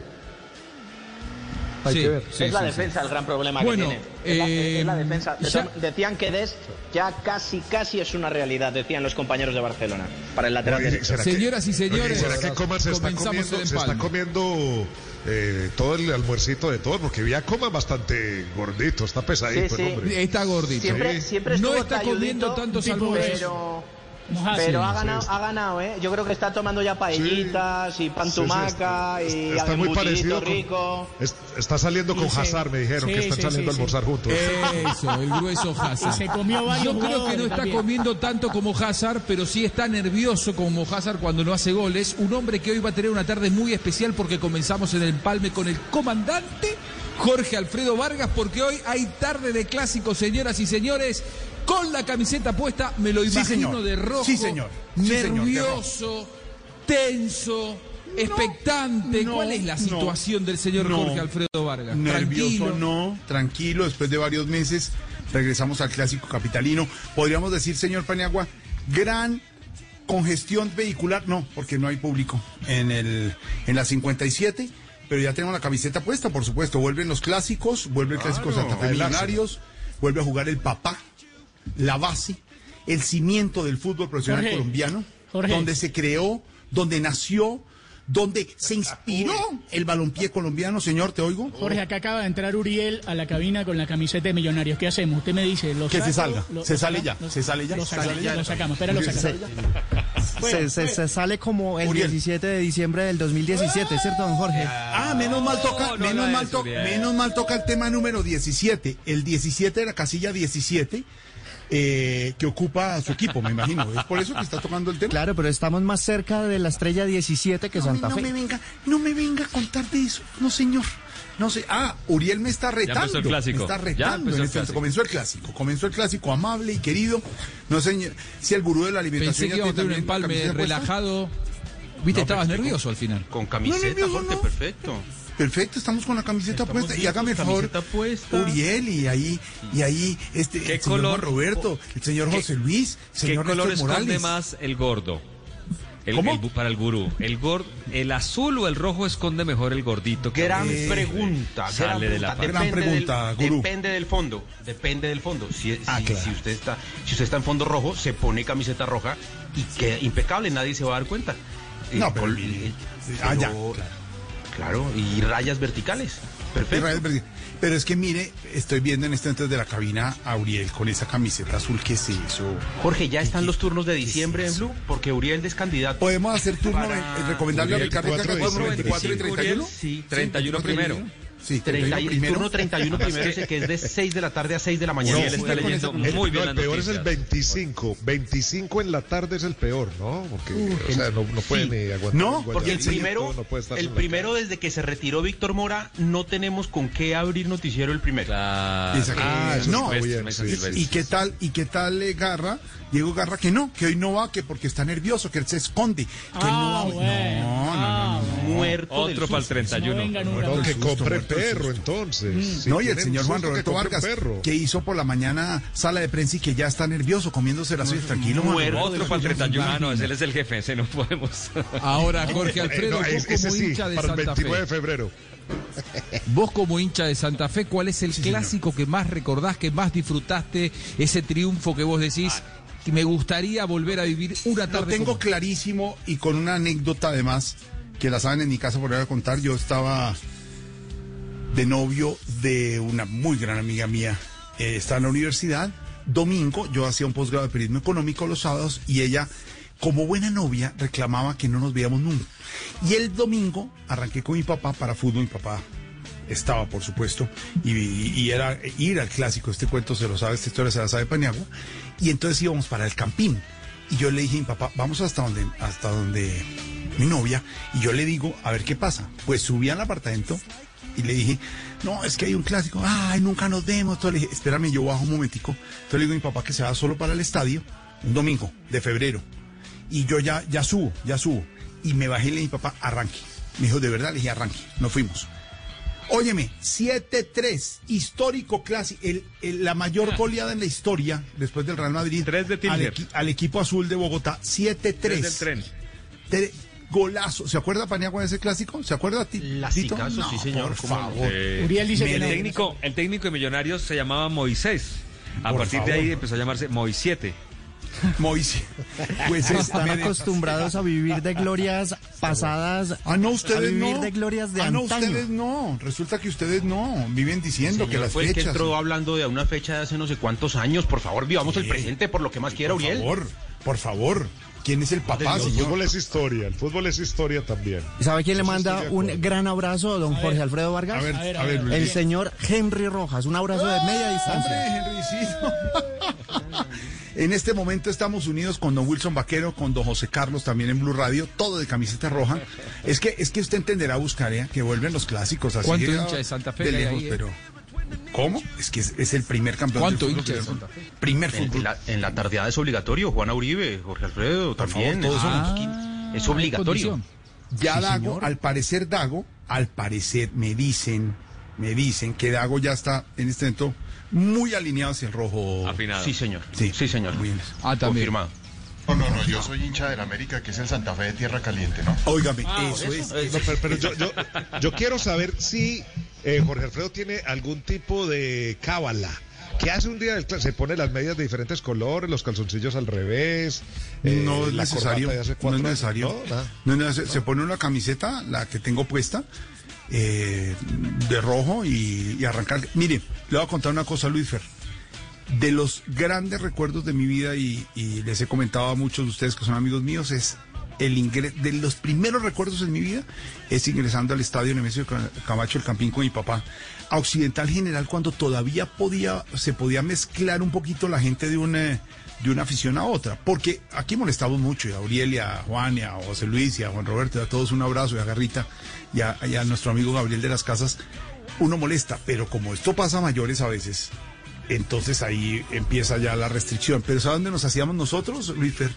Hay Sí, que ver. sí, es la sí, defensa sí. el gran problema Bueno, que tiene. Es, la, eh, es la defensa. De ya- tom- Decían que Dest ya casi, casi es una realidad, decían los compañeros de Barcelona, para el lateral Oye, derecho. ¿será que- Señoras y señores, oye, ¿será que Coman se está comenzamos comiendo, el se está empalme. comiendo eh, todo el almuercito de todo? Porque ya Coman bastante gordito, está pesadito, Sí, sí. el hombre. Está gordito. Siempre, Sí. siempre No estuvo está talludito, comiendo tantos tipo, almuerzos. pero... Moja, Pero sí, ha ganado, sí. ha ganado, ¿eh? Yo creo que está tomando ya paellitas y pan Sí, sí, tumaca está- y está muy embutidito parecido con- rico. Es- está saliendo con Y se- Hazard, me dijeron sí, que están sí, saliendo sí, a almorzar sí. juntos. Eso, el grueso Hazard. Y se comió varios Yo creo que no jugadores está también. comiendo tanto como Hazard, pero sí está nervioso como Hazard cuando no hace goles. Un hombre que hoy va a tener una tarde muy especial porque comenzamos en el empalme con el comandante Jorge Alfredo Vargas, porque hoy hay tarde de clásicos, señoras y señores. Con la camiseta puesta, me lo Sí, imagino señor. de rojo, Sí, señor. Sí, señor, de nervioso, tenso, expectante. no, ¿Cuál es la no, situación del señor no. Jorge Alfredo Vargas? Nervioso Tranquilo. no, tranquilo, después de varios meses regresamos al clásico capitalino. Podríamos decir, señor Paniagua, gran congestión vehicular, no, porque no hay público en el en la cincuenta y siete, pero ya tenemos la camiseta puesta, por supuesto. Vuelven los clásicos, vuelve el clásico Claro, Santa Fe el Millonarios, vuelve a jugar el papá, la base, el cimiento del fútbol profesional Jorge, colombiano, Jorge. donde se creó, donde nació, donde se inspiró el balompié colombiano. Señor, ¿te oigo? Jorge, acá acaba de entrar Uriel a la cabina con la camiseta de Millonarios. ¿Qué hacemos? Usted me dice, ¿lo Que se saco? salga, ¿Lo- se lo sale saca? ya, Lo- se sale ya. Lo sacamos, Sale ya. lo sacamos, espera, lo sacamos. Se, se- se sale como el Uriel. diecisiete de diciembre del dos mil diecisiete, ¿cierto, don Jorge? Ah, menos mal toca, no, menos no mal es, to- Uriel. menos mal toca el tema número diecisiete. El diecisiete de la casilla diecisiete, eh, que ocupa su equipo, me imagino. Es por eso que está tocando el tema. Claro, pero estamos más cerca de la estrella diecisiete que No, me- Santa no Fe. me venga, no me venga a contar de eso. No, señor. No sé. Ah, Uriel me está retando. empezó el clásico. Me está Ya retando. empezó en el este momento. clásico. Comenzó el clásico. Comenzó el clásico amable y querido. No sé si el gurú de la alimentación Pensé que ya íbamos a tener un tiene también la empalme camiseta puesta. relajado. Viste, No, estabas pero- nervioso al final. Con No, camiseta, nervioso, Jorge, no. perfecto. Perfecto, estamos con la camiseta Estamos puesta. Y listos, hágame el favor, camiseta puesta. Uriel, y ahí, y ahí, este, ¿Qué el señor color- Juan Roberto, el señor ¿Qué- José Luis, el ¿Qué señor color Néstor esconde Morales. más el gordo? El, ¿Cómo? el bu- para el gurú. El gor, el azul o el rojo esconde mejor el gordito. que Gran eh, pregunta, gran Sale de la pregunta. pata. Gran pregunta, del, gurú. Depende del fondo, depende del fondo. Si, Ah, si- claro. si usted está, si usted está en fondo rojo, se pone camiseta roja y queda impecable, nadie se va a dar cuenta. No, Eh, pero col- mire, eh, ah, ya, pero- claro. claro, y rayas verticales. Perfecto. Israel Berger. Pero es que mire, estoy viendo en este momento de la cabina a Uriel con esa camiseta azul. ¿Qué es eso? Jorge, ya están ¿Qué- los turnos de qué es diciembre en eso? Blue, porque Uriel es candidato. ¿Podemos hacer turno, Para- eh, recomendarle a Uriel, Ricardo que haga veinticuatro turno de veinticuatro y diciembre. treinta y uno? Sí, treinta y uno primero. Sí, treinta, treinta y uno el primero. turno treinta y uno primero es el que es de seis de la tarde a seis de la mañana. Y él está leyendo El, muy bien no, las el peor es el noticias. veinticinco. veinticinco en la tarde es el peor, ¿no? Porque, o sea, no, no puede Sí. ni aguantar. No, un Porque el guayabito, primero, no puede estar el en la primero desde que se retiró Víctor Mora, no tenemos con qué abrir noticiero el primero. Claro. Exacto. Ah, eso no, está bien, Mesa sí, Silvestre. ¿Y qué tal, y qué tal eh, Garra? Diego Garra que no, que hoy no va, que porque está nervioso, que él se esconde, que Ah, no va. bueno. No, no, no, no, no. Muerto del Otro para el susto. treinta y No uno. venga nunca No, más. que susto, compre muerto el perro, susto. entonces. Sí, No, y el tiene señor un Juan susto que Roberto compre Vargas, perro. que hizo por la mañana sala de prensa y que ya está nervioso comiéndose las uñas. Tranquilo, Juan Muerto Roberto. Otro para el treinta y uno. Ah, no, él es el jefe, ese no podemos. Ahora, Jorge Eh, Alfredo, no, vos ese como sí, hincha de para el Santa veintinueve de Fe. febrero. Vos como hincha de Santa Fe, ¿cuál es el Sí, clásico que más recordás, que más disfrutaste, ese triunfo que vos decís, que me gustaría volver a vivir una Lo tarde tengo como- clarísimo y con una anécdota además, que la saben en mi casa por voy a contar. Yo estaba de novio de una muy gran amiga mía, eh, estaba en la universidad, domingo, yo hacía un posgrado de periodismo económico los sábados y ella, como buena novia, reclamaba que no nos veíamos nunca. Y el domingo arranqué con mi papá para fútbol, mi papá estaba, por supuesto, y, y era ir al clásico. Este cuento se lo sabe, esta historia se la sabe Paniagua. Y entonces íbamos para el Campín. Y yo le dije a mi papá, vamos hasta donde, hasta donde mi novia. Y yo le digo, a ver qué pasa. Pues subí al apartamento y le dije, no, es que hay un clásico, ay, nunca nos vemos. Entonces le dije, espérame, yo bajo un momentico. Entonces le digo a mi papá que se va solo para el estadio, un domingo de febrero. Y yo ya, ya subo, ya subo. Y me bajé y le dije a mi papá, arranque. Me dijo, de verdad, le dije, arranque. Nos fuimos. Óyeme, siete tres, histórico clásico, el, el, la mayor goleada en la historia, después del Real Madrid, tres de al, equi, al equipo azul de Bogotá, siete tres. tres del tren. Tre, golazo. ¿Se acuerda, Paniagua, de ese clásico? ¿Se acuerda a ti? Lasticazo, no, sí, señor. Por favor. Eh, Uriel dice que el no. técnico, el técnico de Millonarios se llamaba Moisés. A Por partir favor. de ahí empezó a llamarse Moisiete. Moisés. Pues es, Están acostumbrados a vivir de glorias pasadas. Ah, no, ustedes a vivir no. de glorias de ah, no, antaño. ustedes no. Resulta que ustedes no. Viven diciendo Señor, que las fue el fechas. que entró hablando de una fecha de hace no sé cuántos años. Por favor, vivamos Sí. el presente por lo que más quiera, Por Uriel. favor, por favor. ¿Quién es el papá, El señor? fútbol es historia, el fútbol es historia también. ¿Y sabe quién le Eso manda estoy de un acuerdo. gran abrazo a don A Jorge ver. Alfredo Vargas? A ver, A ver, a a ver, ver. Luis. El señor Henry Rojas. Un abrazo de media distancia. Hombre, Henrycito. En este momento estamos unidos con don Wilson Vaquero, con don José Carlos también en Blue Radio, todo de camiseta roja. Es que es que usted entenderá, Buscaria, que vuelven los clásicos así. ¿Cuánto de- hincha de Santa Fe de que hay lejos, ahí, eh? pero ¿cómo? Es que es, es el primer campeón ¿Cuánto del fútbol. hincha de primer- Santa Fe? Primer En, fútbol. la, en la tardeada es obligatorio. Juana Uribe, Jorge Alfredo Por también. favor, todos Ah, somos- es obligatorio. condición. Ya Sí, Dago, señor. al parecer Dago, al parecer me dicen, me dicen que Dago ya está en este momento muy alineado hacia el rojo. Afinado. Sí, señor. Sí, Sí, señor. Muy bien. Ah, también. Confirmado. No, no, no, yo soy hincha del América, que es el Santa Fe de Tierra Caliente, ¿no? Óigame, Ah, eso es. No, pero pero yo, yo, yo quiero saber si eh, Jorge Alfredo tiene algún tipo de cábala. ¿Qué hace un día del clásico? Se pone las medias de diferentes colores, los calzoncillos al revés. eh, No es la necesario. corbata de hace No es cuatro años. necesario. No, nada. No es necesario. Se pone una camiseta, la que tengo puesta, eh, de rojo y, y arrancar. Mire, le voy a contar una cosa, Luis Fer. De los grandes recuerdos de mi vida, y, y les he comentado a muchos de ustedes que son amigos míos, es el ingreso, de los primeros recuerdos en mi vida, es ingresando al estadio Nemesio Camacho, el Campín, con mi papá, a Occidental General, cuando todavía podía, se podía mezclar un poquito la gente de una, de una afición a otra, porque aquí molestamos mucho, y a Auriel, y a Juan, y a José Luis, y a Juan Roberto, y a todos un abrazo, y a Garrita, y a, y a nuestro amigo Gabriel de las Casas, uno molesta, pero como esto pasa a mayores a veces, entonces ahí empieza ya la restricción. Pero ¿sabe dónde nos hacíamos nosotros, Luis Fer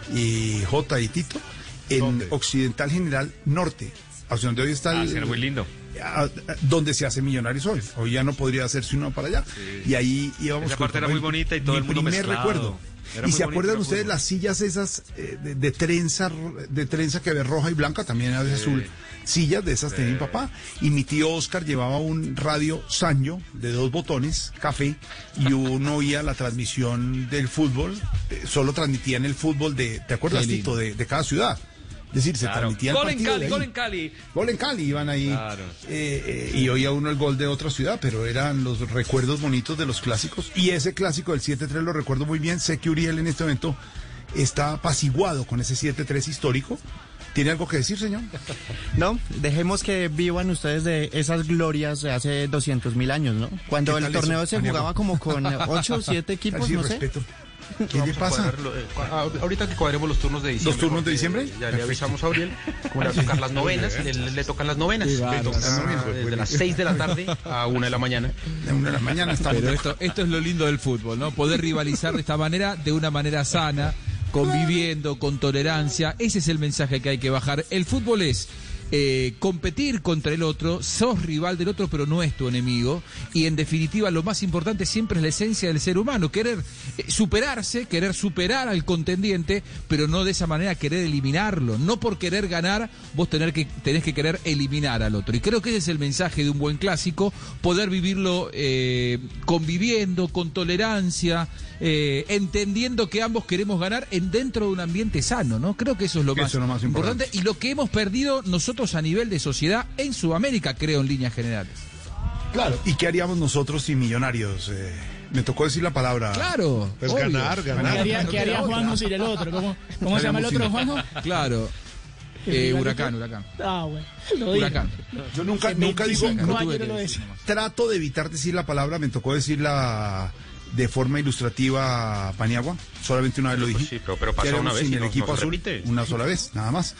y J y Tito? En ¿Dónde? Occidental General Norte, hacia donde hoy está Ah, el, será muy lindo. a- a- donde se hace Millonarios hoy. Hoy ya no podría hacerse uno para allá. Y ahí íbamos. Esa con parte era papá. muy bonita y todo Mi el mundo primer mezclado. recuerdo. Era ¿Y muy se bonito, acuerdan era ustedes fútbol. las sillas esas eh, de, de trenza, de trenza que ve roja y blanca, también era de azul? Sillas de esas tenía mi papá. Y mi tío Oscar llevaba un radio Sanyo de dos botones, café, y uno oía la transmisión del fútbol. eh, Solo transmitían el fútbol de, ¿te acuerdas, Qué lindo. Tito? De, de cada ciudad. Es decir, se Claro. transmitía el Gol en partido de Cali, ahí. gol en Cali. Gol en Cali, iban ahí. Claro. eh, eh, y oía uno el gol de otra ciudad, pero eran los recuerdos bonitos de los clásicos. Y ese clásico del siete tres lo recuerdo muy bien. Sé que Uriel en este momento está apaciguado con ese siete tres histórico. ¿Tiene algo que decir, señor? No, dejemos que vivan ustedes de esas glorias de hace doscientos mil años, ¿no? Cuando ¿Qué el tal torneo eso, se Paniagua? jugaba como con ocho o siete equipos, Casi no sé. respeto. ¿Qué le Vamos a pasa? cuadrarlo, eh, cua- ahorita que cuadremos los turnos de diciembre. ¿Los turnos de porque diciembre? Ya le avisamos a Auriel. Como le va a tocar las novenas, le, le tocan las novenas. Sí, Le bárbaro. toca desde las seis de la tarde a una de la mañana. De una de la mañana estamos. Pero esto, esto es lo lindo del fútbol, ¿no? Poder rivalizar de esta manera, de una manera sana, conviviendo, con tolerancia. Ese es el mensaje que hay que bajar. El fútbol es eh, competir contra el otro, sos rival del otro, pero no es tu enemigo. Y en definitiva, lo más importante siempre es la esencia del ser humano, querer eh, superarse, querer superar al contendiente, pero no de esa manera querer eliminarlo. No por querer ganar, vos tener que, tenés que querer eliminar al otro. Y creo que ese es el mensaje de un buen clásico, poder vivirlo eh, conviviendo, con tolerancia, eh, entendiendo que ambos queremos ganar en dentro de un ambiente sano, ¿no? Creo que eso es lo, Eso más, es lo más importante. importante y lo que hemos perdido nosotros a nivel de sociedad en Sudamérica, creo, en líneas generales. Claro. ¿Y qué haríamos nosotros sin Millonarios? Eh, me tocó decir la palabra. Claro. Pues obvio. ganar, ¿Qué ganar. haría, no qué haría queda otra. Juanjo sin el otro? ¿Cómo, cómo se llama el otro, Juanjo? Claro. Eh, huracán, huracán. Ah, bueno. Lo digo. Huracán. Yo nunca, En nunca digo. veinticinco no años tuve no que lo decir decía. Trato de evitar decir la palabra, me tocó decirla de forma ilustrativa a Paniagua, solamente una vez lo dije. Pues sí, pero- pero pasó ¿Qué haríamos una vez sin y el no- equipo no se azul, repite. una sola vez, nada más.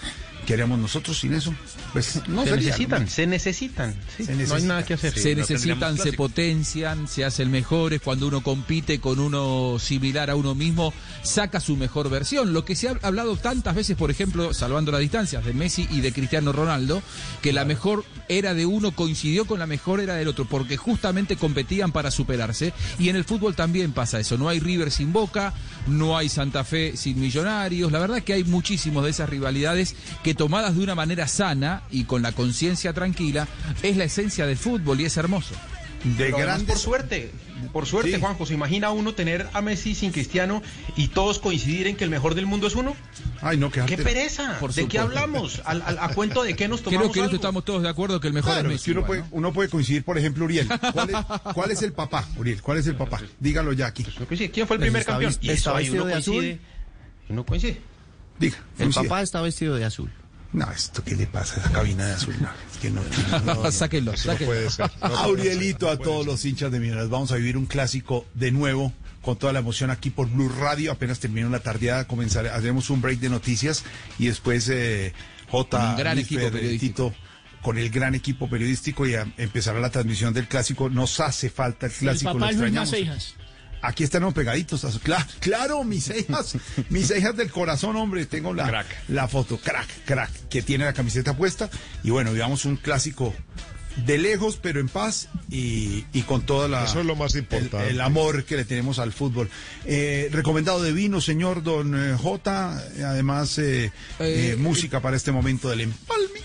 ¿Qué haríamos nosotros sin eso? Pues no se sería, necesitan, ¿no? se necesitan, sí, se necesitan. No hay nada que hacer. Se Sí, necesitan, no se potencian, se hacen mejores. Cuando uno compite con uno similar a uno mismo, saca su mejor versión. Lo que se ha hablado tantas veces, por ejemplo, salvando las distancias, de Messi y de Cristiano Ronaldo, que la mejor era de uno coincidió con la mejor era del otro, porque justamente competían para superarse. Y en el fútbol también pasa eso. No hay River sin Boca, no hay Santa Fe sin Millonarios. La verdad que hay muchísimos de esas rivalidades que, tomadas de una manera sana y con la conciencia tranquila, es la esencia del fútbol y es hermoso. De grandes... Por suerte, por suerte, sí. Juanjo, ¿se imagina uno tener a Messi sin Cristiano y todos coincidir en que el mejor del mundo es uno? Ay, no, qué, ¿Qué pereza? Por ¿De supuesto. Qué hablamos? ¿A, a, ¿A cuento de qué nos tomamos? Creo que algo? estamos todos de acuerdo que el mejor claro, es Messi. Uno, igual, puede, ¿no? uno puede coincidir, por ejemplo, Uriel. ¿Cuál es, cuál es el papá, Uriel? ¿Cuál es el papá? Dígalo ya aquí. ¿Quién fue el primer está campeón? Vist- Y está eso ahí vestido uno de coincide. azul. Uno coincide. Diga. El coincide. papá está vestido de azul. No, ¿esto qué le pasa a esa cabina de azul? No, es que no, no, no, no. Sáquenlo, Eso no sáquenlo. puede ser. No, no, Aurielito, no a puede todos ser. los hinchas de Millonarios. Vamos a vivir un clásico de nuevo con toda la emoción aquí por Blue Radio. Apenas terminó la tardeada, comenzaré, haremos un break de noticias y después eh, J. Con un gran Luis equipo Fer, periodístico. Tito, con el gran equipo periodístico y a, empezará la transmisión del clásico. Nos hace falta el clásico, El lo papá es Luis extrañamos. Macejas. Aquí están pegaditos. A su- claro, claro, mis hijas, mis hijas del corazón, hombre. Tengo la, Crack. la foto, crack, crack, que tiene la camiseta puesta. Y bueno, digamos un clásico de lejos, pero en paz y, y con toda la... Eso es lo más importante. El, el amor que le tenemos al fútbol. Eh, recomendado de vino, señor Don eh, J. Además, eh, eh, Eh, música para este momento del empalme.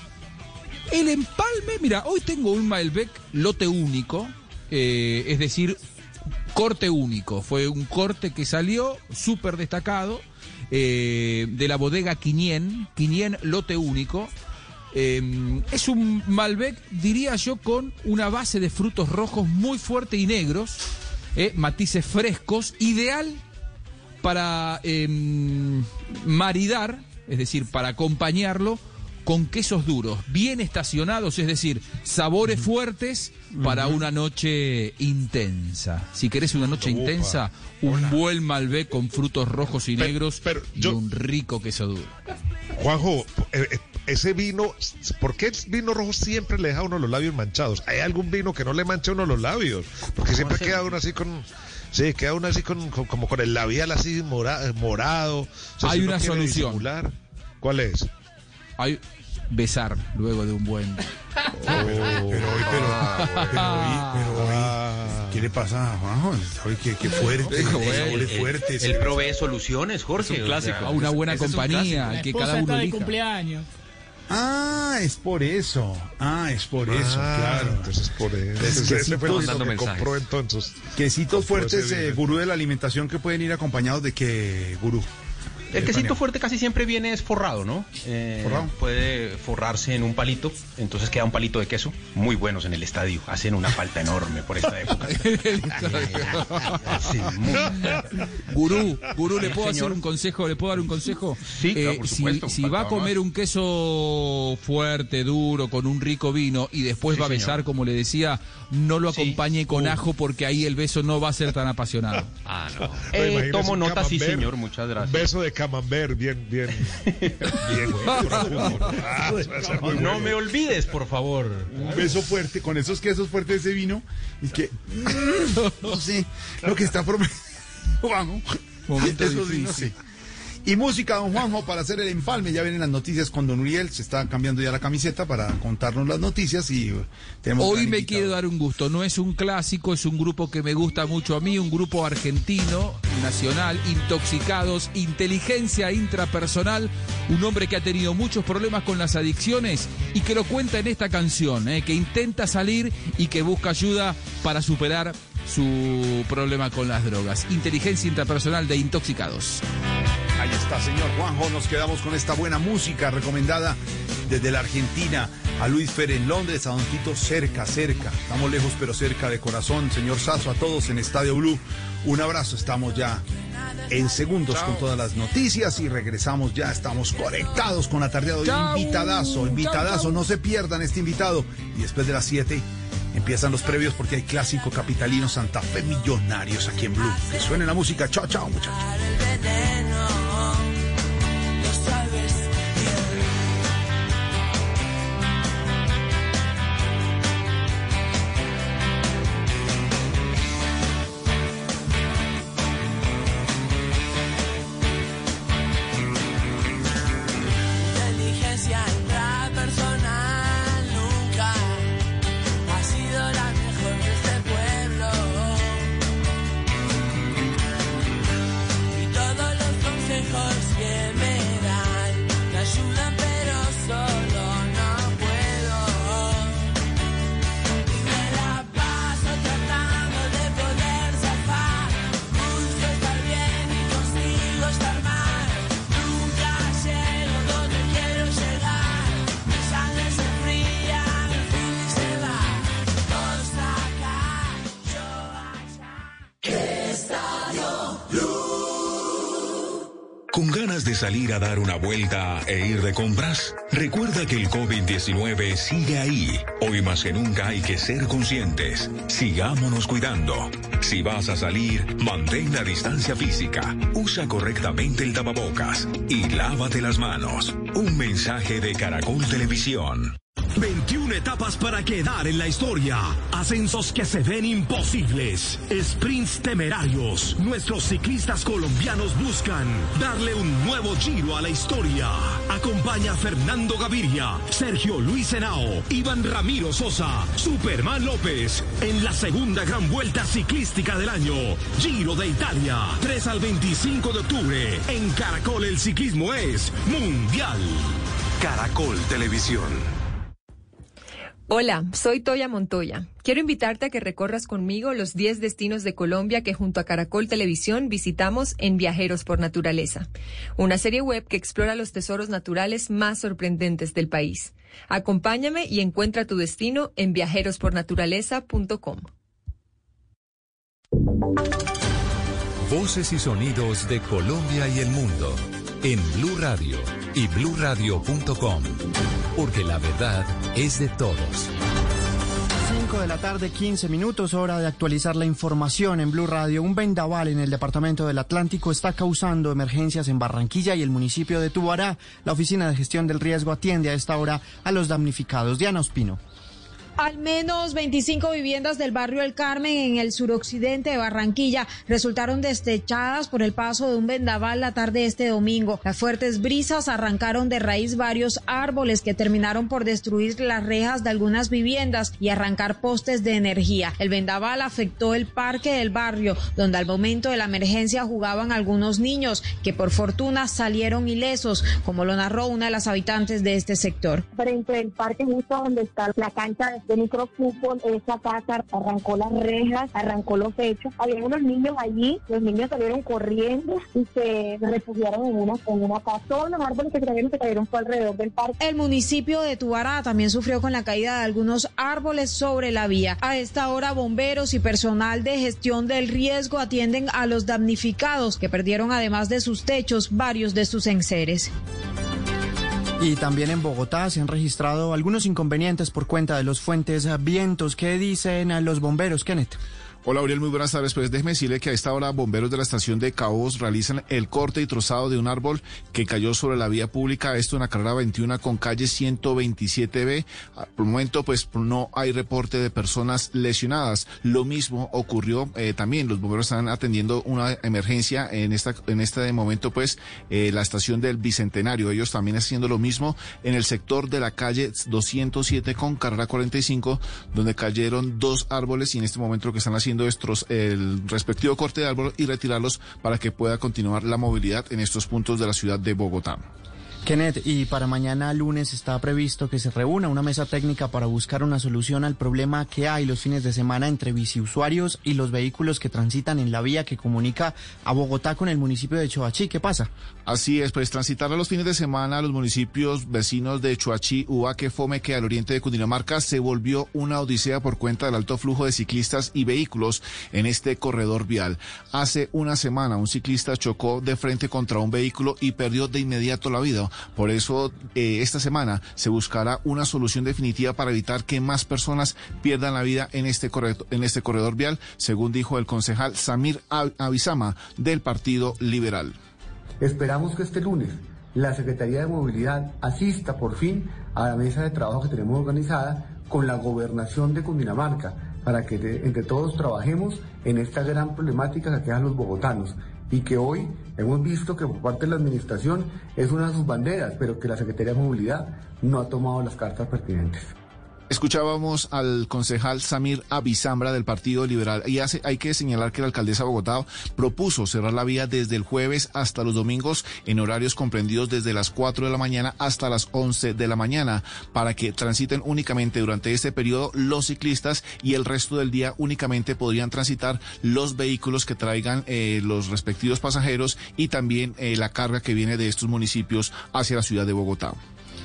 El empalme, mira, hoy tengo un Malbec lote único, eh, es decir, corte único. Fue un corte que salió súper destacado eh, de la bodega Quinien, Quinien lote único. Eh, es un Malbec, diría yo, con una base de frutos rojos muy fuerte y negros, eh, matices frescos, ideal para eh, maridar, es decir, para acompañarlo con quesos duros, bien estacionados, es decir, sabores fuertes para una noche intensa. Si querés una noche Opa. intensa, un buen Malbec con frutos rojos y Pero- negros pero y yo- un rico queso duro. Juanjo, eh, eh, ese vino, ¿por qué el vino rojo siempre le deja a uno los labios manchados? ¿Hay algún vino que no le manche a uno los labios? Porque siempre queda uno así con... Sí, queda uno así con, con- como con el labial así mora- morado. O sea, Hay si uno una quiere solución. disimular, ¿cuál es? Hay besar luego de un buen... Pero hoy, pero, pero hoy, pero hoy, ¿qué le pasa a Juanjo? Hoy, qué, qué fuerte, Hijo, qué bueno, sabores Él, fuertes. él provee soluciones, Jorge. Es un o clásico. sea, A una buena Ese es un compañía, La al que esposa cada uno está de elija. cumpleaños. Ah, es por eso. Ah, es por eso, Ah, claro. Entonces por eso. Es Ese, que ese fue el sí, vino dando que mensajes. compró entonces. Quesitos Compró ese fuertes, eh, vino. gurú de la alimentación, que pueden ir acompañados de qué, gurú. El quesito Paneado. fuerte casi siempre viene es forrado, ¿no? Eh, ¿Forrado? Puede forrarse en un palito, entonces queda un palito de queso. Muy buenos en el estadio, hacen una falta enorme por esta época. Sí, muy- Gurú, gurú, ¿le puedo Señor. hacer un consejo? ¿Le puedo dar un consejo? Sí, claro, Eh, por si, supuesto, si va a faltaba comer más. un queso fuerte, duro, con un rico vino y después Sí, va a besar, señor. como le decía, no lo Sí. acompañe con Uh. ajo porque ahí el beso no va a ser tan apasionado. Ah, no. Eh, Imagínese tomo un nota, sí, camembert, señor, muchas Un gracias. beso de camembert bien, bien, bien profundo. Ah, eso va a ser muy No bueno. me olvides, por favor. Un beso fuerte, con esos quesos fuertes de ese vino. Y que, no sé, lo que está prometiendo Juanjo. Momento Eso sí, no difícil. sé. Y música, don Juanjo, para hacer el empalme. Ya vienen las noticias con don Uriel. Se está cambiando ya la camiseta para contarnos las noticias y uh, tenemos Hoy gran me invitado. quiero dar un gusto, no es un clásico, es un grupo que me gusta mucho a mí, un grupo argentino, nacional, Intoxicados, inteligencia intrapersonal, un hombre que ha tenido muchos problemas con las adicciones y que lo cuenta en esta canción, eh, que intenta salir y que busca ayuda para superar su problema con las drogas. Inteligencia intrapersonal de Intoxicados. Ahí está, señor Juanjo. Nos quedamos con esta buena música recomendada desde la Argentina. A Luis Fer en Londres, a Don Tito cerca, cerca. Estamos lejos, pero cerca de corazón. Señor Sasso, a todos en Estadio Blue. Un abrazo. Estamos ya en segundos con todas las noticias y regresamos ya. Estamos conectados con la tarde de hoy. Chau. Invitadazo, invitadazo. Chau, chau. No se pierdan este invitado. Y después de las siete empiezan los previos porque hay clásico capitalino Santa Fe Millonarios aquí en Blue. Que suene la música. Chao, chao, muchachos. Lo sabes bien. ¿Con ganas de salir a dar una vuelta e ir de compras? Recuerda que el COVID diecinueve sigue ahí. Hoy más que nunca hay que ser conscientes. Sigámonos cuidando. Si vas a salir, mantén la distancia física. Usa correctamente el tapabocas y lávate las manos. Un mensaje de Caracol Televisión. veintiuna etapas para quedar en la historia. Ascensos que se ven imposibles. Sprints temerarios. Nuestros ciclistas colombianos buscan darle un nuevo giro a la historia. Acompaña a Fernando Gaviria, Sergio Luis Henao, Iván Ramiro Sosa, Superman López en la segunda gran vuelta ciclística del año. Giro de Italia. tres al veinticinco de octubre. En Caracol el ciclismo es mundial. Caracol Televisión. Hola, soy Toya Montoya. Quiero invitarte a que recorras conmigo los diez destinos de Colombia que junto a Caracol Televisión visitamos en Viajeros por Naturaleza, una serie web que explora los tesoros naturales más sorprendentes del país. Acompáñame y encuentra tu destino en viajeros por naturaleza punto com. Voces y sonidos de Colombia y el mundo en Blue Radio y blue radio punto com, porque la verdad es de todos. cinco de la tarde, quince minutos, hora de actualizar la información en Blue Radio. Un vendaval en el departamento del Atlántico está causando emergencias en Barranquilla y el municipio de Tubará. La Oficina de Gestión del Riesgo atiende a esta hora a los damnificados. Diana Ospino. Al menos veinticinco viviendas del barrio El Carmen en el suroccidente de Barranquilla resultaron destechadas por el paso de un vendaval la tarde de este domingo. Las fuertes brisas arrancaron de raíz varios árboles que terminaron por destruir las rejas de algunas viviendas y arrancar postes de energía. El vendaval afectó el parque del barrio, donde al momento de la emergencia jugaban algunos niños que por fortuna salieron ilesos, como lo narró una de las habitantes de este sector. Frente al parque, justo donde está la cancha de de microfútbol, esa casa arrancó las rejas, arrancó los techos. Había unos niños allí, los niños salieron corriendo y se refugiaron en una, en una casa. Todos los árboles que cayeron se cayeron fue alrededor del parque. El municipio de Tubará también sufrió con la caída de algunos árboles sobre la vía. A esta hora, bomberos y personal de gestión del riesgo atienden a los damnificados que perdieron, además de sus techos, varios de sus enseres. Y también en Bogotá se han registrado algunos inconvenientes por cuenta de los fuertes vientos. ¿Qué dicen los bomberos, Kenneth? Hola, Auriel, muy buenas tardes. Pues déjeme decirle que a esta hora bomberos de la estación de Caobos realizan el corte y trozado de un árbol que cayó sobre la vía pública, esto en la carrera veintiuno con calle ciento veintisiete B. Por el momento, pues no hay reporte de personas lesionadas. Lo mismo ocurrió eh, también, los bomberos están atendiendo una emergencia en esta en este momento, pues eh, la estación del Bicentenario. Ellos también haciendo lo mismo en el sector de la calle doscientos siete con carrera cuarenta y cinco, donde cayeron dos árboles y en este momento lo que están haciendo Estos, el respectivo corte de árbol y retirarlos para que pueda continuar la movilidad en estos puntos de la ciudad de Bogotá. Kenneth, y para mañana lunes está previsto que se reúna una mesa técnica para buscar una solución al problema que hay los fines de semana entre biciusuarios y los vehículos que transitan en la vía que comunica a Bogotá con el municipio de Choachí. ¿Qué pasa? Así es, pues transitar a los fines de semana a los municipios vecinos de Choachí, Ubaque, Fomeque, al oriente de Cundinamarca, se volvió una odisea por cuenta del alto flujo de ciclistas y vehículos en este corredor vial. Hace una semana un ciclista chocó de frente contra un vehículo y perdió de inmediato la vida. Por eso, eh, esta semana se buscará una solución definitiva para evitar que más personas pierdan la vida en este corredor, en este corredor vial, según dijo el concejal Samir Abisama del Partido Liberal. Esperamos que este lunes la Secretaría de Movilidad asista por fin a la mesa de trabajo que tenemos organizada con la Gobernación de Cundinamarca, para que de, entre todos trabajemos en esta gran problemática que aqueja a los bogotanos, y que hoy hemos visto que por parte de la administración es una de sus banderas, pero que la Secretaría de Movilidad no ha tomado las cartas pertinentes. Escuchábamos al concejal Samir Abisambra del Partido Liberal y hace, hay que señalar que la alcaldesa de Bogotá propuso cerrar la vía desde el jueves hasta los domingos en horarios comprendidos desde las cuatro de la mañana hasta las once de la mañana para que transiten únicamente durante este periodo los ciclistas y el resto del día únicamente podrían transitar los vehículos que traigan eh, los respectivos pasajeros y también eh, la carga que viene de estos municipios hacia la ciudad de Bogotá.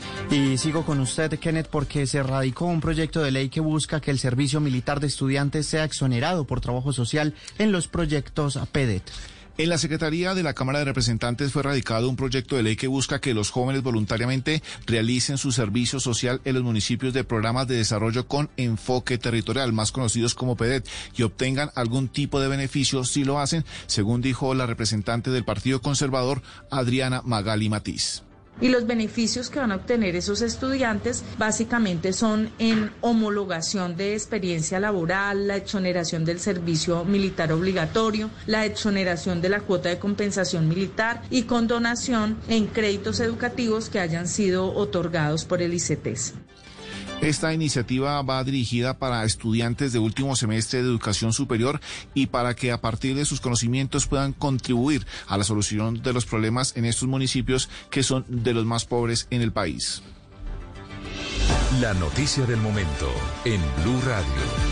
Y sigo con usted, Kenneth, porque se radicó un proyecto de ley que busca que el servicio militar de estudiantes sea exonerado por trabajo social en los proyectos P E D E T. En la Secretaría de la Cámara de Representantes fue radicado un proyecto de ley que busca que los jóvenes voluntariamente realicen su servicio social en los municipios de programas de desarrollo con enfoque territorial, más conocidos como P E D E T, y obtengan algún tipo de beneficio si lo hacen, según dijo la representante del Partido Conservador, Adriana Magali Matiz. Y los beneficios que van a obtener esos estudiantes básicamente son en homologación de experiencia laboral, la exoneración del servicio militar obligatorio, la exoneración de la cuota de compensación militar y condonación en créditos educativos que hayan sido otorgados por el ICETES. Esta iniciativa va dirigida para estudiantes de último semestre de educación superior y para que a partir de sus conocimientos puedan contribuir a la solución de los problemas en estos municipios que son de los más pobres en el país. La noticia del momento en Blue Radio.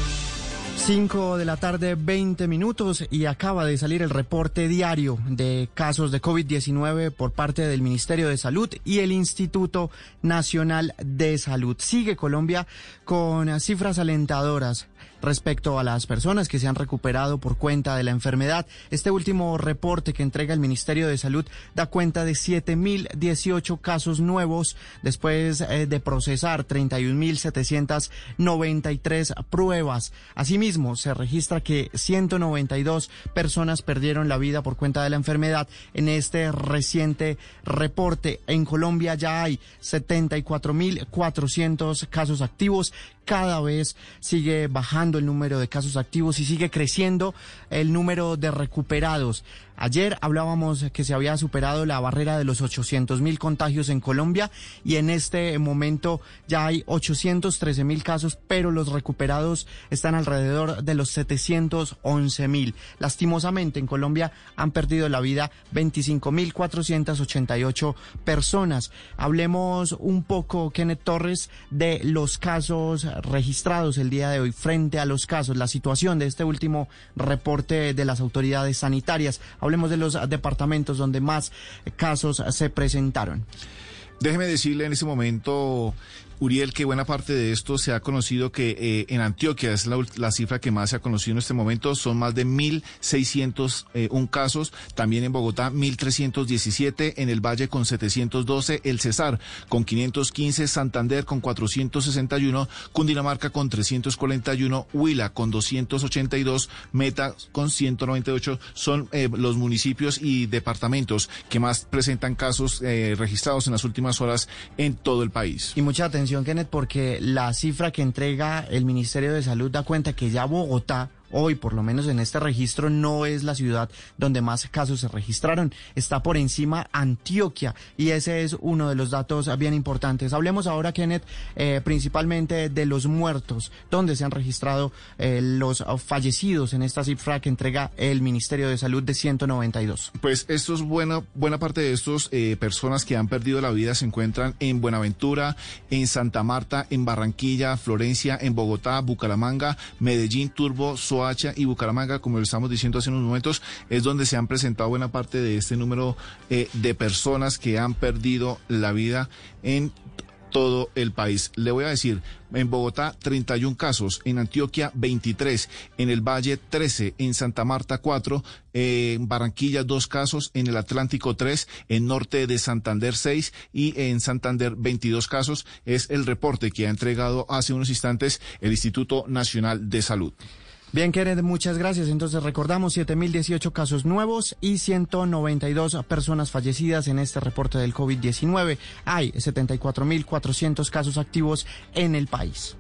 cinco de la tarde, veinte minutos, y acaba de salir el reporte diario de casos de COVID diecinueve por parte del Ministerio de Salud y el Instituto Nacional de Salud. Sigue Colombia con cifras alentadoras respecto a las personas que se han recuperado por cuenta de la enfermedad. Este último reporte que entrega el Ministerio de Salud da cuenta de siete mil dieciocho casos nuevos después eh, de procesar treinta y un mil setecientas noventa y tres pruebas. Asimismo, se registra que ciento noventa y dos personas perdieron la vida por cuenta de la enfermedad en este reciente reporte. En Colombia ya hay setenta y cuatro mil cuatrocientos casos activos. Cada vez sigue bajando el número de casos activos y sigue creciendo el número de recuperados. Ayer hablábamos que se había superado la barrera de los ochocientos mil contagios en Colombia y en este momento ya hay ochocientos trece mil casos, pero los recuperados están alrededor de los setecientos once mil. Lastimosamente en Colombia han perdido la vida veinticinco mil cuatrocientas ochenta y ocho personas. Hablemos un poco, Kenneth Torres, de los casos registrados el día de hoy frente a los casos, la situación de este último reporte de las autoridades sanitarias. Hablemos de los departamentos donde más casos se presentaron. Déjeme decirle en este momento, Uriel, que buena parte de esto se ha conocido que eh, en Antioquia es la, la cifra que más se ha conocido en este momento, son más de mil seiscientos uno casos, también en Bogotá mil trescientos diecisiete, en el Valle con setecientos doce, el Cesar con quinientos quince, Santander con cuatrocientos sesenta y uno, Cundinamarca con trescientos cuarenta y uno, Huila con doscientos ochenta y dos, Meta con ciento noventa y ocho, son eh, los municipios y departamentos que más presentan casos eh, registrados en las últimas horas en todo el país. Y mucha atención, Kenneth, porque la cifra que entrega el Ministerio de Salud da cuenta que ya Bogotá, hoy, por lo menos en este registro, no es la ciudad donde más casos se registraron. Está por encima Antioquia y ese es uno de los datos bien importantes. Hablemos ahora, Kenneth, eh, principalmente de los muertos, donde se han registrado eh, los fallecidos en esta cifra que entrega el Ministerio de Salud de ciento noventa y dos. Pues esto es buena, buena parte de estos eh, personas que han perdido la vida se encuentran en Buenaventura, en Santa Marta, en Barranquilla, Florencia, en Bogotá, Bucaramanga, Medellín, Turbo, Soacha y Bucaramanga, como lo estamos diciendo hace unos momentos, es donde se han presentado buena parte de este número eh, de personas que han perdido la vida en todo el país. Le voy a decir, en Bogotá treinta y uno casos, en Antioquia veintitrés, en el Valle trece, en Santa Marta cuatro, eh, en Barranquilla dos casos, en el Atlántico tres, en Norte de Santander seis y en Santander veintidós casos. Es el reporte que ha entregado hace unos instantes el Instituto Nacional de Salud. Bien, Kenneth, muchas gracias. Entonces recordamos siete mil dieciocho casos nuevos y ciento noventa y dos personas fallecidas en este reporte del COVID diecinueve. Hay setenta y cuatro mil cuatrocientos casos activos en el país.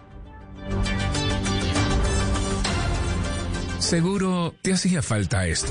Seguro te hacía falta esto.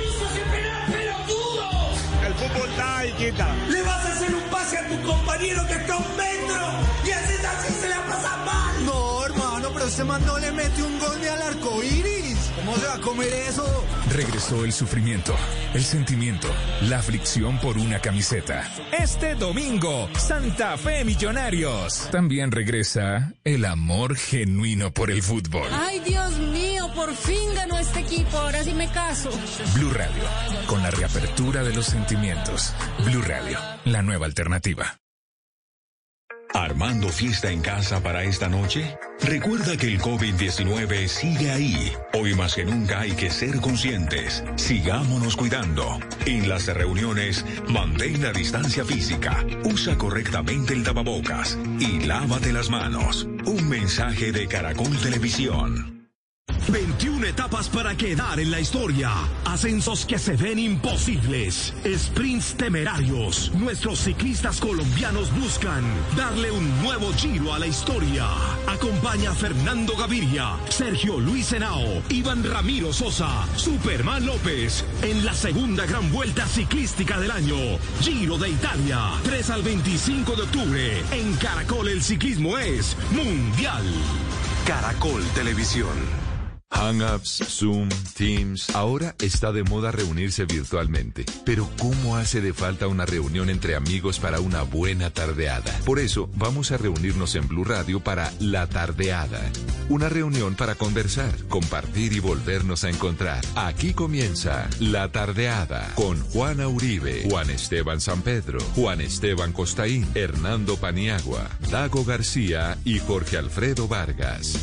El fútbol está ahí, quita. Le vas a hacer un pase a tu compañero que está a un metro y así así se la pasa mal. No, hermano, pero este man no le mete un gol ni al arco iris. ¿Cómo se va a comer eso? Regresó el sufrimiento, el sentimiento, la aflicción por una camiseta. Este domingo, Santa Fe Millonarios. También regresa el amor genuino por el fútbol. Ay, Dios mío, por fin ganó este equipo, ahora sí me caso. Blue Radio, con la reapertura de los sentimientos. Blue Radio, la nueva alternativa. ¿Armando fiesta en casa para esta noche? Recuerda que el COVID diecinueve sigue ahí. Hoy más que nunca hay que ser conscientes. Sigámonos cuidando. En las reuniones, mantén la distancia física, usa correctamente el tapabocas y lávate las manos. Un mensaje de Caracol Televisión. veintiuna etapas para quedar en la historia. Ascensos que se ven imposibles. Sprints temerarios. Nuestros ciclistas colombianos buscan darle un nuevo giro a la historia. Acompaña a Fernando Gaviria, Sergio Luis Henao, Iván Ramiro Sosa, Superman López en la segunda gran vuelta ciclística del año. Giro de Italia. tres al veinticinco de octubre. En Caracol el ciclismo es mundial. Caracol Televisión. Hangouts, Zoom, Teams. Ahora está de moda reunirse virtualmente. Pero ¿cómo hace de falta una reunión entre amigos para una buena tardeada? Por eso vamos a reunirnos en Blue Radio para La Tardeada. Una reunión para conversar, compartir y volvernos a encontrar. Aquí comienza La Tardeada con Juana Uribe, Juan Esteban Sampedro, Juan Esteban Costaín, Hernando Paniagua, Dago García y Jorge Alfredo Vargas.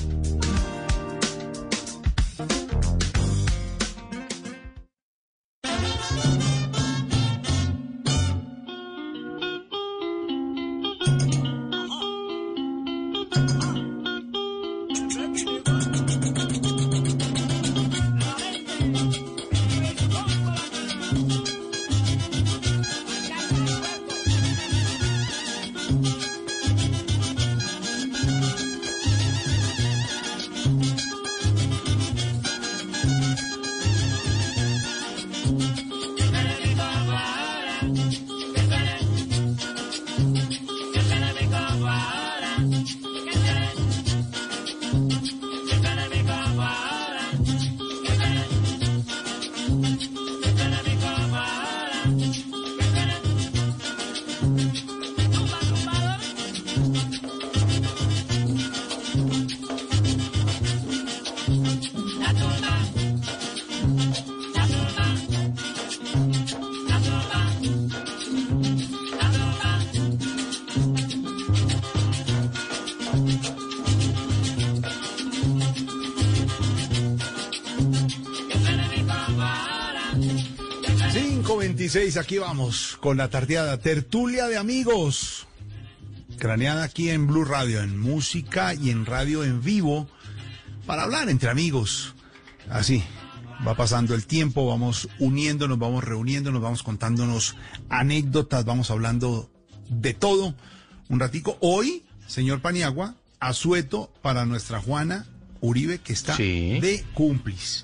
Aquí vamos con la tardeada, tertulia de amigos, craneada aquí en Blue Radio, en música y en radio en vivo, para hablar entre amigos. Así va pasando el tiempo, vamos uniéndonos, vamos reuniéndonos, vamos contándonos anécdotas, vamos hablando de todo un ratico. Hoy, señor Paniagua, asueto para nuestra Juana Uribe, que está sí. de cumplis.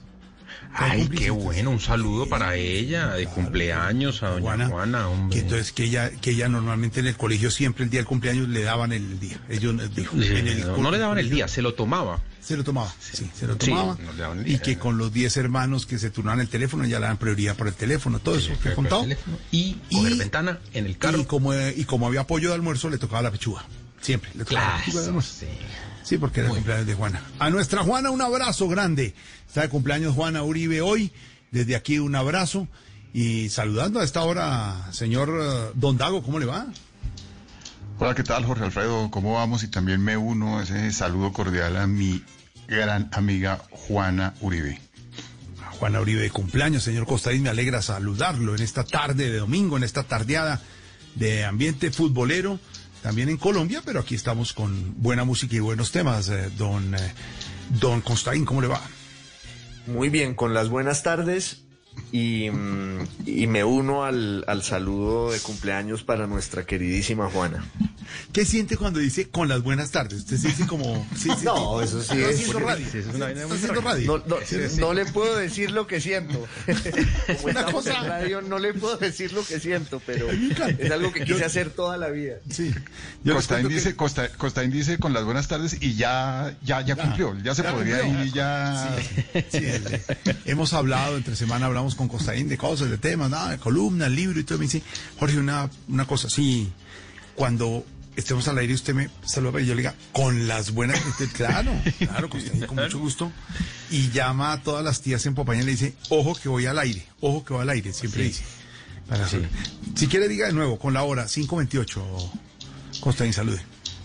Ay, qué bueno, un saludo para ella, de cumpleaños a doña Juana, Juana hombre. Que entonces que ella, que ella normalmente en el colegio siempre el día del cumpleaños le daban el día. Ellos dijo, sí, en el no, no le daban el día, se lo tomaba. Se lo tomaba, sí, sí se lo tomaba. Sí, no le daban el día. Y que con los diez hermanos que se turnaban el teléfono ya le dan prioridad por el teléfono, todo sí, eso que he contado. Y coger ventana en el carro. Y como, y como había apoyo de almuerzo, le tocaba la pechuga. Siempre. Le tocaba claro, la pechuga de almuerzo. Sí. Sí, porque era el cumpleaños de Juana. A nuestra Juana un abrazo grande. Está de cumpleaños Juana Uribe hoy. Desde aquí un abrazo y saludando a esta hora, señor uh, Don Dago, ¿cómo le va? Hola, ¿qué tal, Jorge Alfredo? ¿Cómo vamos? Y también me uno a ese saludo cordial a mi gran amiga Juana Uribe. Juana Uribe de cumpleaños, señor Costaín, me alegra saludarlo en esta tarde de domingo, en esta tardeada de ambiente futbolero, también en Colombia, pero aquí estamos con buena música y buenos temas. Eh, don, eh, don Costaín, ¿cómo le va? Muy bien, con las buenas tardes y, y me uno al, al saludo de cumpleaños para nuestra queridísima Juana. ¿Qué siente cuando dice con las buenas tardes? Usted se dice como... Sí, sí, no, eso sí ¿Está es... haciendo radio? Sí, ¿Está haciendo radio? No, no, sí, sí. no le puedo decir lo que siento. Como Una estamos cosa... en radio, no le puedo decir lo que siento, pero es algo que quise yo... hacer toda la vida. Sí. Costaín dice, que... Costa, Costaín dice con las buenas tardes y ya, ya, ya cumplió, ya se ya podría cumplió. ir y ya... Sí, sí, el, hemos hablado, entre semana hablamos con Costaín de cosas, de temas, nada, de columnas, libro y todo. Me dice, Jorge, una, una cosa, sí, cuando estemos al aire usted me saluda y yo le diga, con las buenas, usted, claro, claro, Costaín, con mucho gusto. Y llama a todas las tías en Popayán y le dice, ojo que voy al aire, ojo que voy al aire, siempre sí. dice. Para sí. Si quiere diga de nuevo, con la hora, cinco veintiocho, Costaín, salude.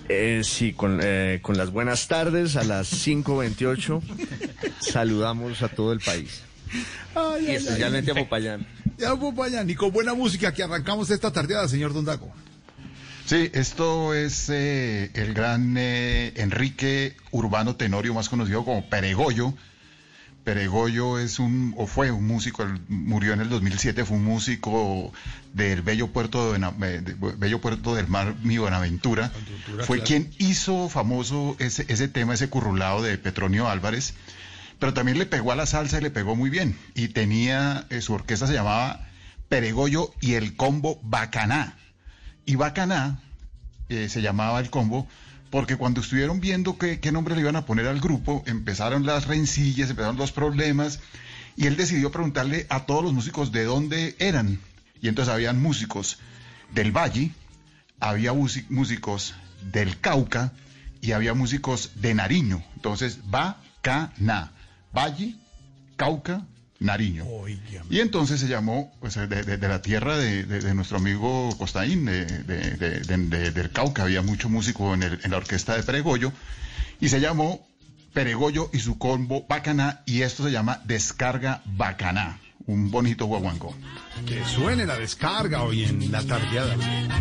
Eh, sí, con, eh, con las buenas tardes a las cinco veintiocho saludamos a todo el país. Ay, y especialmente ay, ay. a Popayán. Ya a Popayán, y con buena música que arrancamos esta tardeada, señor Don Dago. Sí, esto es eh, el gran eh, Enrique Urbano Tenorio, más conocido como Peregoyo. Peregoyo es un, o fue un músico, él murió en el dos mil siete, fue un músico del bello puerto, de, de, bello puerto del Mar, mi Buenaventura. Fue claro. quien hizo famoso ese, ese tema, ese currulado de Petronio Álvarez, pero también le pegó a la salsa y le pegó muy bien. Y tenía, eh, su orquesta se llamaba Peregoyo y el Combo Bacaná. Y Bacaná eh, se llamaba el combo porque cuando estuvieron viendo qué, qué nombre le iban a poner al grupo, empezaron las rencillas, empezaron los problemas, y él decidió preguntarle a todos los músicos de dónde eran. Y entonces habían músicos del Valle, había músicos del Cauca y había músicos de Nariño. Entonces, Bacaná, Valle, Cauca, Nariño. Y entonces se llamó, pues, de, de, de la tierra de, de, de nuestro amigo Costaín, de, de, de, de, de, del Cauca, había mucho músico en, el, en la orquesta de Peregoyo, y se llamó Peregoyo y su combo Bacaná, y esto se llama Descarga Bacaná, un bonito guaguancó. Que suene la descarga hoy en la tardeada.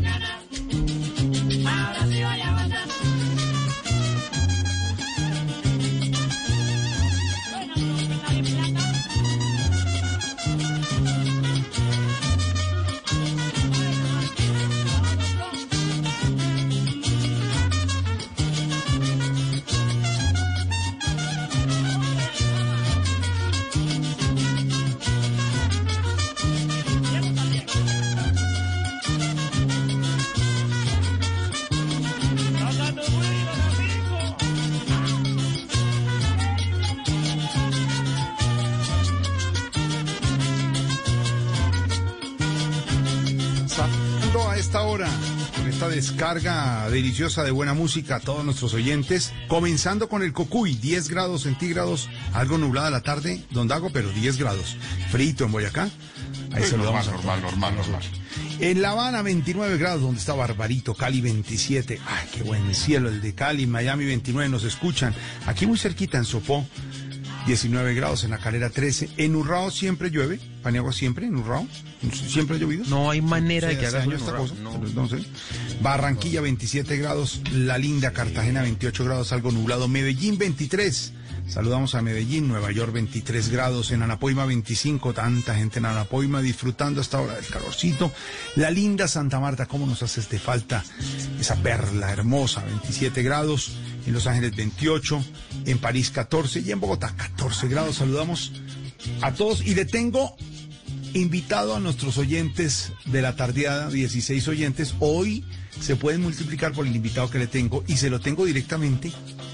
A esta hora, con esta descarga deliciosa de buena música a todos nuestros oyentes, comenzando con el Cocuy, diez grados centígrados, algo nublada la tarde, Don Dago, pero diez grados, frito en Boyacá. Ahí Sí, saludamos normal, a normal, normal, normal. En La Habana, veintinueve grados, donde está Barbarito, Cali, veintisiete. Ay, qué buen cielo el de Cali, Miami, veintinueve, nos escuchan. Aquí muy cerquita, en Sopó, diecinueve grados, en La Calera, trece. En Urrao siempre llueve, Paniagua siempre, en Urrao, siempre ha llovido. No hay manera de que haga haga eso en esta Urrao, cosa, no. pero no sé. Barranquilla, veintisiete grados, La Linda, Cartagena, veintiocho grados, algo nublado. Medellín, veintitrés. Saludamos a Medellín, Nueva York, veintitrés grados, en Anapoima, veinticinco, tanta gente en Anapoima disfrutando hasta ahora del calorcito. La linda Santa Marta, cómo nos hace de falta esa perla hermosa, veintisiete grados, en Los Ángeles veintiocho, en París catorce y en Bogotá catorce grados. Saludamos a todos y le tengo invitado a nuestros oyentes de la tardeada, dieciséis oyentes. Hoy se pueden multiplicar por el invitado que le tengo y se lo tengo directamente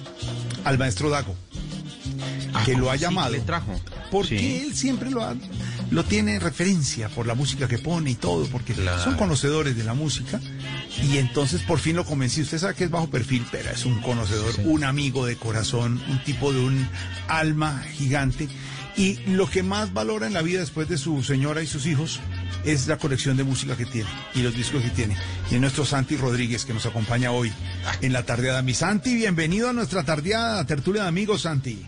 al maestro Dago, que lo ha llamado, le trajo. porque Sí. él siempre lo ha, lo tiene referencia por la música que pone y todo, porque Claro. son conocedores de la música, y entonces por fin lo convencí. Usted sabe que es bajo perfil, pero es un conocedor, Sí. un amigo de corazón, un tipo de un alma gigante, y lo que más valora en la vida después de su señora y sus hijos es la colección de música que tiene y los discos que tiene. Y es nuestro Santi Rodríguez, que nos acompaña hoy en la tardeada. Mi Santi, bienvenido a nuestra tardeada, tertulia de amigos, Santi.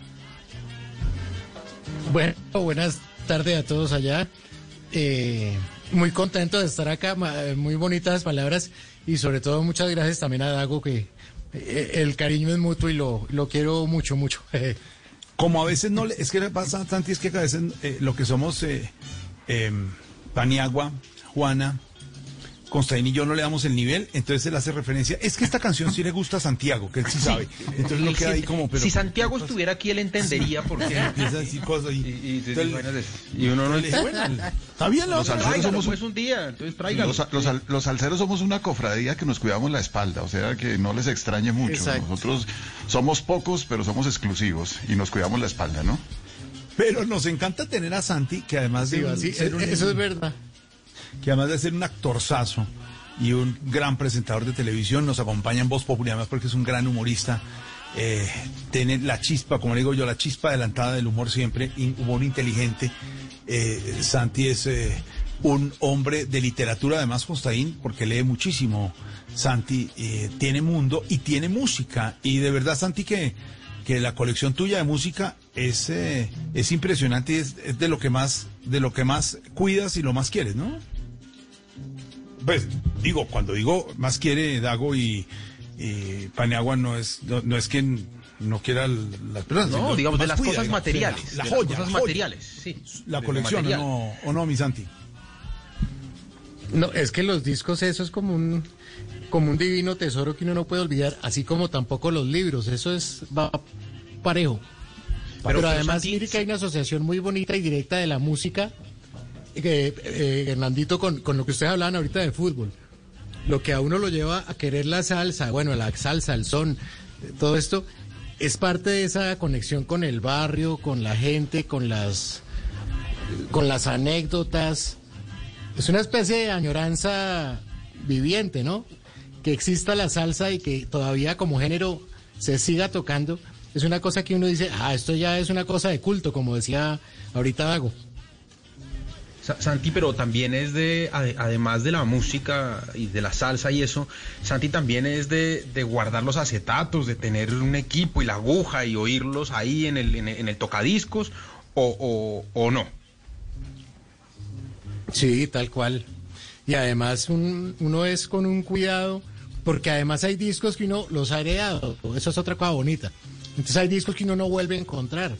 Bueno, buenas tardes a todos allá. Eh, muy contento de estar acá, ma- muy bonitas palabras y sobre todo muchas gracias también a Dago, que eh, el cariño es mutuo y lo, lo quiero mucho, mucho. Como a veces no le, es que le pasa, Santi, es que a veces eh, lo que somos eh, eh, Paniagua, Juana, Constaín y yo no le damos el nivel, entonces él hace referencia. Es que esta canción sí le gusta a Santiago, que él sí sabe. Entonces no Él queda sí- ahí como... Pero, si Santiago estuviera aquí, él entendería por qué. Empieza a decir cosas y... Y, y, entonces- y uno no entonces le- bueno, Está bien, Los ¿no? alceros tráigalo, somos pues un día, entonces tráigalo. Los, los, al- los alceros somos una cofradía que nos cuidamos la espalda, o sea que no les extrañe mucho. Exacto. Nosotros somos pocos, pero somos exclusivos y nos cuidamos la espalda, ¿no? Pero nos encanta tener a Santi, que además de Sí, un- así, ser un- eso es verdad. que además de ser un actorzazo y un gran presentador de televisión, nos acompaña en Voz Popular, además porque es un gran humorista. Eh, tiene la chispa, como le digo yo, la chispa adelantada del humor siempre, in- humor inteligente. Eh, Santi es eh, un hombre de literatura, además, Costaín, porque lee muchísimo. Santi, eh, tiene mundo y tiene música. Y de verdad, Santi, que, que la colección tuya de música es, eh, es impresionante y es, es de lo que más, de lo que más cuidas y lo más quieres, ¿no? Pues, digo, cuando digo más quiere Dago y, y Paniagua, no es, no, no es que no quiera las personas. No, digamos, de las cuida, cosas digamos, materiales. La, la de joya. las cosas la joya. materiales, sí. La de colección, ¿o no, ¿o no, mi Santi? No, es que los discos, eso es como un, como un divino tesoro que uno no puede olvidar, así como tampoco los libros, eso es, va parejo. Pero, pero además, Santi, mire que hay una asociación muy bonita y directa de la música, que, eh, Hernandito, con, con lo que ustedes hablaban ahorita de fútbol. Lo que a uno lo lleva a querer la salsa, bueno, la salsa, el son, todo esto, es parte de esa conexión con el barrio, con la gente, con las, con las anécdotas. Es una especie de añoranza viviente, ¿no? Que exista la salsa y que todavía como género se siga tocando. Es una cosa que uno dice, ah, esto ya es una cosa de culto, como decía ahorita Dago. Santi, pero también es de, además de la música y de la salsa y eso, Santi también es de, de guardar los acetatos, de tener un equipo y la aguja y oírlos ahí en el, en el, en el tocadiscos, o, o, o no. Sí, tal cual. Y además un, uno es con un cuidado, porque además hay discos que uno los ha heredado, eso es otra cosa bonita. Entonces hay discos que uno no vuelve a encontrar.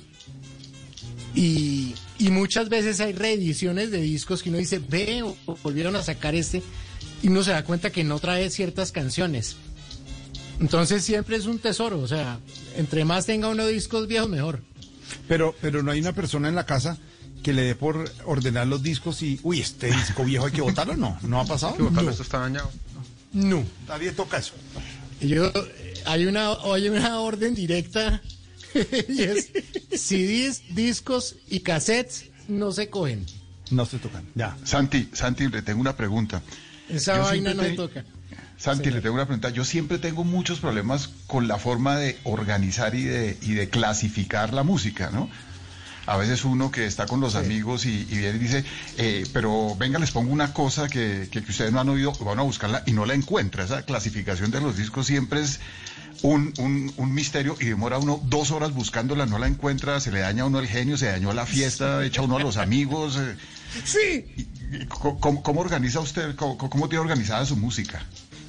Y, y muchas veces hay reediciones de discos que uno dice, ve, volvieron a sacar este, y uno se da cuenta que no trae ciertas canciones. Entonces siempre es un tesoro, o sea, entre más tenga uno discos viejos, mejor. Pero, pero no hay una persona en la casa que le dé por ordenar los discos y, uy, este disco viejo hay que botarlo, ¿no? ¿No ha pasado? Hay que botarlo, no. Esto está dañado. No. Nadie toca eso. Yo, hay una, hay una orden directa, y es C Ds, discos y cassettes no se cogen. No se tocan, ya. Santi, Santi, le tengo una pregunta. Esa Yo vaina no te... se toca. Santi, sí. Le tengo una pregunta. Yo siempre tengo muchos problemas con la forma de organizar y de, y de clasificar la música, ¿no? A veces uno que está con los sí. amigos y, y viene y dice, eh, pero venga, les pongo una cosa que, que, que ustedes no han oído, van a buscarla y no la encuentra. Esa clasificación de los discos siempre es un, un, un misterio y demora uno dos horas buscándola, no la encuentra, se le daña a uno el genio, se dañó la fiesta, sí. echa uno a los amigos. Eh. Sí. Y, y, ¿cómo, ¿Cómo organiza usted, cómo, cómo tiene organizada su música?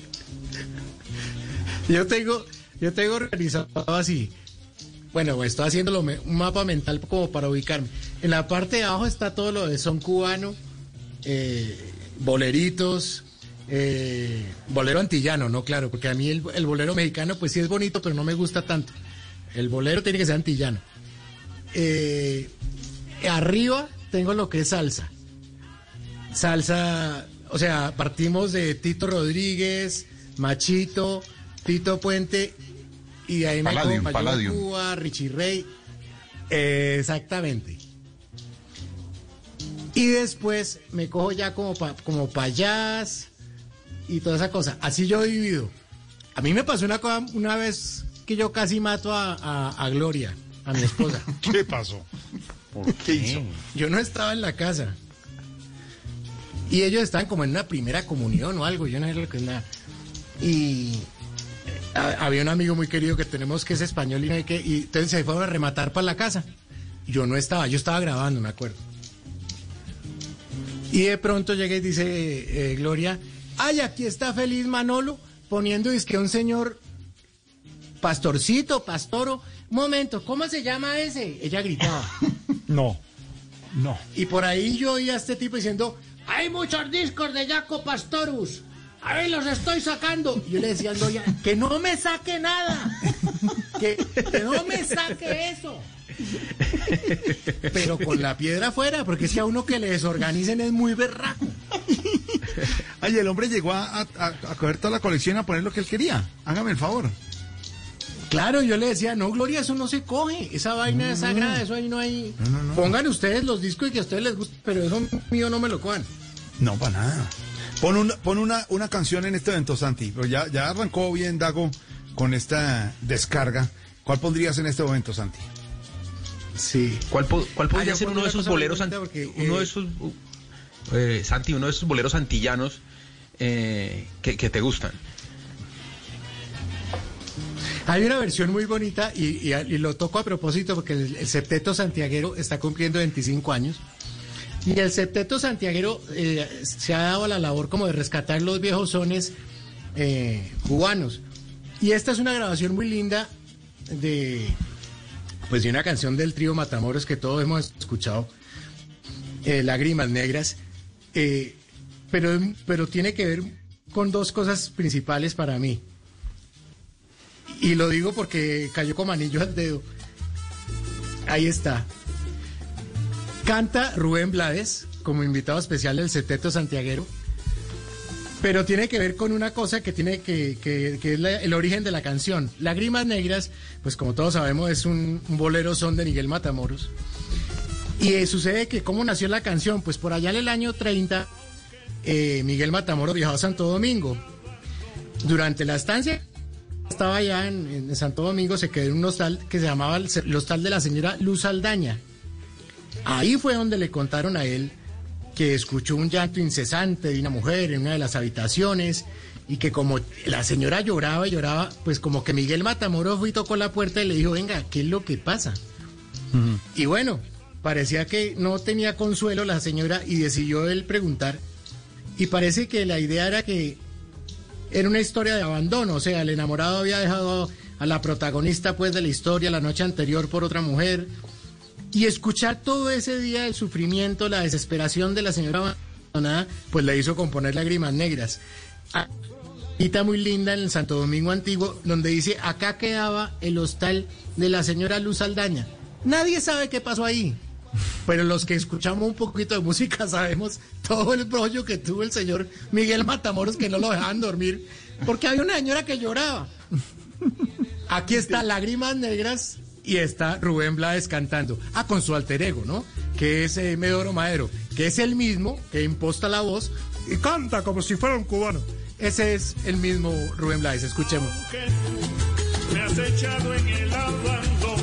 Yo tengo, yo tengo organizado así. Bueno, estoy haciendo un mapa mental como para ubicarme. En la parte de abajo está todo lo de son cubano, eh, boleritos, eh, bolero antillano, ¿no? Claro, porque a mí el, el bolero mexicano pues sí es bonito, pero no me gusta tanto. El bolero tiene que ser antillano. Eh, arriba tengo lo que es salsa. Salsa, o sea, partimos de Tito Rodríguez, Machito, Tito Puente... Y de ahí Palladium, me Palladium. Cuba, Richie Ray. Eh, exactamente. Y después me cojo ya como pa, como pa jazz y toda esa cosa. Así yo he vivido. A mí me pasó una cosa una vez que yo casi mato a, a, a Gloria, a mi esposa. ¿Qué pasó? ¿Por qué hizo? Yo no estaba en la casa. Y ellos estaban como en una primera comunión o algo. Yo no sé lo que es nada. Y... había un amigo muy querido que tenemos que es español y no hay que, y entonces se fueron a rematar para la casa. Yo no estaba, yo estaba grabando, me acuerdo. Y de pronto llega y dice eh, Gloria, ay, aquí está feliz Manolo poniendo disque a un señor pastorcito, pastoro. Un momento, ¿cómo se llama ese? Ella gritaba. No, no. Y por ahí yo oía a este tipo diciendo, hay muchos discos de Jaco Pastorus. ¡Ahí los estoy sacando! Y yo le decía a Gloria, que no me saque nada. Que, que no me saque eso. Pero con la piedra afuera, porque es que a uno que le desorganicen es muy berraco. Ay, el hombre llegó a, a, a coger toda la colección y a poner lo que él quería. Hágame el favor. Claro, yo le decía, no, Gloria, eso no se coge. Esa vaina no, es sagrada, eso ahí no hay... No, no, no. Pongan ustedes los discos y que a ustedes les guste, pero eso mío no me lo cojan. No, para nada. Pon, una, pon una, una canción en este evento, Santi. Pero ya, ya arrancó bien Dago con esta descarga. ¿Cuál pondrías en este momento, Santi? Sí. ¿Cuál, po, cuál podría ah, ser uno de esos boleros? Ant... Porque, uno eh, de esos... eh, Santi, uno de esos boleros antillanos eh, que, que te gustan. Hay una versión muy bonita y, y, y lo toco a propósito porque el, el septeto santiaguero está cumpliendo veinticinco años y el septeto santiaguero eh, se ha dado a la labor como de rescatar los viejos sones eh, cubanos. Y esta es una grabación muy linda de, pues, de una canción del trío Matamoros que todos hemos escuchado, eh, Lágrimas Negras, eh, pero, pero tiene que ver con dos cosas principales para mí. Y lo digo porque cayó como anillo al dedo. Ahí está. Canta Rubén Blades como invitado especial del septeto santiaguero, pero tiene que ver con una cosa que tiene que, que, que es la, el origen de la canción. Lágrimas Negras, pues como todos sabemos, es un, un bolero son de Miguel Matamoros. Y eh, sucede que cómo nació la canción, pues por allá en el año treinta, eh, Miguel Matamoros viajó a Santo Domingo. Durante la estancia estaba allá en, en Santo Domingo, se quedó en un hostal que se llamaba el, el hostal de la señora Luz Saldaña. Ahí fue donde le contaron a él que escuchó un llanto incesante de una mujer en una de las habitaciones y que como la señora lloraba y lloraba, pues como que Miguel Matamoros fue y tocó la puerta y le dijo, venga, ¿qué es lo que pasa? Uh-huh. Y bueno, parecía que no tenía consuelo la señora y decidió él preguntar y parece que la idea era que era una historia de abandono, o sea, el enamorado había dejado a la protagonista pues de la historia la noche anterior por otra mujer, y escuchar todo ese día el sufrimiento, la desesperación de la señora abandonada, pues le hizo componer Lágrimas Negras. Cita muy linda en el Santo Domingo Antiguo, donde dice, acá quedaba el hostal de la señora Luz Saldaña. Nadie sabe qué pasó ahí, pero los que escuchamos un poquito de música sabemos todo el brollo que tuvo el señor Miguel Matamoros, que no lo dejaban dormir, porque había una señora que lloraba. Aquí está Lágrimas Negras y está Rubén Blades cantando. Ah, con su alter ego, ¿no? Que es eh, Medoro Madero, que es el mismo que imposta la voz y canta como si fuera un cubano. Ese es el mismo Rubén Blades, escuchemos. Me has echado en el abandono,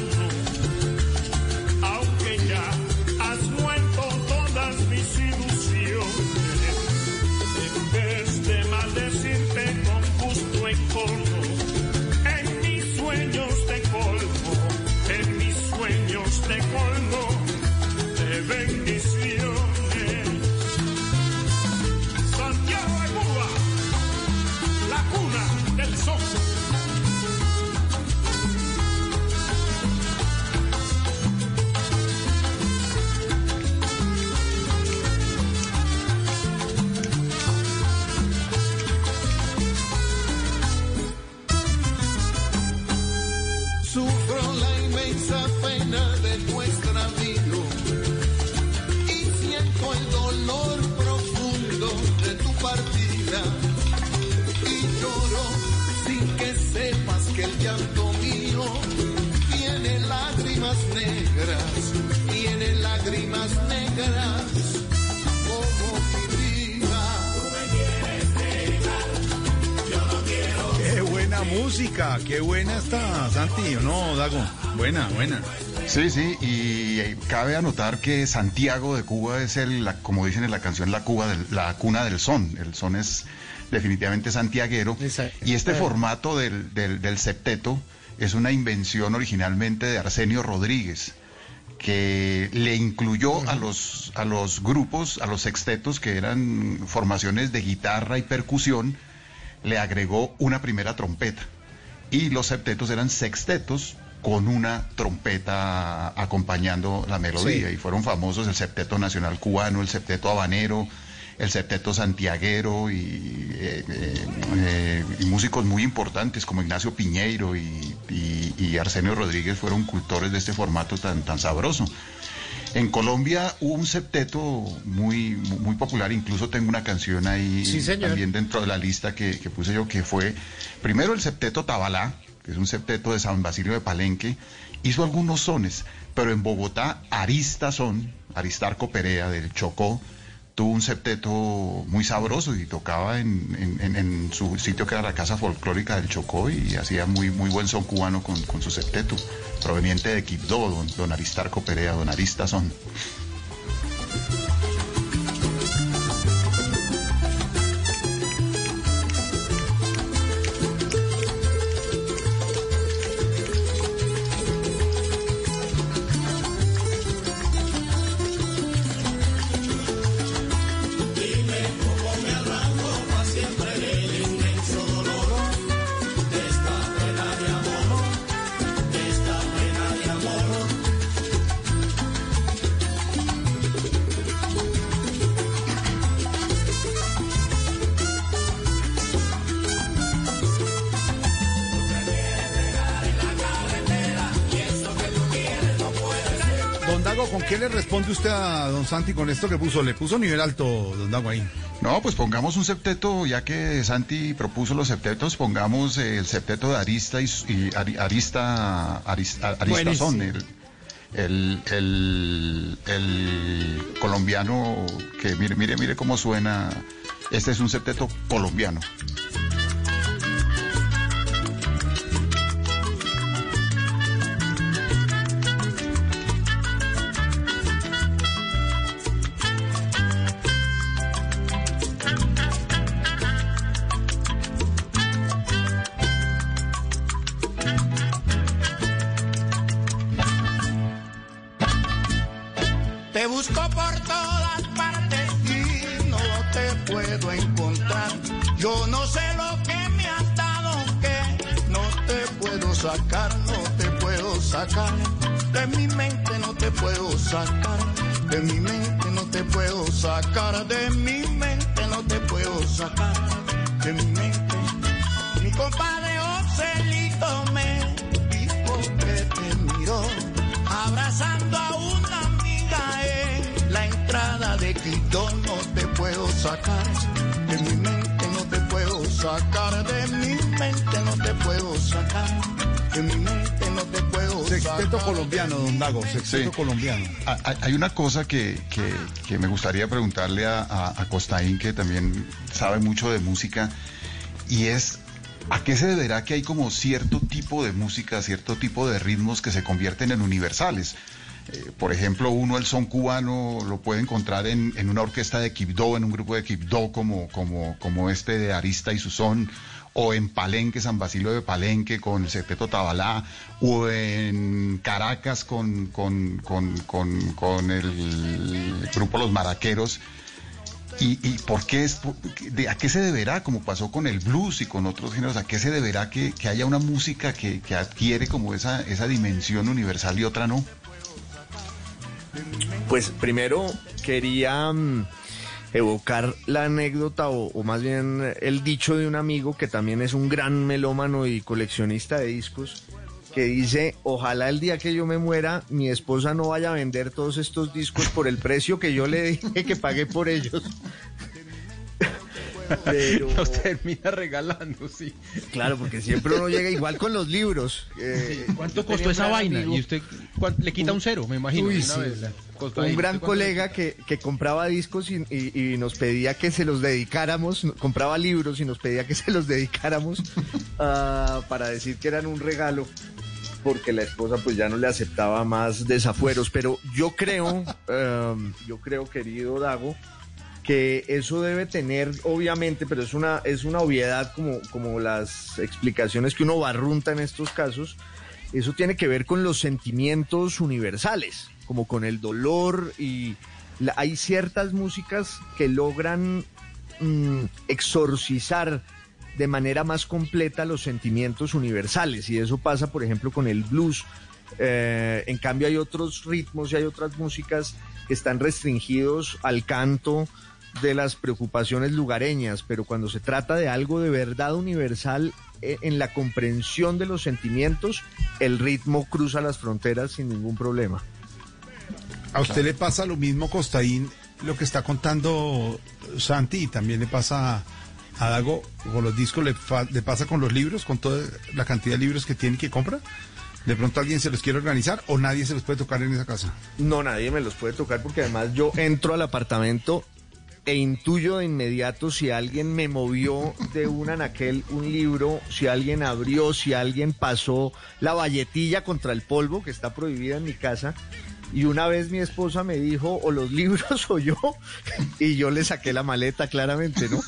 aunque ya has muerto todas mis ilusiones. En vez de maldecirte con gusto en colmo, en mis sueños te colmo, en mis sueños te colmo de bendiciones. Santiago de Cuba, la cuna del sol. Sufro la inmensa pena de tu extravío y siento el dolor profundo de tu partida y lloro sin que sepas que el llanto mío tiene lágrimas negras, tiene lágrimas negras como mi vida. Tú me quieres dejar, yo no quiero. Qué buena música, qué buena está, Santi, ¿no, Dago? Buena, buena. Sí, sí, y cabe anotar que Santiago de Cuba es el, la, como dicen en la canción, la Cuba del, la cuna del son. El son es definitivamente santiaguero. Exacto. Y este formato del, del, del septeto es una invención originalmente de Arsenio Rodríguez, que le incluyó a los, a los grupos, a los sextetos, que eran formaciones de guitarra y percusión, le agregó una primera trompeta. Y los septetos eran sextetos con una trompeta acompañando la melodía. Sí. Y fueron famosos el septeto nacional cubano, el septeto habanero, el septeto santiaguero y, eh, eh, eh, y músicos muy importantes como Ignacio Piñeiro y, y, y Arsenio Rodríguez fueron cultores de este formato tan, tan sabroso. En Colombia hubo un septeto muy muy popular, incluso tengo una canción ahí sí, también dentro de la lista que, que puse yo, que fue primero el septeto Tabalá, que es un septeto de San Basilio de Palenque, hizo algunos sones, pero en Bogotá Arista Son, Aristarco Perea del Chocó, tuvo un septeto muy sabroso y tocaba en, en, en su sitio que era la Casa Folclórica del Chocó y hacía muy muy buen son cubano con, con su septeto, proveniente de Quibdó, don, don Aristarco Perea, don Arista Son. Don Dago, ¿con qué le responde usted a don Santi con esto que puso? Le puso nivel alto, don Dago, ahí. No, pues pongamos un septeto, ya que Santi propuso los septetos, pongamos el septeto de Arista y, y Ari, Arista, Arista, Arista Son, el, el, el, el colombiano que mire, mire, mire cómo suena. Este es un septeto colombiano. Te busco por todas partes y no te puedo encontrar. Yo no sé lo que me has dado, que no te puedo sacar, no te puedo sacar. De mi mente no te puedo sacar, de mi mente no te puedo sacar, de mi mente no te puedo sacar, de mi mente. Mi compadre Joselito me dijo que te miró abrazando a una amiga en la entrada de Quito. No te puedo sacar, de mi mente no te puedo sacar, de mi mente no te puedo sacar, de mi mente no te puedo Sexteto sacar. Sexteto colombiano, don Dago, sexteto Sí. colombiano. Hay, hay una cosa que, que, que me gustaría preguntarle a, a, a Costaín, que también sabe mucho de música, y es, ¿a qué se deberá que hay como cierto tipo de música, cierto tipo de ritmos que se convierten en universales? Eh, por ejemplo, uno el son cubano lo puede encontrar en, en una orquesta de Quibdó, en un grupo de Quibdó como, como, como este de Arista y su son, o en Palenque, San Basilio de Palenque con el Septeto Tabalá, o en Caracas con, con, con, con, con el grupo Los Maraqueros. ¿Y, y por qué es, de, a qué se deberá, como pasó con el blues y con otros géneros, a qué se deberá que, que haya una música que, que adquiere como esa, esa dimensión universal y otra no? Pues primero quería um, evocar la anécdota o, o más bien el dicho de un amigo que también es un gran melómano y coleccionista de discos, que dice: ojalá el día que yo me muera mi esposa no vaya a vender todos estos discos por el precio que yo le dije que pagué por ellos. Pero los termina regalando, sí. Claro, porque siempre uno llega igual con los libros. Eh, sí. ¿Cuánto costó esa vaina? Amigo, y usted le quita un cero, me imagino. Uy, una sí. vez. Un ahí, gran colega que, que compraba discos y, y, y nos pedía que se los dedicáramos, compraba libros y nos pedía que se los dedicáramos uh, para decir que eran un regalo, porque la esposa pues ya no le aceptaba más desafueros. Pero yo creo, um, yo creo, querido Dago, que eso debe tener, obviamente, pero es una, es una obviedad como, como las explicaciones que uno barrunta en estos casos. Eso tiene que ver con los sentimientos universales, como con el dolor, y la, hay ciertas músicas que logran mmm, exorcizar de manera más completa los sentimientos universales, y eso pasa, por ejemplo, con el blues. Eh, en cambio hay otros ritmos y hay otras músicas que están restringidos al canto de las preocupaciones lugareñas, pero cuando se trata de algo de verdad universal, eh, en la comprensión de los sentimientos, el ritmo cruza las fronteras sin ningún problema. ¿A usted le pasa lo mismo, Costaín, lo que está contando Santi, y también le pasa a Dago con los discos, le, fa, le pasa con los libros, con toda la cantidad de libros que tiene y que compra? ¿De pronto alguien se los quiere organizar o nadie se los puede tocar en esa casa? No, nadie me los puede tocar, porque además yo entro al apartamento e intuyo de inmediato si alguien me movió de un anaquel un libro, si alguien abrió, si alguien pasó la valletilla contra el polvo, que está prohibida en mi casa. Y una vez mi esposa me dijo, o los libros o yo, y yo le saqué la maleta, claramente, ¿no?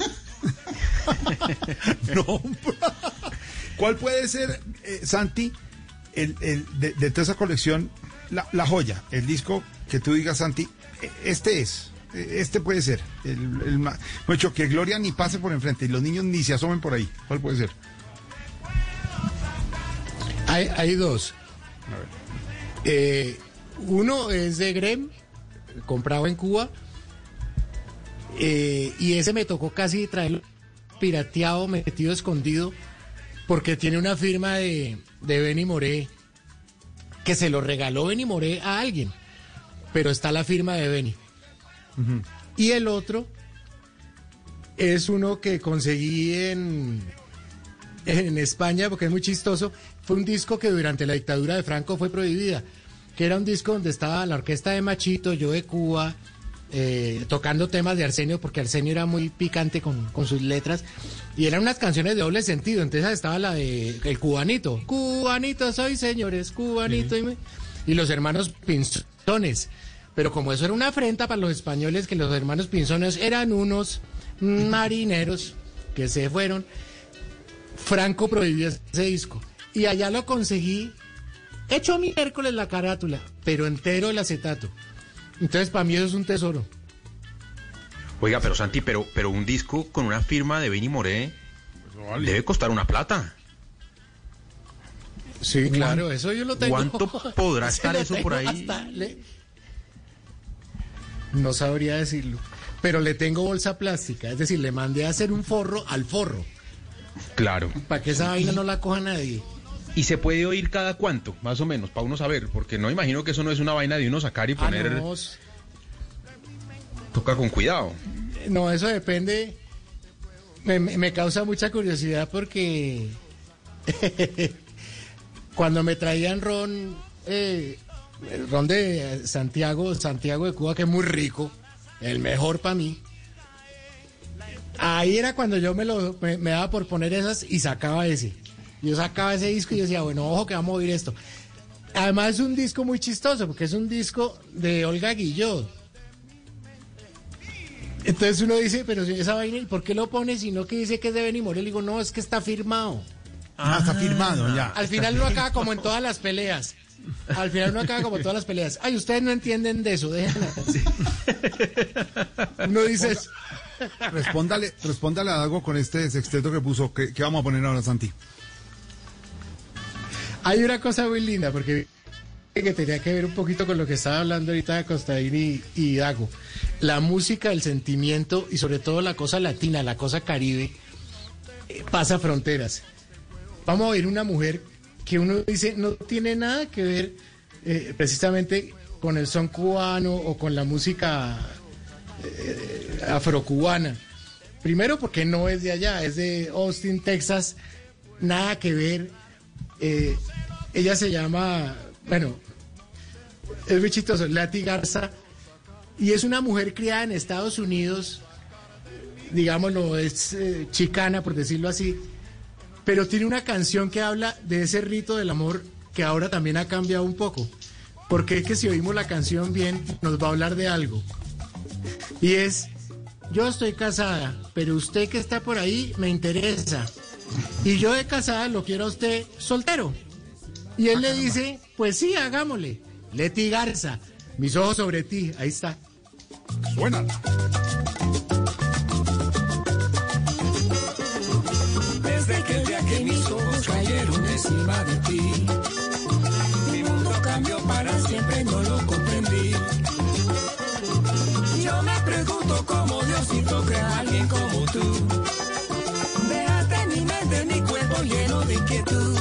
No. ¿Cuál puede ser, eh, Santi, el, el, de, de toda esa colección, la, la joya, el disco que tú digas, Santi, este es, este puede ser, el, el, el mucho que Gloria ni pase por enfrente y los niños ni se asomen por ahí? ¿Cuál puede ser? Hay, hay dos. A ver. Eh, uno es de Grem, comprado en Cuba, eh, y ese me tocó casi traerlo pirateado, metido escondido, porque tiene una firma de, de Benny Moré, que se lo regaló Benny Moré a alguien. pero está la firma de Benny. Uh-huh. Y el otro es uno que conseguí en, en España, porque es muy chistoso. Fue un disco que durante la dictadura de Franco fue prohibida, que era un disco donde estaba la orquesta de Machito, yo de Cuba, eh, tocando temas de Arsenio, porque Arsenio era muy picante con, con sus letras, y eran unas canciones de doble sentido. Entonces estaba la de El Cubanito, Cubanito soy, señores, Cubanito, uh-huh. y, y los hermanos Pinzones. Pero como eso era una afrenta para los españoles, que los hermanos Pinzones eran unos marineros que se fueron, Franco prohibió ese disco. Y allá lo conseguí, hecho miércoles la carátula, pero entero el acetato. Entonces, para mí eso es un tesoro. Oiga, pero Santi, pero, pero un disco con una firma de Benny Moré pues vale. debe costar una plata. Sí, claro, eso yo lo tengo. ¿Cuánto podrá estar eso por ahí? Le... No sabría decirlo, pero le tengo bolsa plástica, es decir, le mandé a hacer un forro al forro. Claro. Para que esa vaina no la coja nadie. ¿Y se puede oír cada cuánto, más o menos, para uno saber? Porque no imagino que eso no es una vaina de uno sacar y poner... Ah, no. Toca con cuidado. No, eso depende. Me, me causa mucha curiosidad porque cuando me traían ron, eh, el ron de Santiago, Santiago de Cuba, que es muy rico, el mejor para mí, ahí era cuando yo me, lo, me, me daba por poner esas y sacaba ese. Yo sacaba ese disco y decía, bueno, ojo que vamos a oír esto. Además es un disco muy chistoso, porque es un disco de Olga Guillot. Entonces uno dice, pero esa vaina, ¿por qué lo pone? Sino que dice que es de Benny Moré. Le digo, no, es que está firmado. Ah, está firmado, ya. Al final uno acaba como en todas las peleas. Al final uno acaba como en todas las peleas. Ay, ustedes no entienden de eso, déjenla. Uno dice eso. Respóndale, respóndale a Dago con este sexteto que puso. ¿Qué, qué vamos a poner ahora, Santi? Hay una cosa muy linda, porque que tenía que ver un poquito con lo que estaba hablando ahorita de Costaín y, y Dago. La música, el sentimiento y sobre todo la cosa latina, la cosa caribe, eh, pasa fronteras. Vamos a oír una mujer que uno dice no tiene nada que ver eh, precisamente con el son cubano o con la música eh, afrocubana. Primero porque no es de allá, es de Austin, Texas, nada que ver. Eh, ella se llama, bueno, es muy chistoso, Lati Garza, y es una mujer criada en Estados Unidos, digámoslo, es eh, chicana, por decirlo así, pero tiene una canción que habla de ese rito del amor que ahora también ha cambiado un poco, porque es que si oímos la canción bien, nos va a hablar de algo, y es, yo estoy casada, pero usted que está por ahí me interesa. Y yo de casada lo quiero a usted soltero. Y él le dice, pues sí, hagámosle. Leti Garza, mis ojos sobre ti, ahí está. Suena. Desde aquel día que mis ojos cayeron encima de ti, mi mundo cambió para siempre, no lo comprendí. Yo me pregunto cómo Diosito crea a alguien como tú. Déjate mi mente, mi cuerpo lleno de inquietud.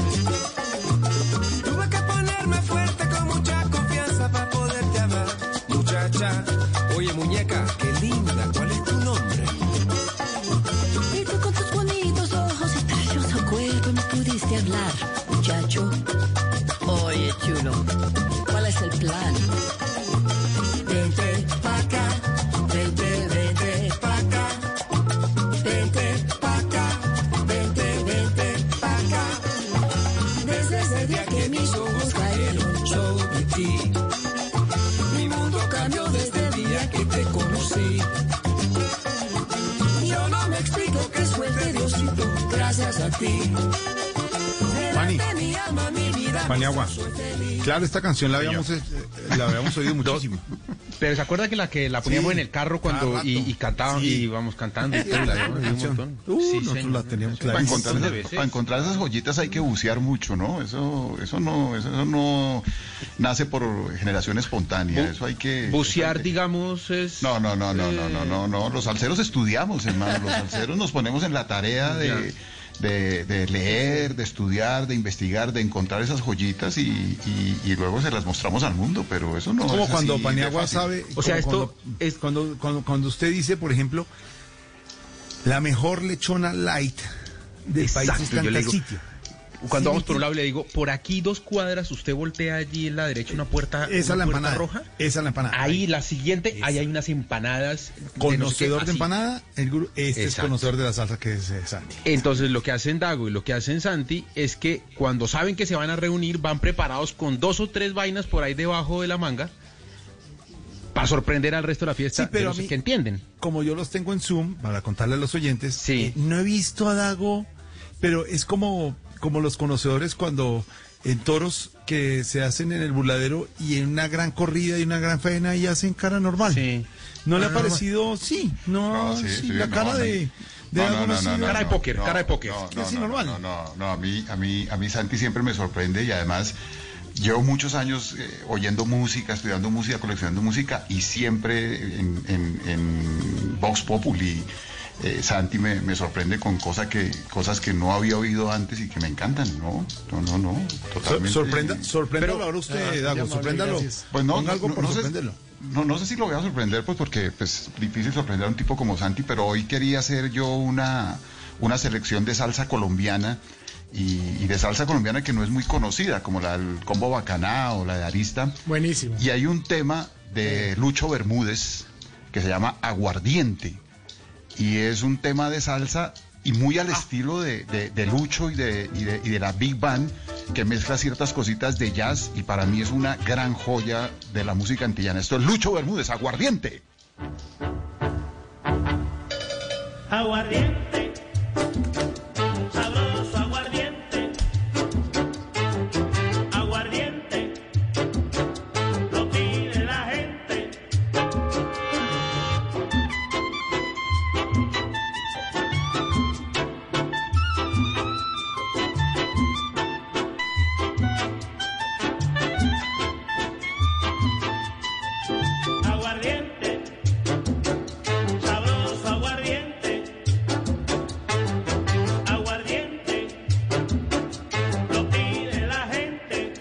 Tuve que ponerme fuerte con mucha confianza para poderte amar. Muchacha, oye muñeca, qué linda, ¿cuál es tu nombre? Y tú con tus bonitos ojos y precioso cuerpo me pudiste hablar. Muchacho, oye chulo, ¿cuál es el plan? Vente pa' acá, vente, vente pa' acá. Vente pa' acá, vente, vente pa' acá. Desde ese día que mis ojos cayeron sobre ti, mi mundo cambió desde el día que te conocí. Yo no me explico qué suerte, Diosito, gracias a ti. Pani, Paniagua. Claro, esta canción la habíamos, eh, la habíamos oído muchísimo. Pero ¿se acuerda que la que la poníamos sí, en el carro cuando y, y cantábamos sí. y íbamos cantando? Y todo, la, un montón. Uh, sí, nosotros señor. la teníamos para encontrar, para encontrar esas joyitas hay que bucear mucho, ¿no? Eso, eso no, eso no nace por generación espontánea. Bu eso hay que bucear, hay que... digamos, es. No, no, no, no, eh... no, no, no, no. Los salseros estudiamos, hermano. Los salseros nos ponemos en la tarea de. de, de leer, de estudiar, de investigar, de encontrar esas joyitas y, y, y luego se las mostramos al mundo, pero eso no como es cuando así Paniagua de fácil. sabe, O sea, como esto cuando, es cuando, cuando, cuando usted dice, por ejemplo, la mejor lechona light del Exacto, país está en yo le tal digo, sitio. Cuando Sí, vamos sí. por un lado le digo, por aquí dos cuadras, usted voltea allí en la derecha una puerta, Esa es una la puerta empanada. roja. Esa es la empanada. Ahí la siguiente, ahí hay unas empanadas. de no sé qué, Conocedor de así. empanada, el gurú, este es Exacto. conocedor de la salsa que es eh, Santi. Entonces lo que hacen Dago y lo que hacen Santi es que cuando saben que se van a reunir van preparados con dos o tres vainas por ahí debajo de la manga para sorprender al resto de la fiesta, Sí, pero de a los mí- que entienden. Como yo los tengo en Zoom, para contarle a los oyentes, Sí. eh, no he visto a Dago, pero es como, como los conocedores cuando en toros que se hacen en el burladero y en una gran corrida y una gran faena y hacen cara normal. Sí. ¿No le ha Cara normal. parecido? Sí, no, No, sí, sí, sí, la no, cara no. de, de No, Dago no, no no, ha no, sido- no, Cara de no, póker, no, cara de póker. No, no, Sí, no, normal. no, no, no, a mí, a mí, a mí Santi siempre me sorprende y además llevo muchos años eh, oyendo música, estudiando música, coleccionando música y siempre en, en, en Vox Populi eh, Santi me, me sorprende con cosas que, cosas que no había oído antes y que me encantan, ¿no? No, no, no, totalmente. Sor- sorprenda, sorpréndalo Pero- ahora usted, Ah, Dago, amable, sorpréndalo. gracias. Pues no, Ponga algo no, por no sé- sorprenderlo. No, no sé si lo voy a sorprender, pues porque pues difícil sorprender a un tipo como Santi, pero hoy quería hacer yo una, una selección de salsa colombiana y, y de salsa colombiana que no es muy conocida, como la del Combo Bacaná o la de Arista. Buenísimo. Y hay un tema de Lucho Bermúdez que se llama Aguardiente y es un tema de salsa y muy al estilo de, de- de Lucho y de, y, de, y de la Big Band, que mezcla ciertas cositas de jazz y para mí es una gran joya de la música antillana. Esto es Lucho Bermúdez, Aguardiente. Aguardiente, sabroso aguardiente, aguardiente, lo pide la gente. Aguardiente, sabroso aguardiente, aguardiente, lo pide la gente.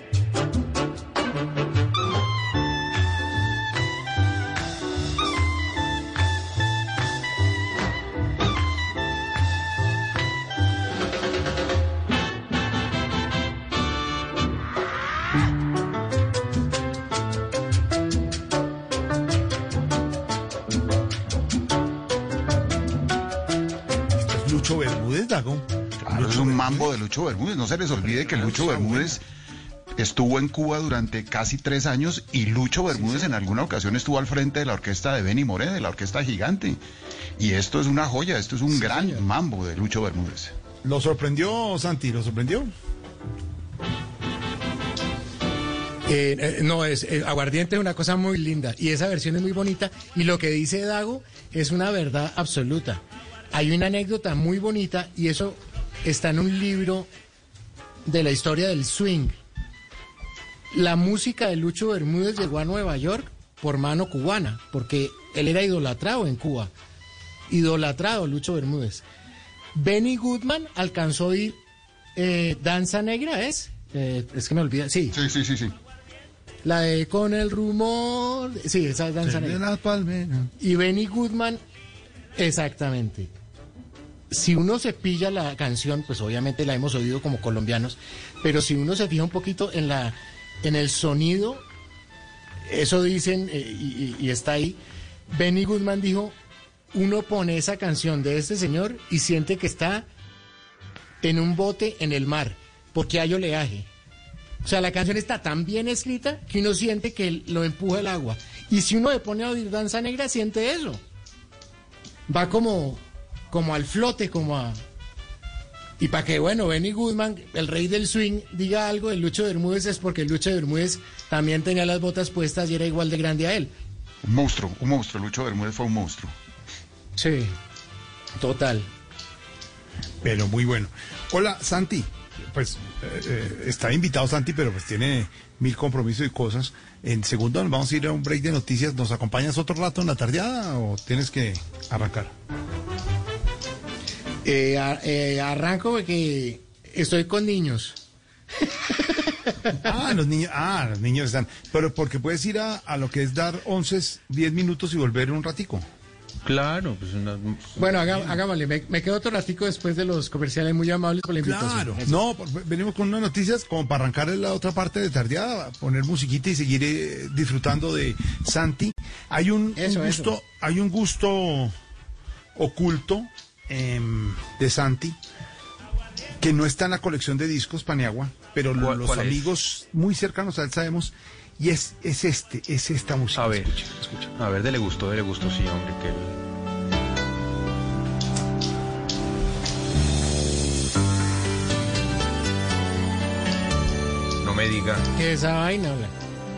Es Lucho Bermúdez, Dago. Claro, es un mambo de Lucho Bermúdez. No se les olvide que Lucho Bermúdez estuvo en Cuba durante casi tres años y Lucho Bermúdez en alguna ocasión estuvo al frente de la orquesta de Benny Moré, de la orquesta gigante. Y esto es una joya, esto es un gran mambo de Lucho Bermúdez. ¿Lo sorprendió, Santi? ¿Lo sorprendió? Eh, eh, no, es eh, Aguardiente es una cosa muy linda y esa versión es muy bonita y lo que dice Dago es una verdad absoluta. Hay una anécdota muy bonita y eso está en un libro de la historia del swing. La música de Lucho Bermúdez llegó a Nueva York por mano cubana, porque él era idolatrado en Cuba. Idolatrado Lucho Bermúdez. Benny Goodman alcanzó a oír eh, Danza Negra, ¿es? Eh, es que me olvida, sí. Sí, sí, sí, sí. La de Con el rumor. Sí, esa es Danza De Negra. las palmeras. Y Benny Goodman, exactamente. Si uno se pilla la canción, pues obviamente la hemos oído como colombianos, pero si uno se fija un poquito en la en el sonido, eso dicen eh, y, y- y está ahí. Benny Goodman dijo, uno pone esa canción de este señor y siente que está en un bote en el mar, porque hay oleaje. O sea, la canción está tan bien escrita que uno siente que lo empuja el agua. Y si uno le pone a oír Danza Negra, siente eso. Va como, como al flote, como a... Y para que, bueno, Benny Goodman, el rey del swing, diga algo de Lucho Bermúdez es porque Lucho Bermúdez también tenía las botas puestas y era igual de grande a él. Un monstruo, un monstruo. Lucho Bermúdez fue un monstruo. Sí, total. Pero muy bueno. Hola, Santi. Pues eh, eh, está invitado Santi, pero pues tiene mil compromisos y cosas. En segundo nos vamos a ir a un break de noticias. ¿Nos acompañas otro rato en la tardeada o tienes que arrancar? Eh, a- eh, arranco porque estoy con niños. Ah, los niños, ah, los niños están. Pero porque puedes ir a, a lo que es dar once, diez minutos y volver un ratico. Claro, pues una... Bueno, haga- hagámosle, me, me quedo otro ratico después de los comerciales, muy amables por la invitación. Claro. Eso. No, por- venimos con unas noticias como para arrancar en la otra parte de tardeada, poner musiquita y seguir eh, disfrutando de Santi. Hay un, Eso, un gusto, eso. hay un gusto oculto em, de Santi que no está en la colección de discos Paniagua, pero ¿Cuál- los cuál es? amigos muy cercanos a él sabemos, y es, es este, es esta música. A ver, Escucha, escucha. a ver, dele gusto, dele gusto, sí, hombre, que... No me diga. Que esa vaina, habla.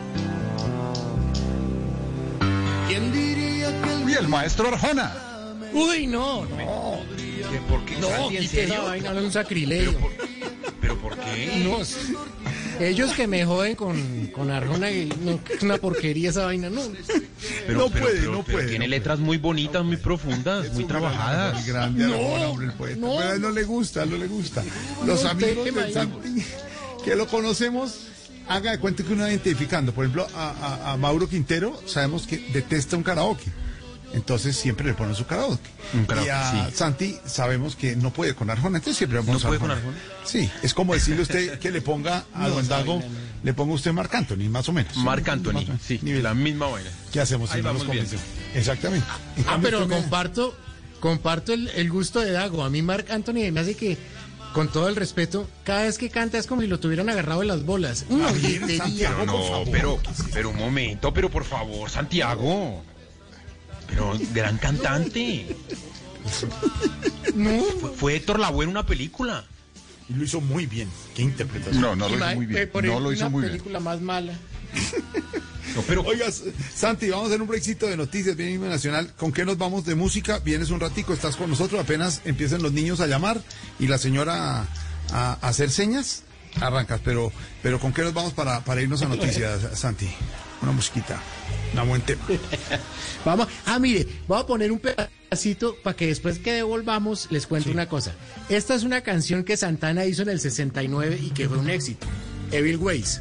¿Quién diría que Uy, el maestro Arjona. Uy, no, no. ¿Qué, ¿Por qué? No, Santi, ¿en quite esa serio? vaina, no es un sacrilegio. ¿Pero por qué? No, s- ellos que me joden con, con Arjona, y no, que es una porquería esa vaina, no. Pero, No pero- puede, pero- no pero puede, Tiene no letras muy bonitas, muy profundas, muy trabajadas. Muy grande No, Arjona, hombre, el poeta. no. Pero a él no le gusta, no le gusta. Los No, amigos déjeme de ahí. Santi, que lo conocemos, haga de cuenta que uno va identificando. Por ejemplo, a, a- a Mauro Quintero sabemos que detesta un karaoke. Entonces siempre le ponen su karaoke. Un karaoke, y a sí. Santi sabemos que no puede con Arjona, entonces siempre vamos ¿No a puede con Arjona? Sí, es como decirle usted que le ponga a No, Don esa Dago, vaina no. le ponga usted Marc Anthony, más o menos. Marc Sí, más Anthony, o menos. sí, Nivel. la misma vaina. ¿Qué hacemos si Ahí no nos vamos bien. convenció? Exactamente. En Ah, cambio, pero usted me- comparto, comparto el, el gusto de Dago. A mí Marc Anthony me hace que, con todo el respeto, cada vez que canta es como si lo tuvieran agarrado de las bolas. Una Ah, bien, gritería. Santiago. Pero por no, favor. pero, pero un momento, pero por favor, Santiago. Pero gran cantante. No, Fue, fue Héctor Lavoe en una película. Y lo hizo muy bien. Qué interpretación. No, no lo hizo ima- muy eh, bien. por No lo hizo una muy bien. película más mala. No, pero Oiga, Santi, vamos a hacer un breakcito de noticias, bien himno nacional. ¿Con qué nos vamos de música? Vienes un ratico, estás con nosotros, apenas empiecen los niños a llamar y la señora a, a hacer señas, arrancas. Pero, pero ¿con qué nos vamos para, para irnos a noticias, Santi? Una musiquita, una buen tema. Vamos, ah, mire, voy a poner un pedacito para que después que devolvamos les cuente una cosa. Esta es una canción que Santana hizo en el sesenta y nueve y que fue un éxito. Evil Ways.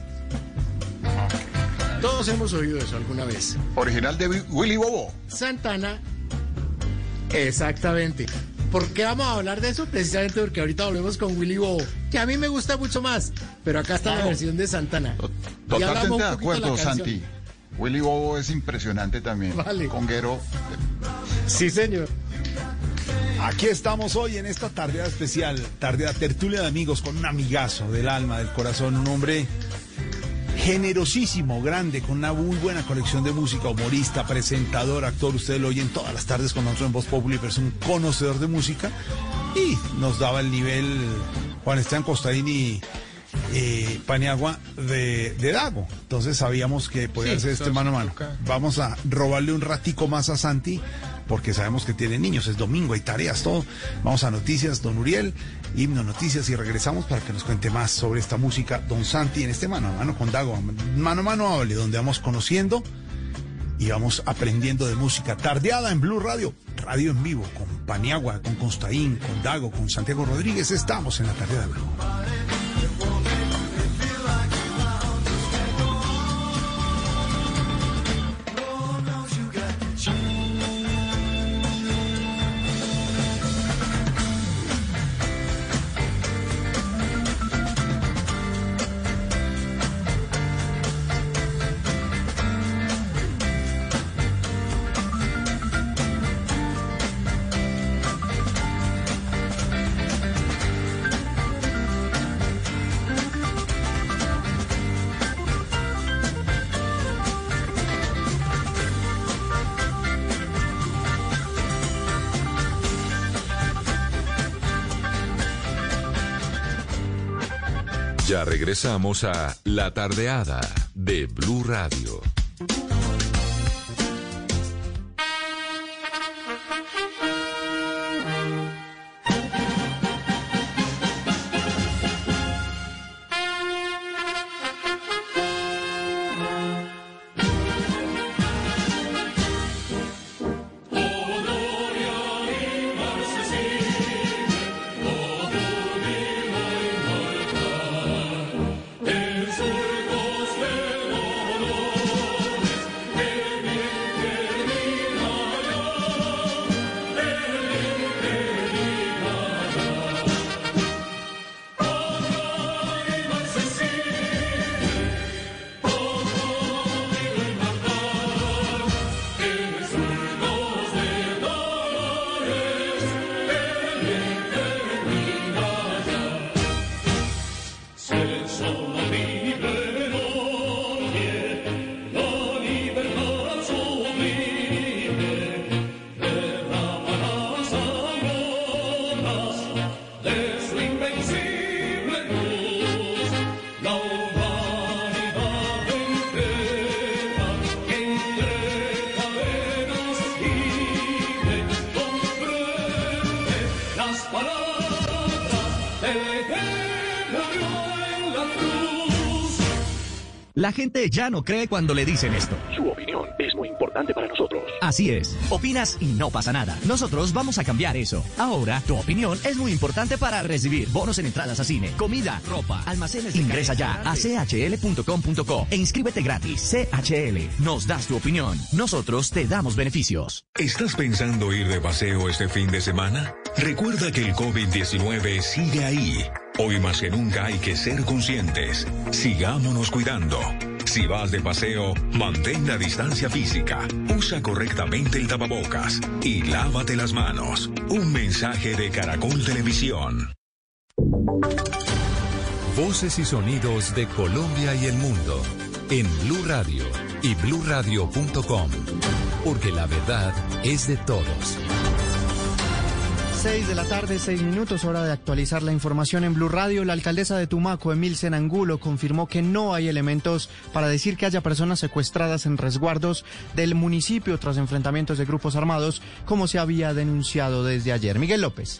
Todos hemos oído eso alguna vez. Original de Wi- Willy Bobo. Santana, exactamente. ¿Por qué vamos a hablar de eso? Precisamente porque ahorita volvemos con Willy Bobo, que a mí me gusta mucho más, pero acá está la versión de Santana. Y hablamos Totalmente un de poquito acuerdo, la canción. Santi. Willy Bobo es impresionante también. Vale. Conguero. Sí, señor. Aquí estamos hoy en esta tardea especial, tardea tertulia de amigos con un amigazo del alma, del corazón, un hombre generosísimo, grande, con una muy buena colección de música, humorista, presentador, actor. Ustedes lo oyen todas las tardes con nosotros en Voz Populi, pero es un conocedor de música y nos daba el nivel Juan Esteban Costaín eh, Paniagua de, de Dago. Entonces sabíamos que podía Sí, hacer este entonces mano a mano. toca. Vamos a robarle un ratico más a Santi porque sabemos que tiene niños, es domingo, hay tareas, todo. Vamos a noticias, don Uriel, himno noticias y regresamos para que nos cuente más sobre esta música, don Santi, en este mano a mano con Dago, mano a mano hable, donde vamos conociendo y vamos aprendiendo de música. Tardeada en Blue Radio, radio en vivo, con Paniagua, con Constaín, con Dago, con Santiago Rodríguez, estamos en la tardeada de Blue. Ya regresamos a La Tardeada de Blue Radio. La gente ya no cree cuando le dicen esto. Su opinión es muy importante para nosotros. Así es. Opinas y no pasa nada. Nosotros vamos a cambiar eso. Ahora, tu opinión es muy importante para recibir bonos en entradas a cine, comida, ropa, almacenes. Ingresa ya a c h l punto com punto co e inscríbete gratis. C H L. Nos das tu opinión. Nosotros te damos beneficios. ¿Estás pensando ir de paseo este fin de semana? Recuerda que el COVID diecinueve sigue ahí. Hoy más que nunca hay que ser conscientes. Sigámonos cuidando. Si vas de paseo, mantén la distancia física, usa correctamente el tapabocas y lávate las manos. Un mensaje de Caracol Televisión. Voces y sonidos de Colombia y el mundo en Blue Radio y blue radio punto com, porque la verdad es de todos. Seis de la tarde, seis minutos, hora de actualizar la información en Blue Radio. La alcaldesa de Tumaco, Emilsen Angulo, confirmó que no hay elementos para decir que haya personas secuestradas en resguardos del municipio tras enfrentamientos de grupos armados, como se había denunciado desde ayer. Miguel López.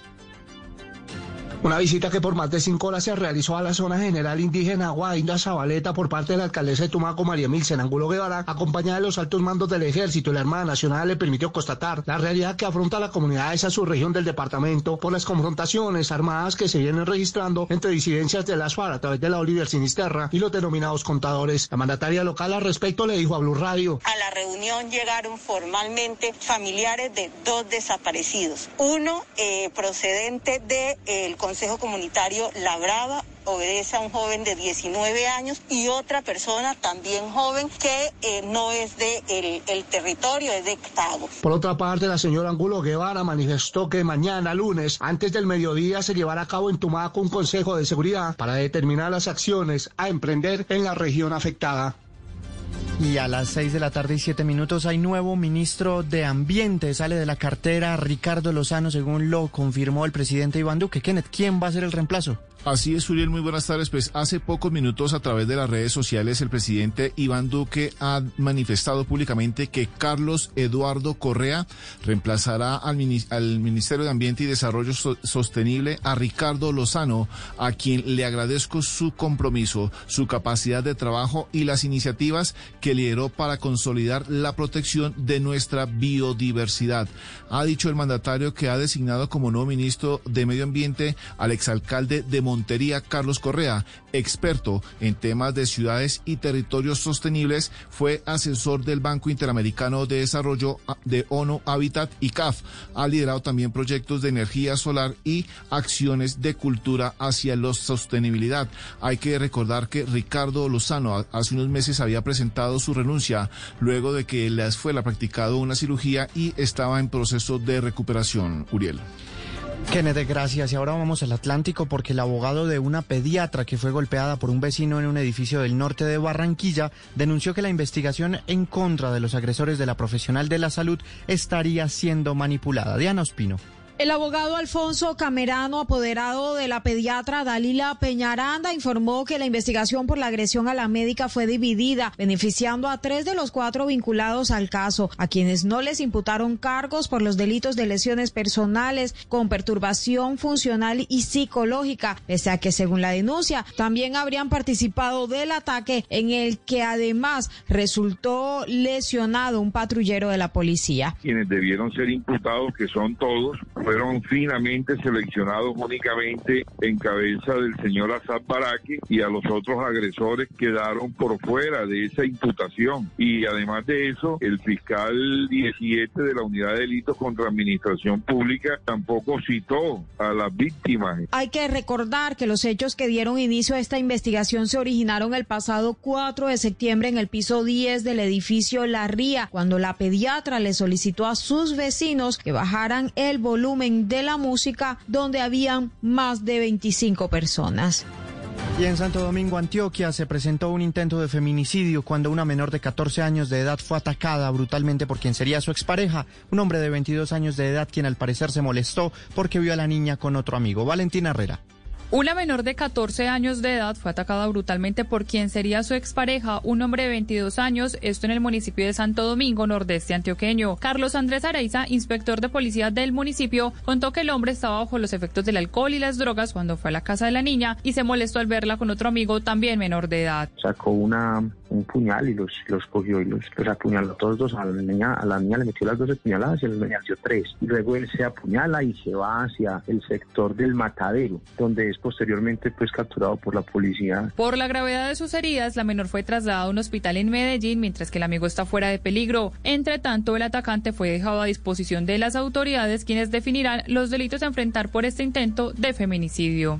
Una visita que por más de cinco horas se realizó a la zona general indígena Guainda Zabaleta por parte de la alcaldesa de Tumaco, María Emilsen Angulo Guevara, acompañada de los altos mandos del ejército y la Armada Nacional, le permitió constatar la realidad que afronta la comunidad de esa subregión del departamento por las confrontaciones armadas que se vienen registrando entre disidencias de las FARC a través de la Oliver Sinisterra y los denominados contadores. La mandataria local al respecto le dijo a Blue Radio. A la reunión llegaron formalmente familiares de dos desaparecidos. Uno eh, procedente del de, Consejo Comunitario La Brava, obedece a un joven de diecinueve años, y otra persona también joven que eh, no es de el, el territorio, es de Tago. Por otra parte, la señora Angulo Guevara manifestó que mañana lunes, antes del mediodía, se llevará a cabo en Tumaco un consejo de seguridad para determinar las acciones a emprender en la región afectada. Y a las seis de la tarde y siete minutos hay nuevo ministro de Ambiente. Sale de la cartera Ricardo Lozano, según lo confirmó el presidente Iván Duque. Kenneth, ¿quién va a ser el reemplazo? Así es, Uriel, muy buenas tardes. Pues hace pocos minutos a través de las redes sociales el presidente Iván Duque ha manifestado públicamente que Carlos Eduardo Correa reemplazará al, mini- al Ministerio de Ambiente y Desarrollo so- Sostenible a Ricardo Lozano, a quien le agradezco su compromiso, su capacidad de trabajo y las iniciativas que lideró para consolidar la protección de nuestra biodiversidad. Ha dicho el mandatario que ha designado como nuevo ministro de Medio Ambiente al exalcalde de Montería, Carlos Correa, experto en temas de ciudades y territorios sostenibles, fue asesor del Banco Interamericano de Desarrollo de ONU Habitat y C A F. Ha liderado también proyectos de energía solar y acciones de cultura hacia la sostenibilidad. Hay que recordar que Ricardo Lozano hace unos meses había presentado su renuncia luego de que le fue practicado una cirugía y estaba en proceso de recuperación. Uriel. Kenneth, gracias. Y ahora vamos al Atlántico porque el abogado de una pediatra que fue golpeada por un vecino en un edificio del norte de Barranquilla denunció que la investigación en contra de los agresores de la profesional de la salud estaría siendo manipulada. Diana Ospino. El abogado Alfonso Camerano, apoderado de la pediatra Dalila Peñaranda, informó que la investigación por la agresión a la médica fue dividida, beneficiando a tres de los cuatro vinculados al caso, a quienes no les imputaron cargos por los delitos de lesiones personales con perturbación funcional y psicológica, pese a que, según la denuncia, también habrían participado del ataque en el que además resultó lesionado un patrullero de la policía. Quienes debieron ser imputados, que son todos, fueron finamente seleccionados únicamente en cabeza del señor Assad Baraki, y a los otros agresores quedaron por fuera de esa imputación. Y además de eso, el fiscal diecisiete de la Unidad de Delitos contra Administración Pública tampoco citó a las víctimas. Hay que recordar que los hechos que dieron inicio a esta investigación se originaron el pasado cuatro de septiembre en el piso diez del edificio La Ría, cuando la pediatra le solicitó a sus vecinos que bajaran el volumen de la música, donde habían más de veinticinco personas. Y en Santo Domingo, Antioquia, se presentó un intento de feminicidio cuando una menor de catorce años de edad fue atacada brutalmente por quien sería su expareja, un hombre de veintidós años de edad, quien al parecer se molestó porque vio a la niña con otro amigo. Valentina Herrera. Una menor de catorce años de edad fue atacada brutalmente por quien sería su expareja, un hombre de veintidós años, esto en el municipio de Santo Domingo, nordeste antioqueño. Carlos Andrés Araiza, inspector de policía del municipio, contó que el hombre estaba bajo los efectos del alcohol y las drogas cuando fue a la casa de la niña y se molestó al verla con otro amigo también menor de edad. Sacó una, un puñal y los, los cogió y los, los apuñaló a todos dos. A la niña, a la niña le metió las dos puñaladas y a la niña le dio tres. Y luego él se apuñala y se va hacia el sector del Matadero, donde es posteriormente pues capturado por la policía. Por la gravedad de sus heridas, la menor fue trasladada a un hospital en Medellín, mientras que el amigo está fuera de peligro. Entre tanto, el atacante fue dejado a disposición de las autoridades, quienes definirán los delitos a enfrentar por este intento de feminicidio.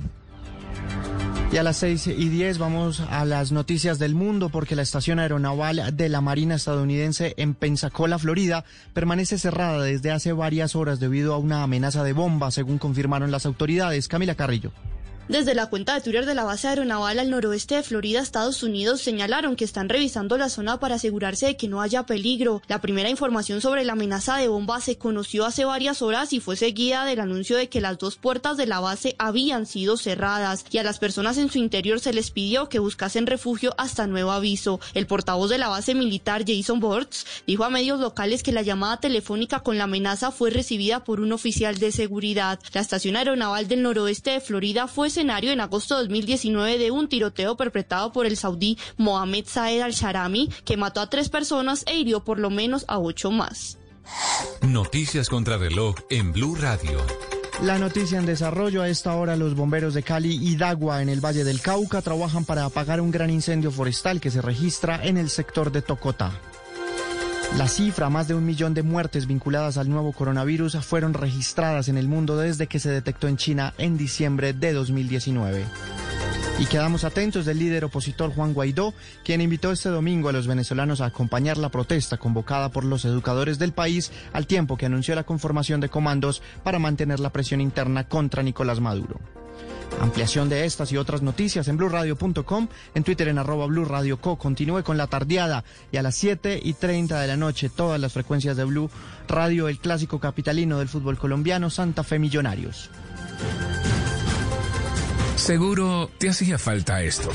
Y a las seis y diez vamos a las noticias del mundo, porque la estación aeronaval de la Marina estadounidense en Pensacola, Florida, permanece cerrada desde hace varias horas debido a una amenaza de bomba, según confirmaron las autoridades. Camila Carrillo. Desde la cuenta de Twitter de la base aeronaval al noroeste de Florida, Estados Unidos, señalaron que están revisando la zona para asegurarse de que no haya peligro. La primera información sobre la amenaza de bomba se conoció hace varias horas y fue seguida del anuncio de que las dos puertas de la base habían sido cerradas y a las personas en su interior se les pidió que buscasen refugio hasta nuevo aviso. El portavoz de la base militar, Jason Bortz, dijo a medios locales que la llamada telefónica con la amenaza fue recibida por un oficial de seguridad. La estación aeronaval del noroeste de Florida fue escenario en agosto de dos mil diecinueve de un tiroteo perpetrado por el saudí Mohamed Saed al-Sharami, que mató a tres personas e hirió por lo menos a ocho más. Noticias contra reloj en Blue Radio. La noticia en desarrollo: a esta hora los bomberos de Cali y Dagua en el Valle del Cauca trabajan para apagar un gran incendio forestal que se registra en el sector de Tocotá. La cifra, más de un millón de muertes vinculadas al nuevo coronavirus, fueron registradas en el mundo desde que se detectó en China en diciembre de dos mil diecinueve. Y quedamos atentos del líder opositor Juan Guaidó, quien invitó este domingo a los venezolanos a acompañar la protesta convocada por los educadores del país, al tiempo que anunció la conformación de comandos para mantener la presión interna contra Nicolás Maduro. Ampliación de estas y otras noticias en blue radio punto com, en Twitter en arroba Blue Radio Co. Continúe con la tardeada y a las siete y treinta de la noche todas las frecuencias de Blue Radio, el clásico capitalino del fútbol colombiano, Santa Fe Millonarios. Seguro te hacía falta esto.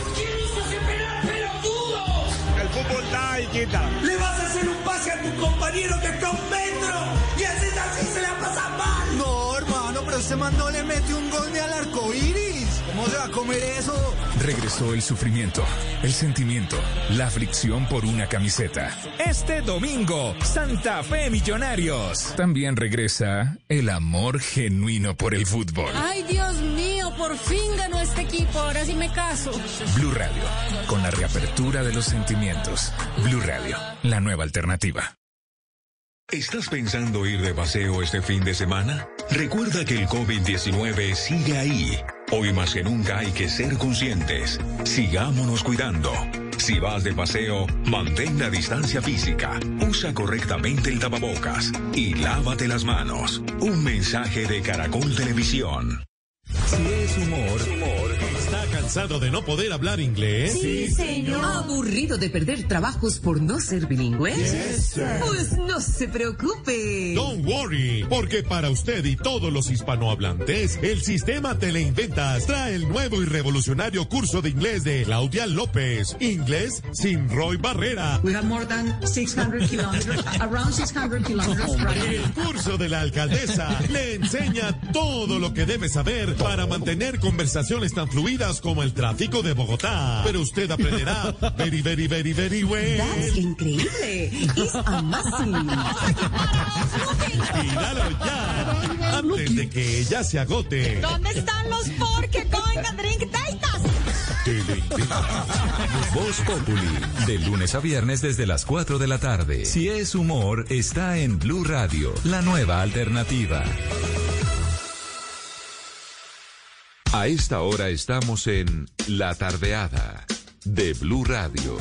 El fútbol da y quita. Le vas a hacer un pase a tu compañero que está a un metro y haces así, se la pasa mal. No, hermano, pero este man no le mete un gol ni al arco iris. ¿Cómo se va a comer eso? Regresó el sufrimiento, el sentimiento, la fricción por una camiseta. Este domingo, Santa Fe Millonarios. También regresa el amor genuino por el fútbol. Ay, Dios mío, por fin ganó este equipo, ahora sí me caso. Blue Radio, con la reapertura de los sentimientos. Blue Radio, la nueva alternativa. ¿Estás pensando ir de paseo este fin de semana? Recuerda que el COVID diecinueve sigue ahí. Hoy más que nunca hay que ser conscientes. Sigámonos cuidando. Si vas de paseo, mantén la distancia física, usa correctamente el tapabocas y lávate las manos. Un mensaje de Caracol Televisión. Si es humor, humor. ¿Está cansado de no poder hablar inglés? Sí, señor. ¿Aburrido de perder trabajos por no ser bilingüe? Yes, sir. Pues no se preocupe. Don't worry, porque para usted y todos los hispanohablantes, el sistema Teleinventas trae el nuevo y revolucionario curso de inglés de Claudia López. Inglés sin Roy Barrera. We have more than six hundred kilometers, around six hundred kilometers. El curso de la alcaldesa le enseña todo lo que debe saber para mantener conversaciones tan fluidas como el tráfico de Bogotá. Pero usted aprenderá very, very, very, very well. That's increíble. It's amazing. Tíralo ya, antes de que ella se agote. ¿Dónde están los porque going a drink datas? Voz Populi, de lunes a viernes desde las cuatro de la tarde. Si es humor, está en Blue Radio, la nueva alternativa. A esta hora estamos en La Tardeada de Blue Radio.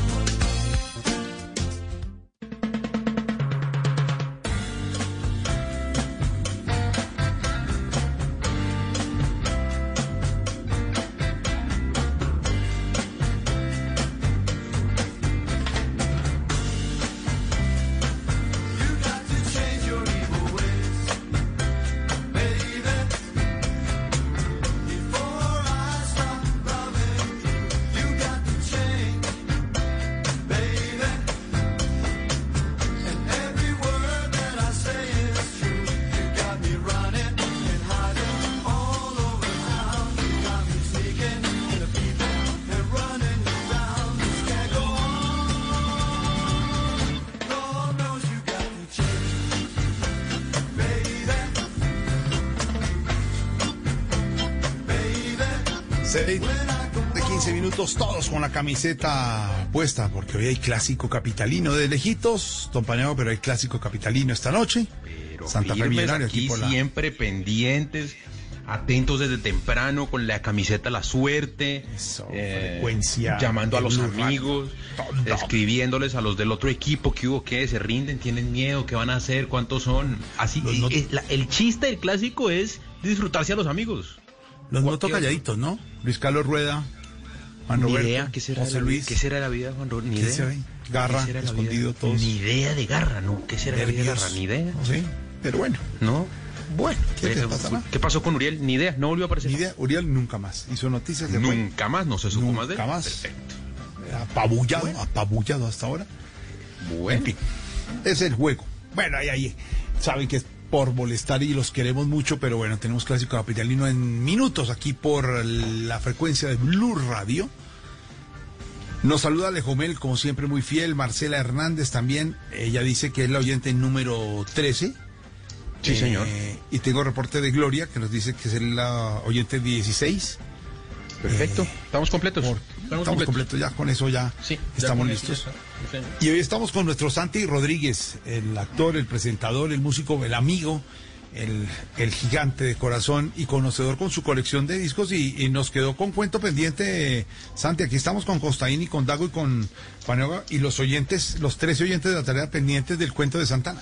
seis de quince minutos, todos con la camiseta puesta, porque hoy hay clásico capitalino de lejitos, don Paneagua, pero hay clásico capitalino esta noche. Pero Santa Fe Millonario, aquí, aquí por la... siempre pendientes, atentos desde temprano con la camiseta La Suerte, Eso, eh, frecuencia, llamando a los Blue amigos, Radio. escribiéndoles a los del otro equipo que hubo, que se rinden, tienen miedo, qué van a hacer, cuántos son. Así, Los y- not- es la- el chiste del clásico es disfrutarse a los amigos. Los noto Cualquier- calladitos, ¿no? Luis Carlos Rueda, Juan Ni Roberto, idea, ¿qué será, José de la, Luis. ¿qué será de la vida, Juan Roberto? Ni ¿Qué idea. será ahí? Garra, ¿Qué será de la escondido vida? todos. Ni idea de Garra, ¿no? ¿Qué será de la vida de Nervios. Garra? Ni idea. Sí, pero bueno. ¿No? Bueno, ¿qué te Eh, pasará? ¿Qué pasó con Uriel? Ni idea, no volvió a aparecer. Ni idea, Uriel nunca más. Hizo noticias de Nunca más, no se supo más de él. Nunca más. Perfecto. Apabullado, Bueno. apabullado hasta ahora. Bueno. En fin, es el juego. Bueno, ahí, ahí, saben que es por molestar y los queremos mucho, pero bueno, tenemos clásico capitalino en minutos aquí por la frecuencia de Blue Radio. Nos saluda Alejomel, como siempre, muy fiel. Marcela Hernández también. Ella dice que es la oyente número trece. Sí, señor. Y tengo reporte de Gloria, que nos dice que es la oyente dieciséis. Perfecto, Eh, estamos completos. por- estamos completos. ya, con eso ya Sí, ya estamos con eso listos. ya está. Sí, señor. Y hoy estamos con nuestro Santi Rodríguez, el actor, el presentador, el músico, el amigo, el, el gigante de corazón y conocedor con su colección de discos. Y, y nos quedó con cuento pendiente, eh, Santi. Aquí estamos con Costaín y con Dago y con Paneagua y los oyentes, los trece oyentes de la tarea pendientes del cuento de Santana.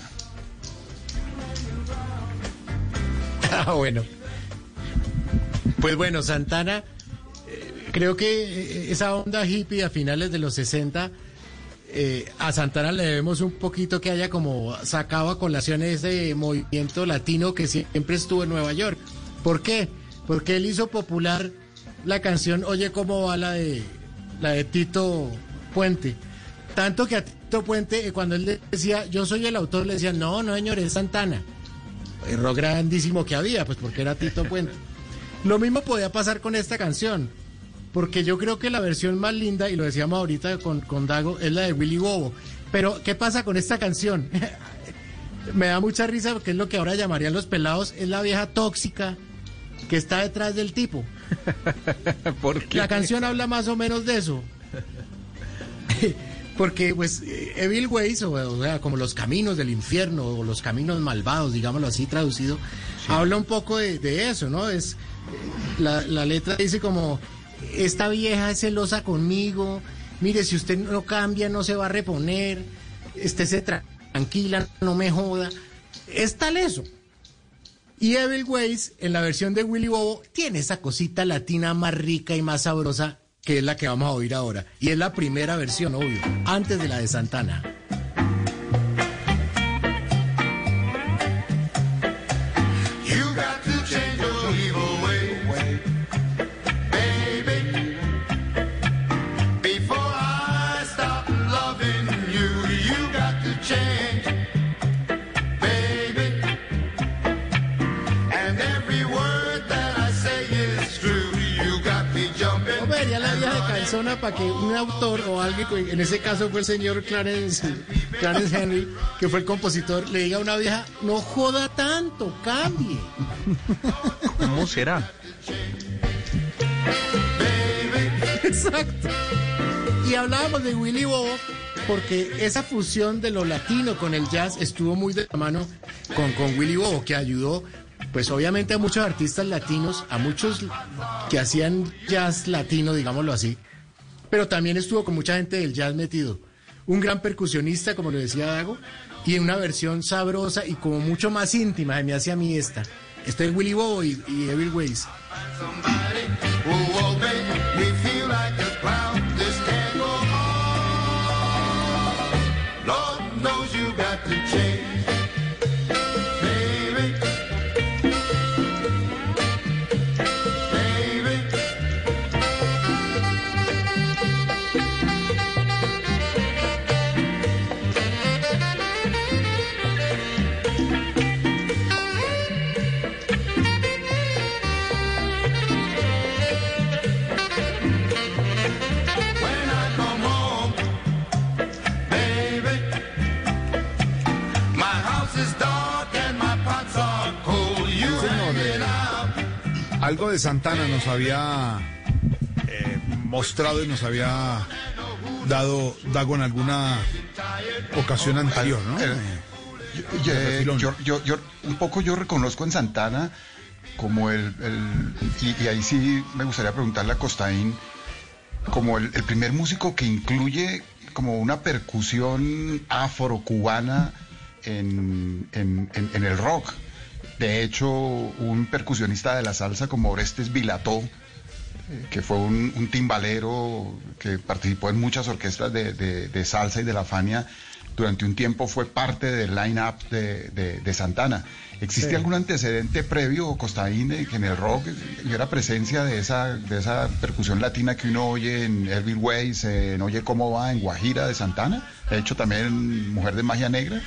Ah, bueno. Pues bueno, Santana, eh, creo que eh, esa onda hippie a finales de los sesenta, eh, a Santana le debemos un poquito que haya como sacado a colación ese movimiento latino que siempre estuvo en Nueva York. ¿Por qué? Porque él hizo popular la canción Oye cómo va, la de, la de Tito Puente. Tanto que a Tito Puente, eh, cuando él decía, yo soy el autor, le decían, no, no, señor, es Santana. Error grandísimo que había, pues porque era Tito Puente. Lo mismo podía pasar con esta canción, porque yo creo que la versión más linda, y lo decíamos ahorita con, con Dago, es la de Willy Bobo. Pero, ¿qué pasa con esta canción? Me da mucha risa porque es lo que ahora llamarían los pelados, es la vieja tóxica que está detrás del tipo. ¿Por qué? La canción habla más o menos de eso. Porque, pues, eh, Evil Ways, o, o sea, como los caminos del infierno, o los caminos malvados, digámoslo así traducido, sí, habla un poco de, de eso, ¿no? Es eh, la, la letra dice como, esta vieja es celosa conmigo, mire, si usted no cambia, no se va a reponer, estése tra- tranquila, no me joda. Es tal eso. Y Evil Ways, en la versión de Willy Bobo, tiene esa cosita latina más rica y más sabrosa, que es la que vamos a oír ahora. Y es la primera versión, obvio, antes de la de Santana. You got to change your evil way, baby. Before I stop loving you, you got to change, baby. And every word that I say is true. You got me jumping. ¿Cómo vería la vieja de calzona para que un autor o alguien, en ese caso fue el señor Clarence, Clarence Henry, que fue el compositor, le diga a una vieja, no joda tanto, cambie? ¿Cómo será? Exacto. Y hablábamos de Willy Bobo porque esa fusión de lo latino con el jazz estuvo muy de la mano con, con Willy Bobo, que ayudó, pues obviamente a muchos artistas latinos, a muchos que hacían jazz latino, digámoslo así, pero también estuvo con mucha gente del jazz metido. Un gran percusionista, como lo decía Dago, y en una versión sabrosa y como mucho más íntima, me hace a mí esta. Esta es Willy Bobo y, y Evil Ways. Who will make me feel like a clown? This can't go on. Lord knows you got to change, baby. Baby. When I come home, baby, my house is dark and my pots are cold. You hang it out. Algo de Santana nos había mostrado y nos había dado Dago en alguna ocasión anterior, ¿no? Eh, yo, eh, yo, yo, yo un poco yo reconozco en Santana como el, el y, y ahí sí me gustaría preguntarle a Costaín, como el, el primer músico que incluye como una percusión afrocubana en, en, en, en el rock. De hecho, un percusionista de la salsa como Orestes Vilató, eh, que fue un, un timbalero que participó en muchas orquestas de, de, de salsa y de la Fania, durante un tiempo fue parte del line-up de, de, de Santana. ¿Existe sí. algún antecedente previo, Costaín, de que en el rock hubiera presencia de esa, de esa percusión latina que uno oye en Elvin Weiss, en Oye Cómo Va, en Guajira de Santana? De hecho, también Mujer de Magia Negra.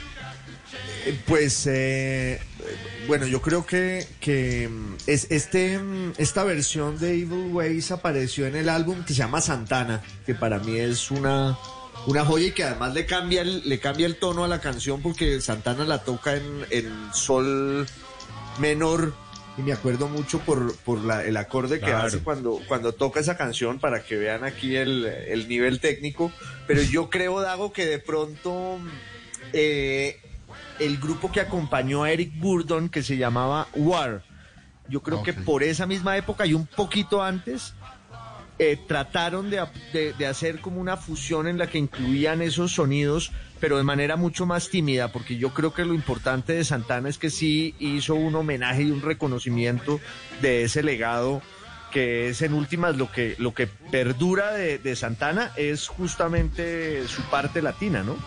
Pues, eh, bueno, yo creo que, que es este esta versión de Evil Ways apareció en el álbum que se llama Santana, que para mí es una, una joya y que además le cambia el, le cambia el tono a la canción porque Santana la toca en, en sol menor y me acuerdo mucho por, por la, el acorde que claro. hace cuando, cuando toca esa canción, para que vean aquí el, el nivel técnico. Pero yo creo, Dago, que de pronto... Eh, el grupo que acompañó a Eric Burdon, que se llamaba War, yo creo okay. que por esa misma época y un poquito antes, eh, trataron de, de, de hacer como una fusión en la que incluían esos sonidos, pero de manera mucho más tímida, porque yo creo que lo importante de Santana es que sí hizo un homenaje y un reconocimiento de ese legado, que es en últimas lo que, lo que perdura de, de Santana, es justamente su parte latina, ¿no?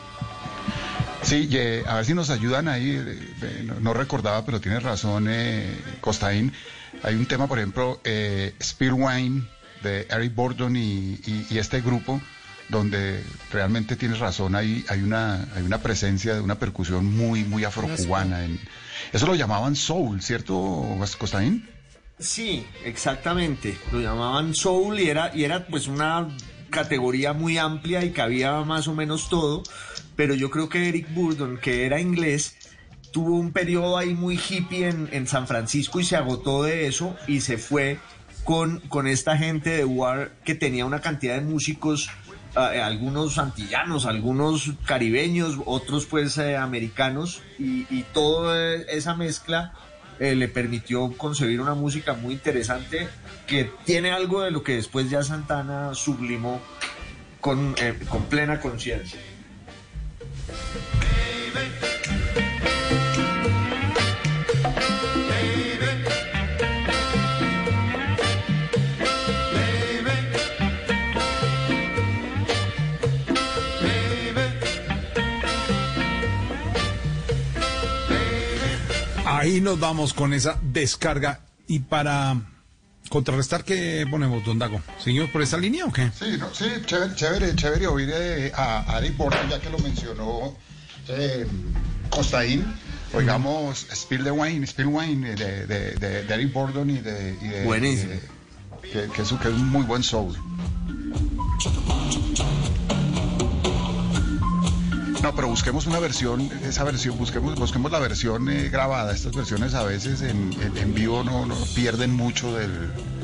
Sí, eh, a ver si nos ayudan ahí, eh, no, no recordaba, pero tienes razón, eh, Costaín. Hay un tema, por ejemplo, eh, Spearwine, de Eric Burdon y, y, y este grupo, donde realmente tienes razón, hay, hay, una, hay una presencia de una percusión muy, muy afrocubana. En, eso lo llamaban soul, ¿cierto, Costaín? Sí, exactamente, lo llamaban soul y era, y era pues una categoría muy amplia y cabía más o menos todo. Pero yo creo que Eric Burdon, que era inglés, tuvo un periodo ahí muy hippie en, en San Francisco y se agotó de eso y se fue con, con esta gente de War que tenía una cantidad de músicos, uh, algunos antillanos, algunos caribeños, otros pues eh, americanos, y, y toda esa mezcla eh, le permitió concebir una música muy interesante que tiene algo de lo que después ya Santana sublimó con, eh, con plena conciencia. Ahí nos vamos con esa descarga. Y para contrarrestar, ¿qué ponemos, don Dago? ¿Seguimos por esa línea o qué? Sí, no, sí, chévere, chévere, chévere oír eh, a, a Eric Burdon, ya que lo mencionó eh, Costaín. Oigamos mm. Spill the Wine, Spill Wine de, de, de, de Eric Burdon y de... Y de Buenísimo. Y de, que, que, es, que es un muy buen soul. No, pero busquemos una versión, esa versión, busquemos, busquemos la versión eh, grabada. Estas versiones a veces en, en, en vivo no, no pierden mucho del...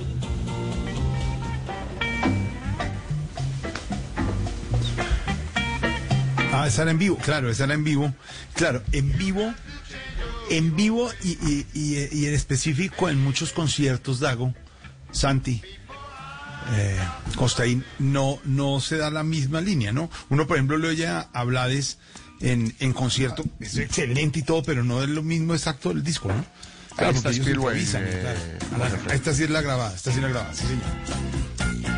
Ah, esa era en vivo, claro, esa era en vivo. Claro, en vivo, en vivo y, y, y, y en específico en muchos conciertos, Dago, Santi, Eh, Costaín, no, no se da la misma línea, ¿no? Uno, por ejemplo, le oye a, a Blades en, en concierto, es excelente y todo, pero no es lo mismo exacto del disco, ¿no? Claro, porque ellos improvisan, eh, claro. La, esta sí es la grabada, esta sí es la grabada, sí, señor.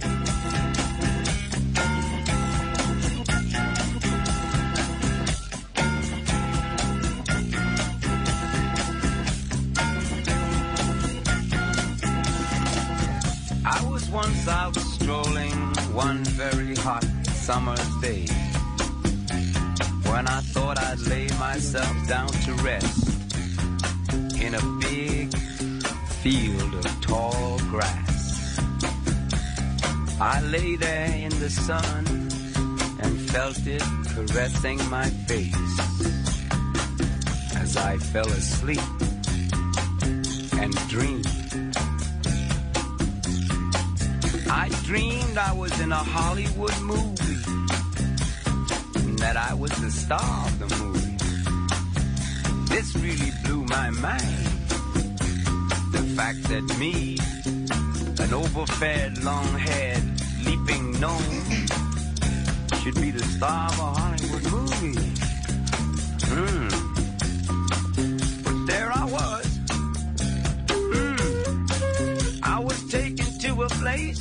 Once I was strolling one very hot summer's day, when I thought I'd lay myself down to rest in a big field of tall grass. I lay there in the sun and felt it caressing my face as I fell asleep and dreamed. I I dreamed I was in a Hollywood movie, and that I was the star of the movie. This really blew my mind. The fact that me, an overfed, long-haired, leaping gnome, should be the star of a Hollywood movie. Mm. But there I was. Mm. I was taken to a place,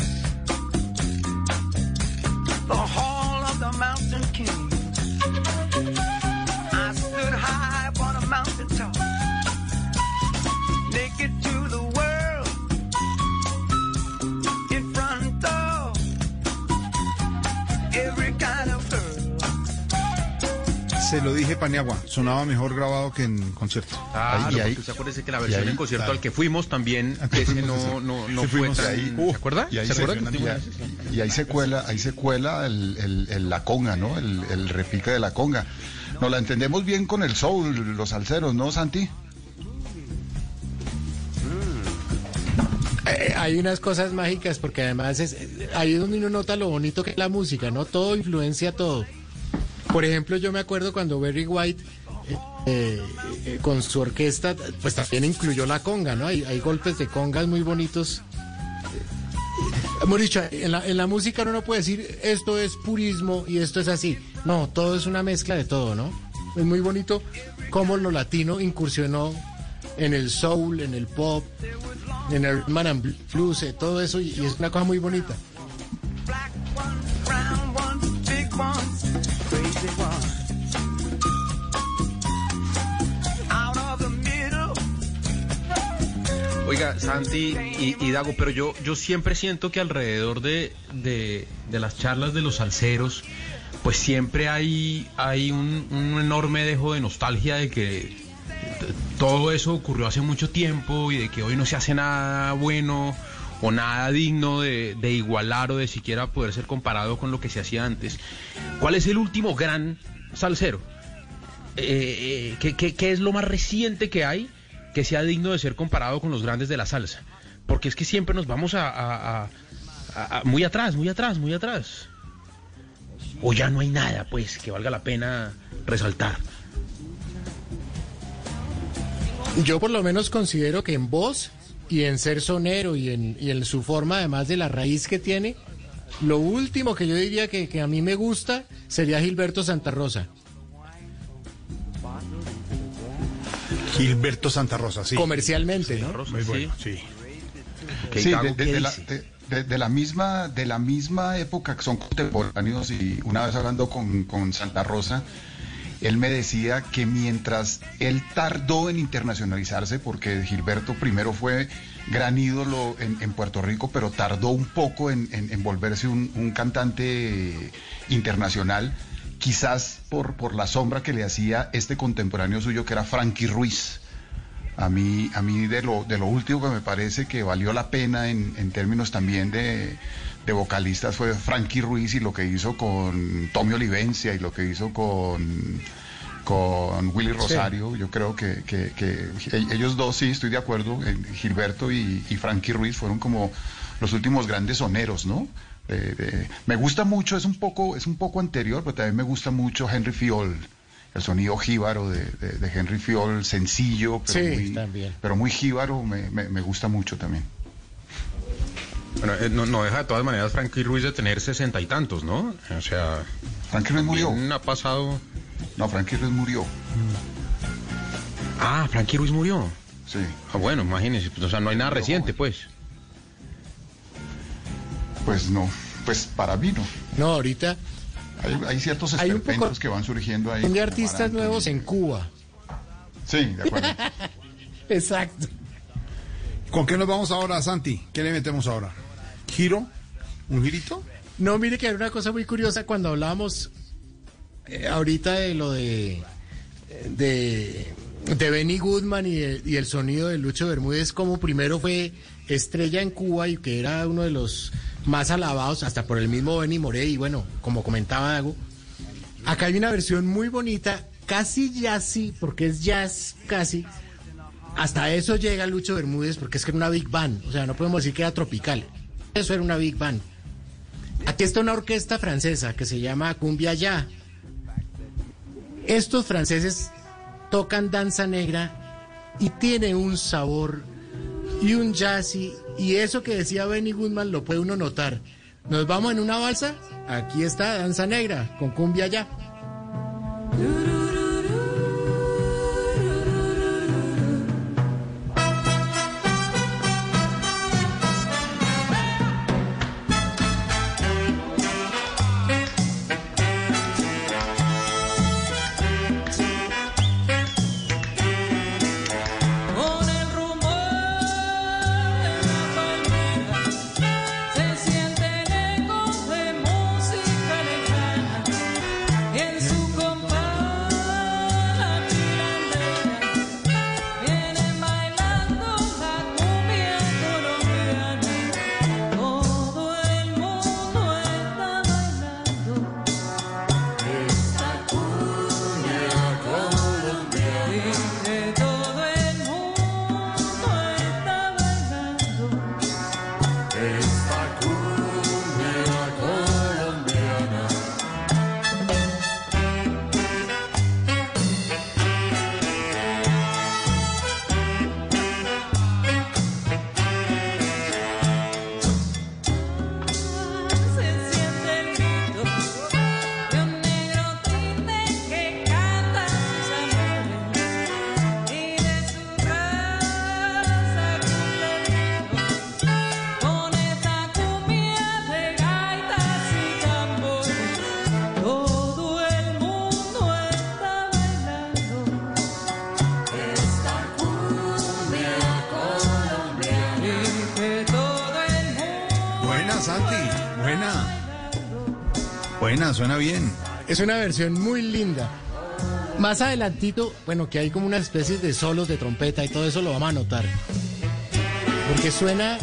the Hall of the Mountain King. I stood high upon a mountain top, naked to the world, in front of every kind of girl. Se lo dije, Paniagua, sonaba mejor grabado que en concierto. Ah, Ahí, no, ahí, porque se acuérdese que la versión ahí, en concierto claro. al que fuimos también, ese no, no, no Sí, fue fuimos tan... ahí. ¿Se acuerda? Y ahí ¿Se se, acuerda? y ahí- y ahí se cuela, ahí se cuela el, el- el- la conga, ¿no? El, el repique de la conga. Nos la entendemos bien con el soul, los salseros, ¿no, Santi? Eh, hay unas cosas mágicas porque además es eh, ahí es donde uno nota lo bonito que es la música, ¿no? Todo influencia todo. Por ejemplo, yo me acuerdo cuando Barry White eh, eh, eh, con su orquesta, pues también incluyó la conga, ¿no? Hay, hay golpes de congas muy bonitos. Eh, Hemos dicho, en la, en la música uno no puede decir esto es purismo y esto es así. No, todo es una mezcla de todo, ¿no? Es muy bonito cómo lo latino incursionó en el soul, en el pop, en el rhythm and blues, eh, todo eso, y, y es una cosa muy bonita. Brown ones, big ones, crazy ones. Out of the middle. Oiga, Santi y, y Dago, pero yo, yo siempre siento que alrededor de, de, de las charlas de los salseros, pues siempre hay, hay un, un enorme dejo de nostalgia de que todo eso ocurrió hace mucho tiempo y de que hoy no se hace nada bueno o nada digno de, de igualar o de siquiera poder ser comparado con lo que se hacía antes. ¿Cuál es el último gran salsero? Eh, eh, ¿qué, qué, qué es lo más reciente que hay que sea digno de ser comparado con los grandes de la salsa? Porque es que siempre nos vamos a, a, a, a, a muy atrás, muy atrás, muy atrás. O ya no hay nada, pues, que valga la pena resaltar. Yo por lo menos considero que en voz y en ser sonero y en, y en su forma, además de la raíz que tiene, lo último que yo diría que, que a mí me gusta sería Gilberto Santa Rosa. Gilberto Santa Rosa, sí. Comercialmente, ¿no? Muy bueno, sí. Sí, de, de- de la, de- de- de la misma, de la misma época, que son contemporáneos, y una vez hablando con, con Santa Rosa, él me decía que mientras él tardó en internacionalizarse, porque Gilberto primero fue gran ídolo en, en Puerto Rico, pero tardó un poco en, en- en volverse un, un cantante internacional, quizás por, por la sombra que le hacía este contemporáneo suyo, que era Frankie Ruiz. A mí, a mí de lo, de lo último que me parece que valió la pena en, en términos también de, de vocalistas fue Frankie Ruiz, y lo que hizo con Tommy Olivencia y lo que hizo con, con Willy Rosario. Sí. Yo creo que, que, que ellos dos, sí, estoy de acuerdo, Gilberto y, y Frankie Ruiz fueron como los últimos grandes soneros, ¿no? De, de, me gusta mucho, es un poco, es un poco anterior, pero también me gusta mucho Henry Fiol. El sonido jíbaro de, de, de Henry Fiol, sencillo, pero, sí, muy, también. pero muy jíbaro, me, me, me gusta mucho también. Bueno, eh, no, no deja de todas maneras Frankie Ruiz de tener sesenta y tantos, ¿no? O sea... Frankie Ruiz murió. Ha pasado... No, Frankie Ruiz murió. Ah, Frankie Ruiz murió. Sí. Ah, bueno, imagínense, pues, o sea, no hay nada no, reciente, pues. Pues no, pues para mí no. No, ahorita... Hay, hay ciertos hay experimentos que van surgiendo ahí. Hay artistas nuevos en Cuba. Sí, de acuerdo. Exacto. ¿Con qué nos vamos ahora, Santi? ¿Qué le metemos ahora? ¿Giro? ¿Un girito? No, mire que hay una cosa muy curiosa cuando hablábamos eh, ahorita de lo de de, de Benny Goodman y, de, y el sonido de Lucho Bermúdez, como primero fue estrella en Cuba y que era uno de los más alabados hasta por el mismo Benny Moré, y bueno, como comentaba Dago, acá hay una versión muy bonita, casi jazzy, porque es jazz casi, hasta eso llega Lucho Bermúdez, porque es que era una big band, o sea, no podemos decir que era tropical, eso era una big band, Aquí está una orquesta francesa que se llama Cumbia Ya. Estos franceses tocan danza negra y tiene un sabor y un jazz y, y eso que decía Benny Goodman lo puede uno notar. ¿Nos vamos en una balsa? Aquí está danza negra con Cumbia Ya. Suena bien. Es una versión muy linda. Más adelantito, bueno, que hay como unas especies de solos de trompeta y todo eso lo vamos a notar. Porque suena...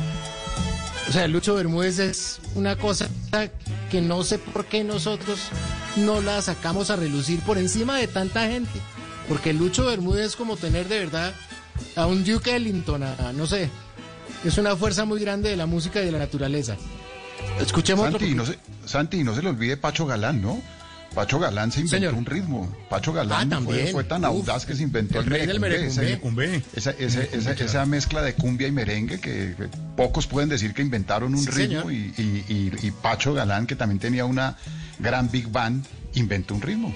O sea, Lucho Bermúdez es una cosa que no sé por qué nosotros no la sacamos a relucir por encima de tanta gente. Porque Lucho Bermúdez es como tener de verdad a un Duke Ellington, a, no sé. Es una fuerza muy grande de la música y de la naturaleza. Escuchemos Santi, otro... no se, Santi, no se le olvide Pacho Galán, ¿no? Pacho Galán se inventó Señor. un ritmo. Pacho Galán Ah, fue, fue tan Uf, audaz que se inventó el el, rey del merengue. Esa, esa, esa, esa, esa mezcla de cumbia y merengue que, que pocos pueden decir que inventaron un Sí, ritmo y, y, y, y Pacho Galán, que también tenía una gran big band, inventó un ritmo.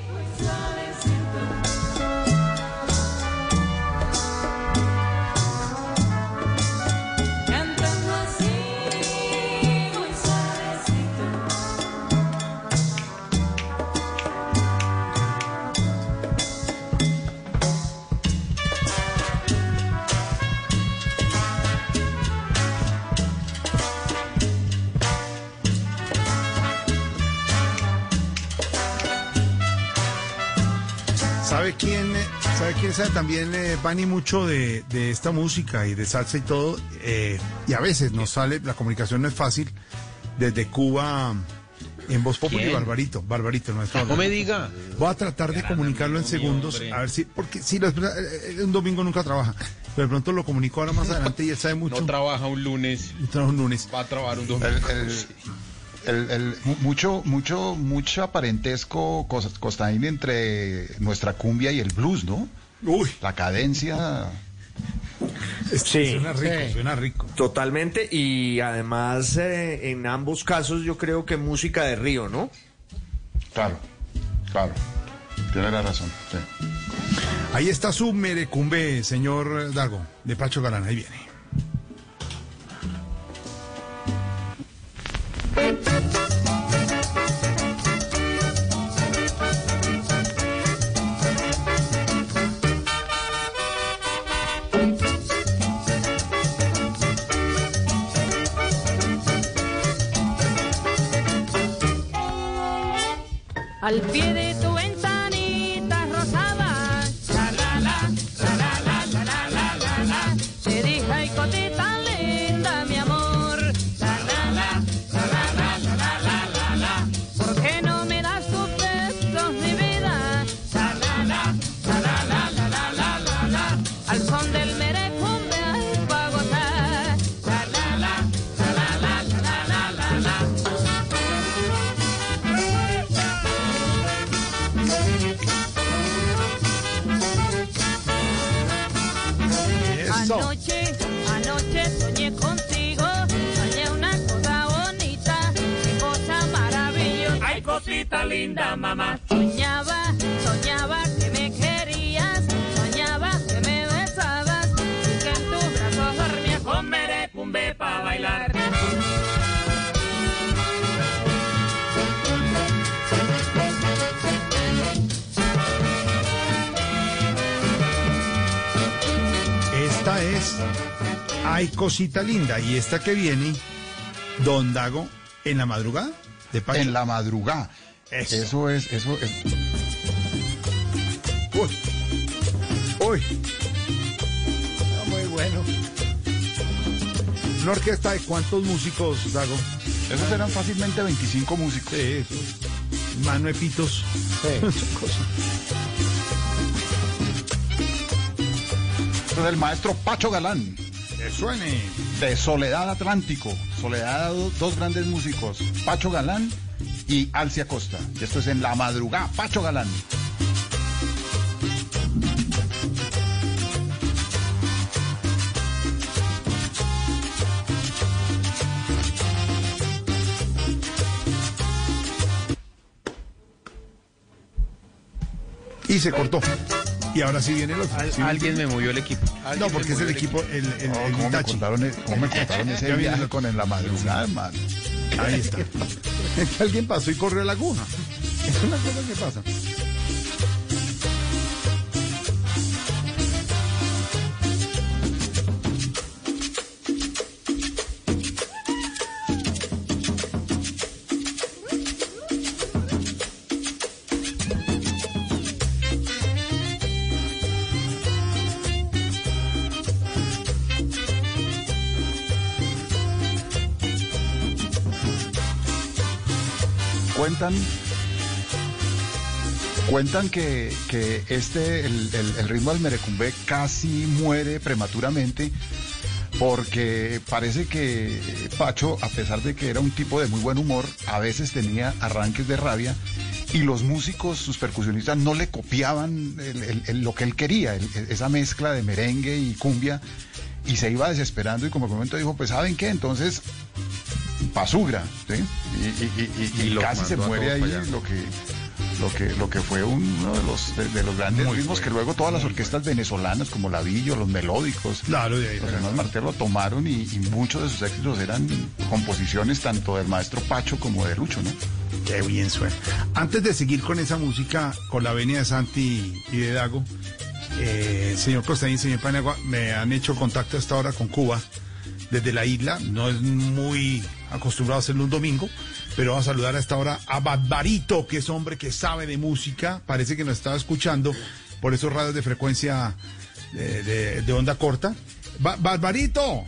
¿Sabe quién, sabe quién sabe también, eh, Vani, mucho de, de esta música y de salsa y todo? Eh, y a veces nos sale, la comunicación no es fácil, desde Cuba en Voz Populi, ¿Quién? Barbarito, Barbarito, nuestro. No me diga. Voy a tratar de comunicarlo en segundos, a ver si, porque si los- eh, un domingo nunca trabaja, pero de pronto lo comunico ahora más adelante y él sabe mucho. No trabaja un lunes. No trabaja un lunes. Va a trabajar un domingo. El, el, el, el- mu- mucho, mucho, mucho parentesco cos- costaín entre nuestra cumbia y el blues, ¿no? Uy. La cadencia. Sí. Suena rico, Sí. suena rico. Totalmente, y además eh, en ambos casos yo creo que música de río, ¿no? Claro, claro. Tiene la razón. Sí. Ahí está su merecumbe, señor Dago, de Pacho Galán, ahí viene. Al pie de tu ventanita rosada, la la la, la la la la la la la la, te dije ay cosita linda mi amor, la la la, la la la la la la la la, ¿por qué no me das tus besos mi vida? La la la, la la la la la la la la, al son del merecumbe ay pa' gozar, la la la, la la la la la la la la. Eso. Anoche, anoche soñé contigo, soñé una cosa bonita, qué cosa maravillosa. Ay, cosita linda, mamá. Soñaba, soñaba que me querías, soñaba que me besabas y que en tus brazos dormías con merecumbe pa' bailar. Esta es Ay, cosita linda. Y esta que viene, Don Dago, en la madrugada de Pacho. En la madrugada. Eso, eso es, eso es. Uy. Uy. Muy bueno. ¿Una orquesta de cuántos músicos, Dago? Esos eran fácilmente veinticinco músicos. Sí, Mano de Pitos. Sí. Esto es el maestro Pacho Galán. Que suene. De Soledad Atlántico. Soledad, dos grandes músicos. Pacho Galán y Alcia Costa. Y esto es en la madrugada. Pacho Galán. Y se cortó. Y ahora sí viene el otro. Al, ¿Sí alguien me movió el equipo. No, porque es el equipo, el, el, Oh, el ¿cómo, me Itachi. contaron, el- ¿Cómo me contaron ese Ya viene viaje el- con en la madrugada, hermano? Ahí está. Es que alguien pasó y corrió la aguja. Es una cosa que pasa. Cuentan cuentan que, que este el, el- el ritmo del merecumbe casi muere prematuramente porque parece que Pacho, a pesar de que era un tipo de muy buen humor, a veces tenía arranques de rabia y los músicos, sus percusionistas, no le copiaban el- el- el- lo que él quería, el- esa mezcla de merengue y cumbia, y se iba desesperando y como en un momento dijo, pues ¿saben qué? Entonces pasugra, ¿sí? Y, y- y- y- Y y los casi se mandó a muere ahí todos para allá. lo que lo que lo que fue uno de los de, de los grandes Muy ritmos bueno. que luego todas las orquestas venezolanas como la Villo, los melódicos, Claro, de ahí. los hermanos Martel lo tomaron y, y muchos de sus éxitos eran composiciones tanto del maestro Pacho como de Lucho, ¿no? Qué bien suena. Antes de seguir con esa música, con la venia de Santi y de Dago, eh, señor Costaín, señor Paniagua, me han hecho contacto hasta ahora con Cuba desde la isla. No es muy acostumbrado a hacerlo un domingo, pero vamos a saludar a esta hora a Barbarito, que es hombre que sabe de música. Parece que nos estaba escuchando por esos radios de frecuencia de, de- de onda corta. Ba- Barbarito.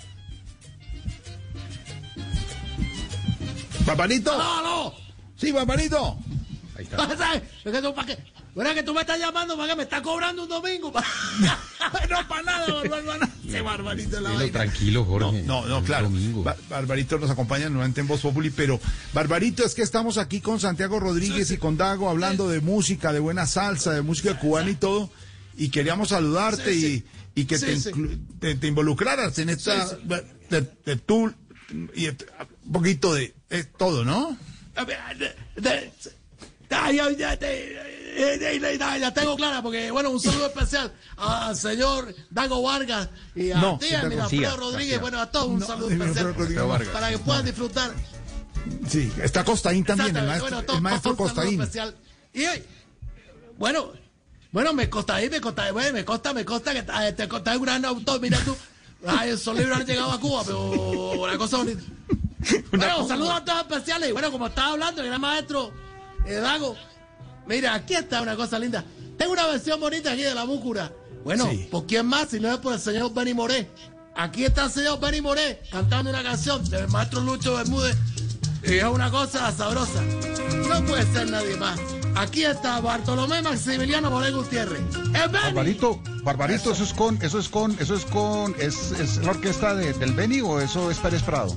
Barbarito. ¡No, no! Sí, Barbarito. Ahí está. ¿Sabes? Es que tú, ¿para qué? ¿Verdad que tú me estás llamando para que me estás cobrando un domingo? No, para nada, Barbarito. Ese Barbarito de la Dilo vaina. tranquilo, Jorge. No, no, claro. Domingo. Ba- Barbarito nos acompaña nuevamente en Voz Populi, pero Barbarito, es que estamos aquí con Santiago Rodríguez y con Dago hablando de música, de buena salsa, de música cubana y todo, y queríamos saludarte Sí, sí. y, y que Sí, te, sí. inclu- te, te involucraras en esta, Sí, de, de tú y et- un poquito de eh, todo, ¿no? A ver, de- de- Ya, ya, ya, te- ya, ya, ya, ya tengo clara, porque, bueno, un saludo especial al señor Dago Vargas y a No, ti, a Dago Miraflores García, Rodríguez, García. bueno, a todos un No, saludo de especial Miraflores Rodríguez Vargas. para que puedan disfrutar. Sí, está Costaín también, el Exactamente, maestro, bueno, todo- el maestro un saludo Costaín. especial. Y hoy, bueno, bueno, me consta ahí, me consta, bueno, me consta, me consta que eh, te consta en un gran autor, mira tú. Ay, esos libros han llegado a Cuba, pero una cosa bonita. Bueno, saludos a todos especiales. Y bueno, como estaba hablando, el gran maestro eh, Dago, mira, aquí está una cosa linda. Tengo una versión bonita aquí de la Búcura. Bueno, Sí. ¿por quién más si no es por el señor Benny Moré? Aquí está el señor Benny Moré cantando una canción del maestro Lucho Bermúdez. Y es una cosa sabrosa. No puede ser nadie más. Aquí está Bartolomé Maximiliano Moré Gutiérrez. ¡Es Benny! Barbarito, Barbarito, eso es con, eso es con, eso es con, es, es la orquesta de- del Beni o eso es Pérez Prado.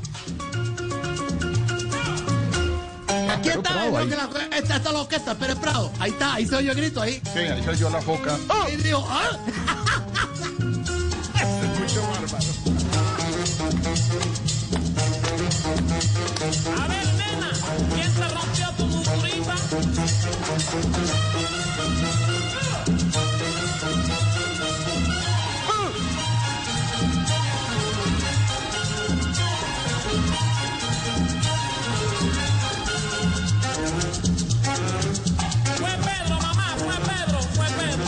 Aquí Pero está, Prado, es ahí. lo que la- esta, esta es la orquesta, Pérez Prado. Ahí está, ahí se oye el grito ahí. Sí, ahí se oyó la foca. Y dijo, ¿ah? A ver, nena, ¿quién te rompió tu musculita? Fue Pedro, mamá, fue Pedro, fue Pedro.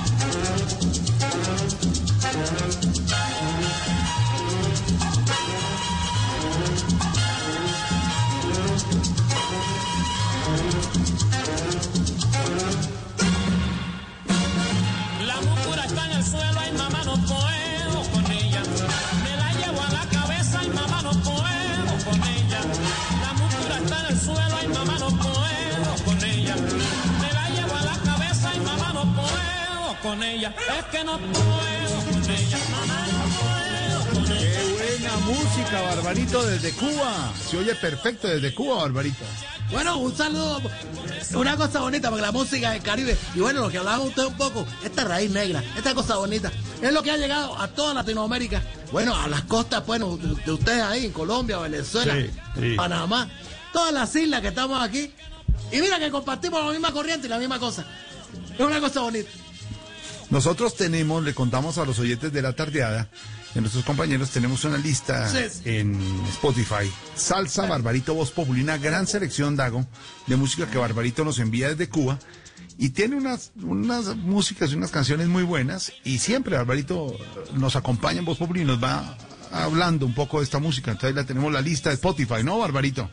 La muscura está en el suelo, ay mamá no puedo con ella. Me la llevo a la cabeza, ay mamá no puedo con ella. La muscura está en el suelo, ay mamá no puedo con ella. Me la llevo a la cabeza, ay mamá no puedo con ella. Es que no puedo con ella, mamá no puedo con ella. Qué buena música, Barbarito, desde Cuba. Se oye perfecto desde Cuba, Barbarito. Bueno, un saludo, una cosa bonita, porque la música del Caribe, y bueno, lo que hablaba usted un poco, esta raíz negra, esta cosa bonita, es lo que ha llegado a toda Latinoamérica, bueno, a las costas, bueno, de, de ustedes ahí, en Colombia, Venezuela, Sí, sí. Panamá, todas las islas que estamos aquí, y mira que compartimos la misma corriente y la misma cosa, es una cosa bonita. Nosotros tenemos, le contamos a los oyentes de la tardeada, de nuestros compañeros, tenemos una lista Sí, sí. en Spotify. Salsa, Barbarito, Voz Populi, una gran selección, Dago, de música que Barbarito nos envía desde Cuba. Y tiene unas, unas músicas y unas canciones muy buenas. Y siempre Barbarito nos acompaña en Voz Populi y nos va hablando un poco de esta música. Entonces la tenemos la lista de Spotify, ¿no, Barbarito?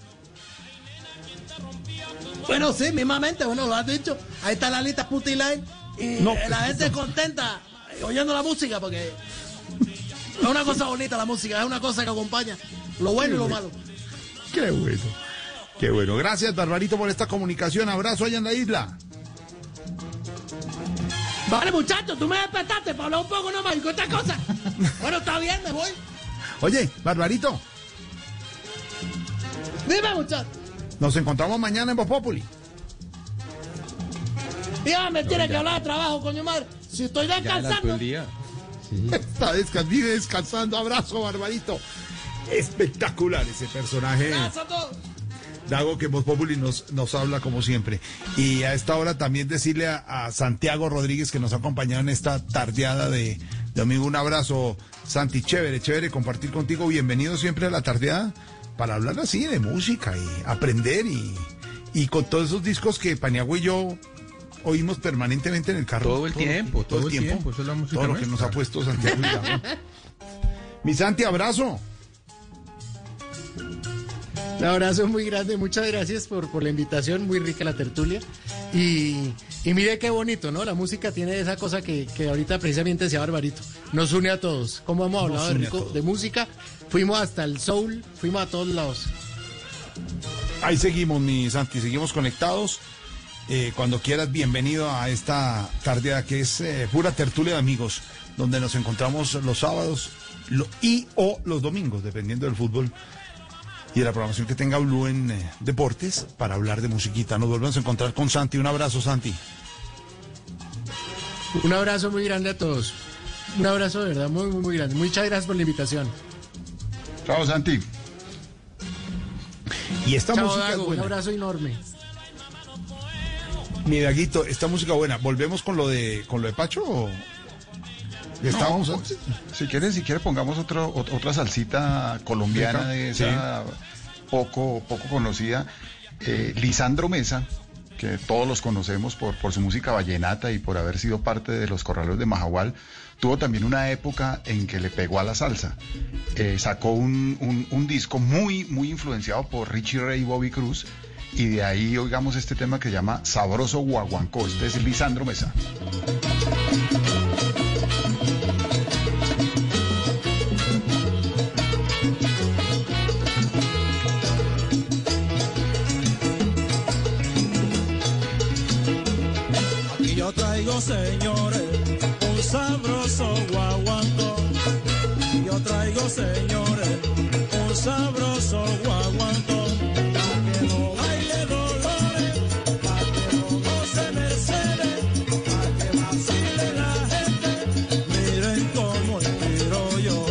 Bueno, sí, mismamente, bueno, lo has dicho, ahí está la lista Puti Line, y No, la gente contenta oyendo la música, porque es una cosa bonita la música, es una cosa que acompaña lo bueno y lo malo. Qué bueno. Qué bueno. Gracias, Barbarito, por esta comunicación. Abrazo allá en la isla. Vale, muchachos, tú me despertaste para hablar un poco nomás y con esta cosa. Bueno, está bien, me voy. Oye, Barbarito, Dime, muchachos. nos encontramos mañana en Voz Populi. Ya me tiene que hablar de trabajo, coño madre. Si estoy descansando. Está descan- vive descansando. Abrazo, Barbarito. Espectacular ese personaje. Gracias a todos. Dago, que Voz Populi nos, nos habla como siempre. Y a esta hora también decirle a, a Santiago Rodríguez, que nos ha acompañado en esta tardeada de, de domingo. Un abrazo, Santi. Chévere, chévere compartir contigo. Bienvenido siempre a la tardeada para hablar así de música y aprender. Y, y con todos esos discos que Paniagua y yo oímos permanentemente en el carro. Todo el tiempo, todo el tiempo, eso es la música Todo lo que nuestra. nos ha puesto Santiago y Dago. Mi Santi, abrazo. Un abrazo muy grande, muchas gracias por, por la invitación, muy rica la tertulia. Y, y mire qué bonito, ¿no? La música tiene esa cosa que, que ahorita precisamente decía Barbarito, nos une a todos. Como hemos hablado de, une a rico, todos. de música, fuimos hasta el soul, fuimos a todos lados. Ahí seguimos, mi Santi, seguimos conectados. Eh, cuando quieras, bienvenido a esta tarde que es eh, pura tertulia de amigos, donde nos encontramos los sábados lo- y o los domingos, dependiendo del fútbol y de la programación que tenga Blue en eh, deportes, para hablar de musiquita. Nos volvemos a encontrar con Santi. Un abrazo, Santi. Un abrazo muy grande a todos. Un abrazo de verdad muy, muy, muy grande. Muchas gracias por la invitación. Chao, Santi. Y esta Chao, música Dago, es un buena. abrazo enorme. Mi Daguito, esta música buena. ¿Volvemos con lo de con lo de Pacho o estábamos No, antes? Si quieres, si quieres pongamos otro, ot- otra salsita colombiana Rica, de esa poco, poco conocida. Eh, Lisandro Mesa, que todos los conocemos por, por su música vallenata y por haber sido parte de los Corraleros de Majagual, tuvo también una época en que le pegó a la salsa. Eh, sacó un, un- un disco muy, muy influenciado por Richie Ray y Bobby Cruz, y de ahí oigamos este tema que se llama Sabroso Guaguancó. Este es Lisandro Mesa. Aquí yo traigo, señores, un sabroso guaguancó. Aquí yo traigo, señores, un sabroso guaguancó. Pa' que no baile Dolores, pa' que no goce Mercedes, pa' que vacile la gente. Miren cómo inspiro yo.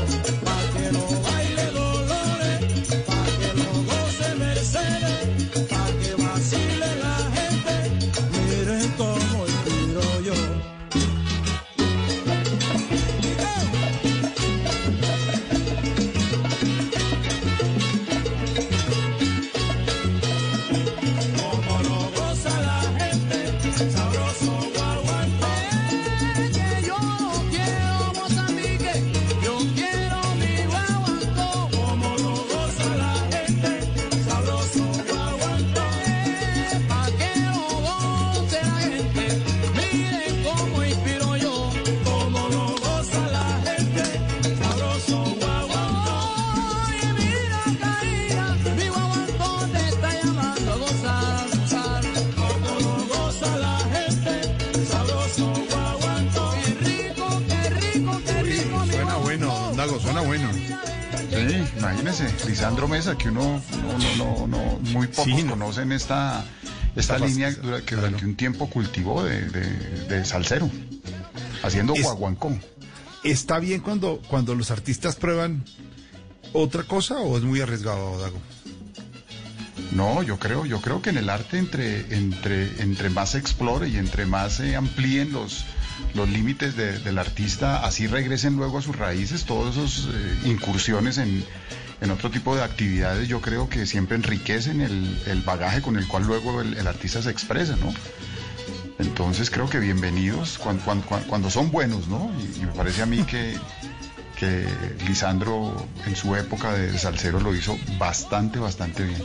Dago, suena bueno. Sí, imagínese, Lisandro Mesa, que uno no, no, no, no muy pocos sí, no. conocen esta, esta, esta línea dura, que durante claro. un tiempo cultivó de, de, de salsero, haciendo es, guaguancó. ¿Está bien cuando, cuando los artistas prueban otra cosa o es muy arriesgado, Dago? No, yo creo, yo creo que en el arte entre, entre, entre más se explore y entre más se amplíen los, los límites de, del artista, así regresen luego a sus raíces, todas esas eh, incursiones en, en otro tipo de actividades, yo creo que siempre enriquecen el, el bagaje con el cual luego el, el artista se expresa, ¿no? Entonces creo que bienvenidos cuando, cuando, cuando son buenos, ¿no? Y, y me parece a mí que, que Lisandro en su época de salsero lo hizo bastante, bastante bien.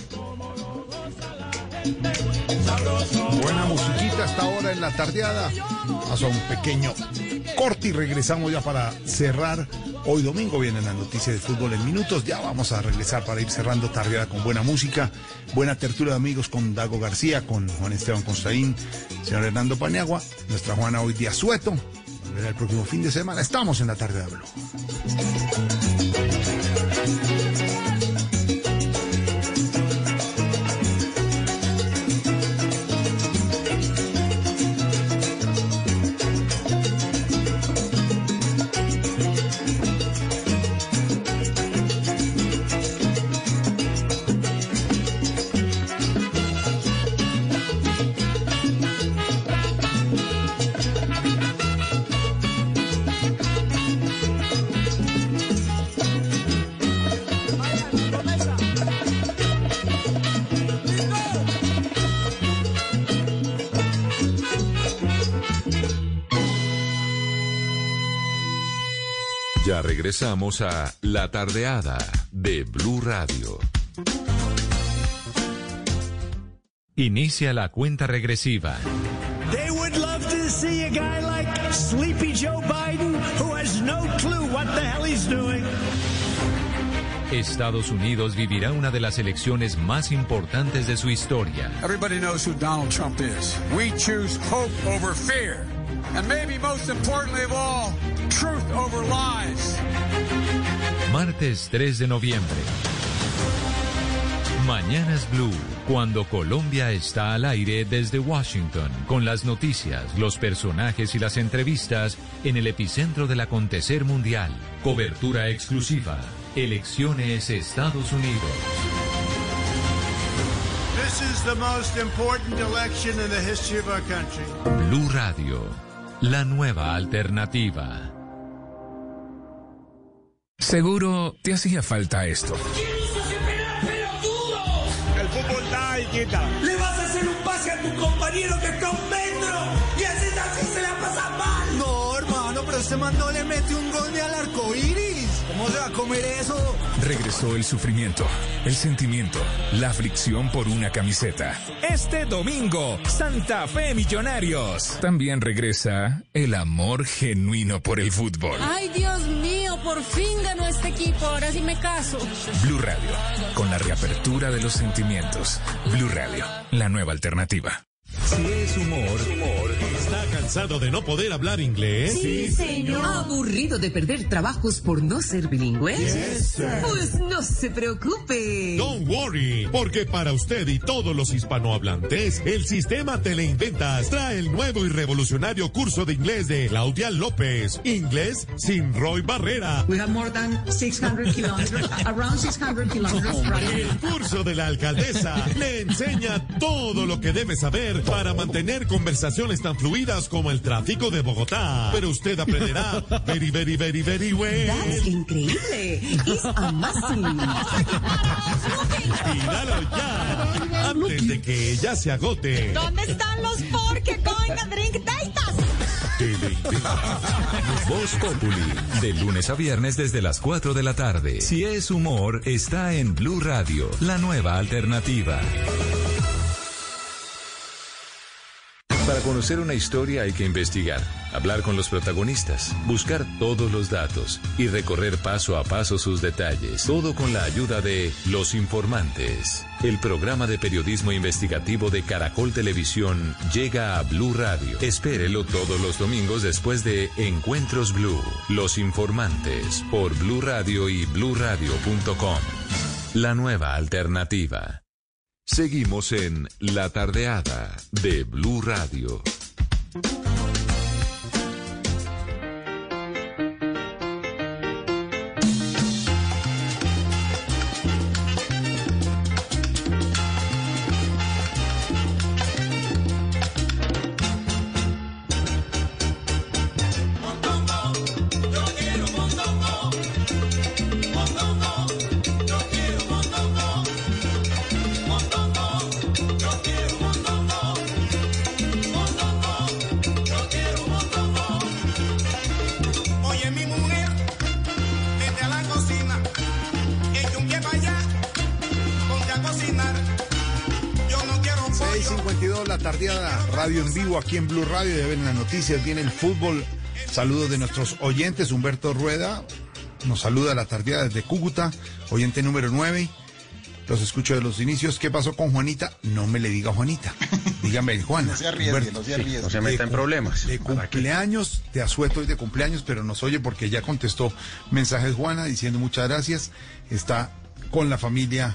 Buena musiquita hasta ahora en la tardeada. Vamos a un pequeño corte y regresamos ya para cerrar. Hoy domingo vienen las noticias de fútbol en minutos. Ya vamos a regresar para ir cerrando tardeada con buena música, buena tertulia de amigos con Dago García, con Juan Esteban Constaín, señor Hernando Paniagua, nuestra Juana hoy día Sueto. Volverá el próximo fin de semana. Estamos en la tarde de Blue. Ya regresamos a La Tardeada de Blue Radio. Inicia la cuenta regresiva. They would love to see a guy like Sleepy Joe Biden who has no clue what the hell he's doing. Estados Unidos vivirá una de las elecciones más importantes de su historia. Everybody knows who Donald Trump is. We choose hope over fear. And maybe most importantly of all, truth over lies. Martes tres de noviembre. Mañanas Blue, cuando Colombia está al aire desde Washington, con las noticias, los personajes y las entrevistas en el epicentro del acontecer mundial. Cobertura exclusiva. Elecciones Estados Unidos. This is the most important election in the history of our country. Blue Radio, la nueva alternativa. Seguro te hacía falta esto. El fútbol da y quita. Le vas a hacer un pase a tu compañero que está a un metro y así así se la pasa mal. No, hermano, pero este man no le mete un gol ni al arco iris. ¿Cómo se va a comer eso? Regresó el sufrimiento, el sentimiento, la aflicción por una camiseta. Este domingo, Santa Fe Millonarios. También regresa el amor genuino por el fútbol. Ay, Dios mío, por fin ganó este equipo, ahora sí me caso. Blue Radio, con la reapertura de los sentimientos. Blue Radio, la nueva alternativa. Si es humor, humor, ¿está cansado de no poder hablar inglés? Sí, señor. ¿Aburrido de perder trabajos por no ser bilingüe? Yes, sir. Pues no se preocupe. Don't worry, porque para usted y todos los hispanohablantes, el sistema Teleinventas trae el nuevo y revolucionario curso de inglés de Claudia López. Inglés sin Roy Barrera. We have more than six hundred kilometers, around six hundred kilometers. El curso de la alcaldesa le enseña todo lo que debe saber para mantener conversaciones tan fluidas como el tráfico de Bogotá. Pero usted aprenderá very, very, very, very well. That's increíble. It's amazing. Tíralo ya, antes de que ella se agote. ¿Dónde están los porque going a drink daitas? Voz Populi, de lunes a viernes desde las cuatro de la tarde. Si es humor, está en Blue Radio, la nueva alternativa. Para conocer una historia hay que investigar, hablar con los protagonistas, buscar todos los datos y recorrer paso a paso sus detalles. Todo con la ayuda de Los Informantes. El programa de periodismo investigativo de Caracol Televisión llega a Blue Radio. Espérelo todos los domingos después de Encuentros Blue. Los Informantes por Blue Radio y blue radio punto com. La nueva alternativa. Seguimos en La Tardeada de Blue Radio. Radio en vivo aquí en Blue Radio, ya ven las noticias, viene el fútbol. Saludos de nuestros oyentes. Humberto Rueda nos saluda a la tardeada desde Cúcuta, oyente número nueve. Los escucho de los inicios. ¿Qué pasó con Juanita? No me le diga Juanita, dígame Juana. No se arriesgue, no se arriesgue. Sí, no se meta en problemas. De cumpleaños, te asueto hoy de cumpleaños, pero nos oye porque ya contestó mensajes Juana diciendo muchas gracias. Está con la familia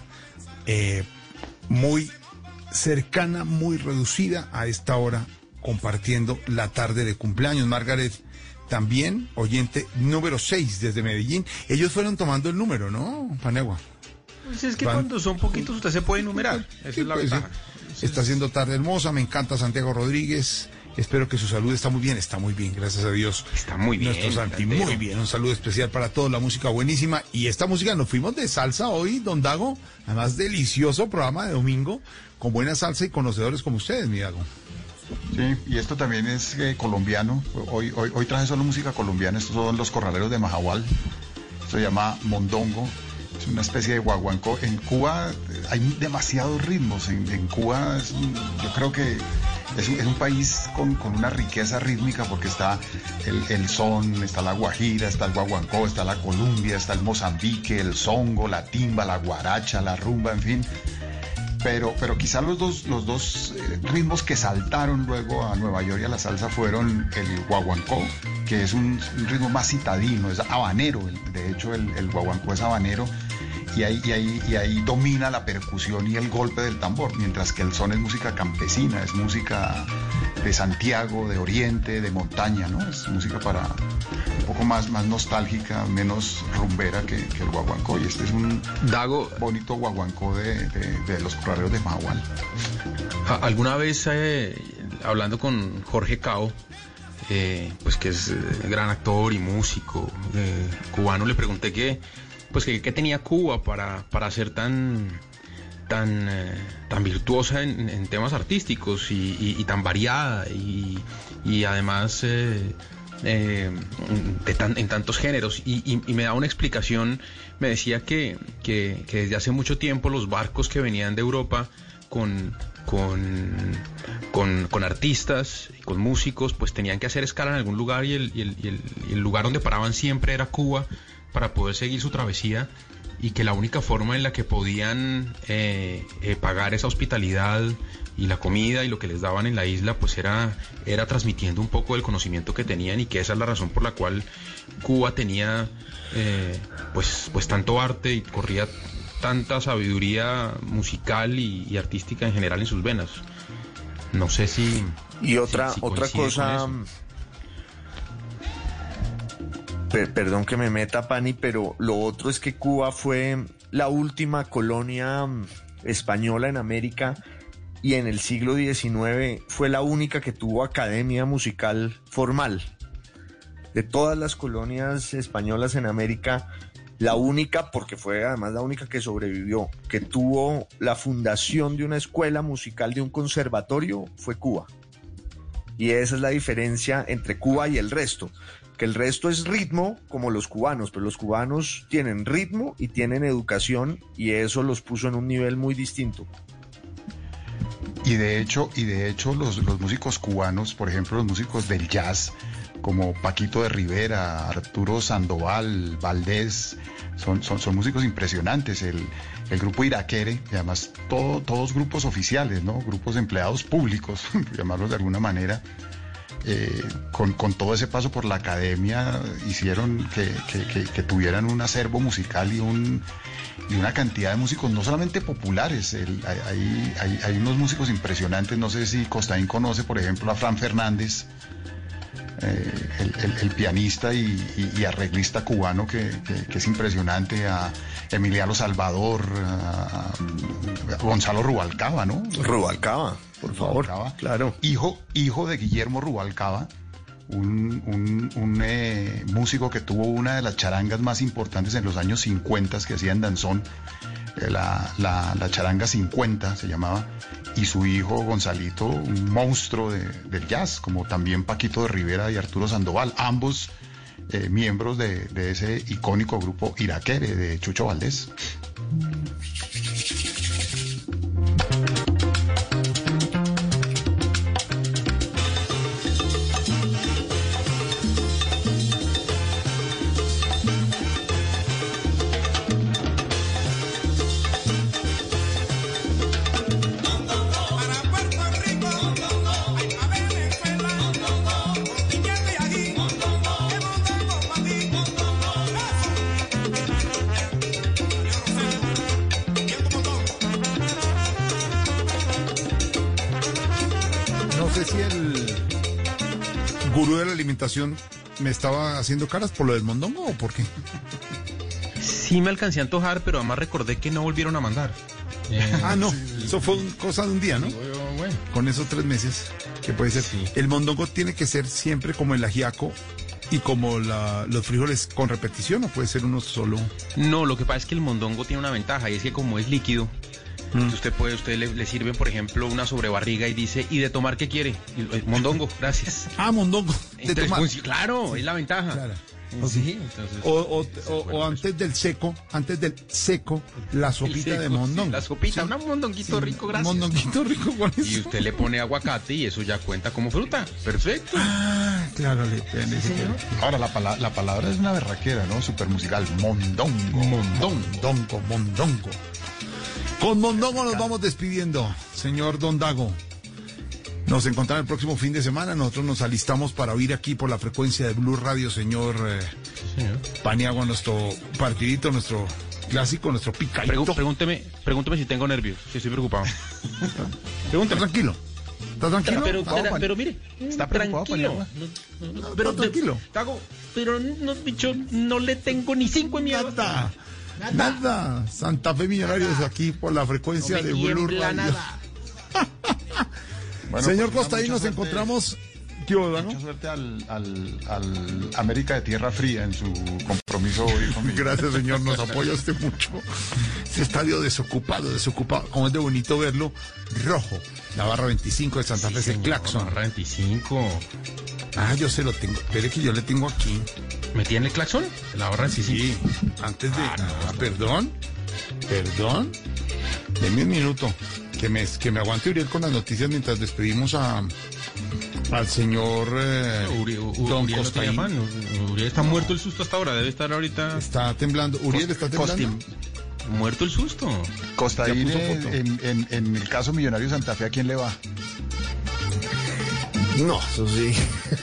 eh, muy cercana, muy reducida a esta hora, compartiendo la tarde de cumpleaños. Margaret también, oyente número seis desde Medellín. Ellos fueron tomando el número, ¿no, Panegua? Pues es que Van... cuando son poquitos usted se puede enumerar. Esa sí, es la pues, ventaja. Sí. Está haciendo tarde hermosa, me encanta Santiago Rodríguez. Espero que su salud está muy bien, está muy bien, gracias a Dios. Está muy bien. Nuestro Santi, muy bien. Un saludo especial para toda la música buenísima. Y esta música, nos fuimos de salsa hoy, don Dago. Además, delicioso programa de domingo, con buena salsa y conocedores como ustedes, mi Dago. Sí, y esto también es eh, colombiano. Hoy, hoy, hoy traje solo música colombiana. Estos son los corraleros de Majagual. Esto se llama mondongo. Es una especie de guaguancó. En Cuba hay demasiados ritmos. En, en Cuba es un, yo creo que es un, es un país con, con una riqueza rítmica porque está el, el son, está la guajira, está el guaguancó, está la columbia, está el mozambique, el zongo, la timba, la guaracha, la rumba, en fin. Pero, pero quizá los dos, los dos eh, ritmos que saltaron luego a Nueva York y a la salsa fueron el guaguancó, que es un, un ritmo más citadino, es habanero. De hecho, el, el guaguancó es habanero y ahí, y, ahí, y ahí domina la percusión y el golpe del tambor, mientras que el son es música campesina, es música de Santiago, de Oriente, de montaña, ¿no? Es música para un poco más, más nostálgica, menos rumbera que, que el guaguancó. Y este es un Dago, bonito guaguancó de, de, de los corraleros de Majagual. Alguna vez, eh, hablando con Jorge Cao, eh, pues que es eh, gran actor y músico eh, cubano, le pregunté que, pues que, que tenía Cuba para, para ser tan... tan eh, tan virtuosa en, en temas artísticos y, y, y tan variada y, y además eh, eh, de tan, en tantos géneros y, y, y me daba una explicación. Me decía que, que, que desde hace mucho tiempo los barcos que venían de Europa con con, con, con artistas y con músicos pues tenían que hacer escala en algún lugar y el, y el, y el, y el lugar donde paraban siempre era Cuba para poder seguir su travesía, y que la única forma en la que podían eh, eh, pagar esa hospitalidad y la comida y lo que les daban en la isla pues era, era transmitiendo un poco del conocimiento que tenían, y que esa es la razón por la cual Cuba tenía eh, pues, pues tanto arte y corría tanta sabiduría musical y, y artística en general en sus venas. No sé si... Y otra, si, si otra cosa... Perdón que me meta, Pani, pero lo otro es que Cuba fue la última colonia española en América y en el siglo diecinueve fue la única que tuvo academia musical formal. De todas las colonias españolas en América, la única, porque fue además la única que sobrevivió, que tuvo la fundación de una escuela musical, de un conservatorio, fue Cuba. Y esa es la diferencia entre Cuba y el resto. Que el resto es ritmo como los cubanos, pero los cubanos tienen ritmo y tienen educación y eso los puso en un nivel muy distinto. y de hecho, y de hecho los, los músicos cubanos, por ejemplo, los músicos del jazz, como Paquito de Rivera, Arturo Sandoval, Valdés, son, son, son músicos impresionantes. El, el grupo Iraquere, y además todo, todos grupos oficiales, ¿no? Grupos de empleados públicos, por llamarlos de alguna manera, eh, con, con todo ese paso por la academia, hicieron que, que, que, que tuvieran un acervo musical y un y una cantidad de músicos, no solamente populares. El, hay, hay, hay unos músicos impresionantes. No sé si Costaín conoce, por ejemplo, a Fran Fernández, eh, el, el, el pianista y, y, y arreglista cubano que, que, que es impresionante, a Emiliano Salvador, a, a Gonzalo Rubalcaba, ¿no? Rubalcaba, por favor, Rubalcaba, claro. Hijo, hijo de Guillermo Rubalcaba, un, un, un eh, músico que tuvo una de las charangas más importantes en los años cincuenta que hacía en Danzón, eh, la, la, la charanga cincuenta se llamaba, y su hijo Gonzalito, un monstruo de, del jazz, como también Paquito de Rivera y Arturo Sandoval, ambos eh, miembros de, de ese icónico grupo Iraquere de Chucho Valdés. Gurú de la alimentación me estaba haciendo caras por lo del mondongo, ¿o por qué? Sí me alcancé a antojar, pero además recordé que no volvieron a mandar. Eh, ah, no, eso fue un, cosa de un día, ¿no? Sí, bueno. Con esos tres meses, que puede ser. Sí. El mondongo tiene que ser siempre como el ajiaco y como la, los frijoles con repetición, ¿o puede ser uno solo? No, lo que pasa es que el mondongo tiene una ventaja, y es que como es líquido, entonces usted puede, usted le, le sirven, por ejemplo, una sobrebarriga y dice, ¿y de tomar qué quiere? Y, mondongo, gracias. Ah, mondongo. De entonces, tomar. Pues, claro, es la ventaja. Claro. Sí, entonces, o, o, o, o antes del seco, antes del seco, la sopita seco, de mondongo. Sí, la sopita, sí. Un mondonguito sí, rico, gracias. Un mondonguito rico con eso. Y usted le pone aguacate y eso ya cuenta como fruta. Perfecto. Ah, claro, le pone. Sí, ahora, la, pala la palabra es una berraquera, ¿no? Súper musical. Mondongo. Mondongo, mondongo. Con mondongo nos vamos despidiendo, señor Don Dago. Nos encontramos el próximo fin de semana. Nosotros nos alistamos para oír aquí por la frecuencia de Blue Radio, señor, eh, señor. Paniagua, nuestro partidito, nuestro clásico, nuestro picadito. Pregu pregúnteme, pregúnteme si tengo nervios, si estoy preocupado. Pregúntame. Tranquilo. ¿Está tranquilo? Pero, pero, pero, pero mire, está tranquilo. No, no, no, pero no, tranquilo. Tago, pero no, bicho, no le tengo ni cinco en mi nada, nada, nada. Santa Fe Millonarios aquí por la frecuencia no de Blue Radio. Nada. Bueno, señor pues, Costaín, nos suerte, encontramos. ¿Qué onda, no? Mucha suerte al, al, al América de Tierra Fría en su compromiso hoy conmigo. Gracias, señor, nos apoya usted mucho. Este estadio desocupado, desocupado. Como es de bonito verlo, rojo. La barra veinticinco de Santa Fe, sí, ese claxon. La barra veinticinco. Ah, yo se lo tengo. Espere que yo le tengo aquí. ¿Me tiene el claxon? La barra veinticinco. Sí, antes de. Ah, no. ah, perdón. Perdón. Deme un minuto. Que me, que me aguante Uriel con las noticias mientras despedimos a al señor eh, Uri, Uri, Don Uriel Costaín. No Uriel está no. muerto el susto hasta ahora, debe estar ahorita. Está temblando. Uriel está temblando. Costim. Muerto el susto. Costaín, en, en, en el caso Millonario Santa Fe, ¿a quién le va? No, eso sí.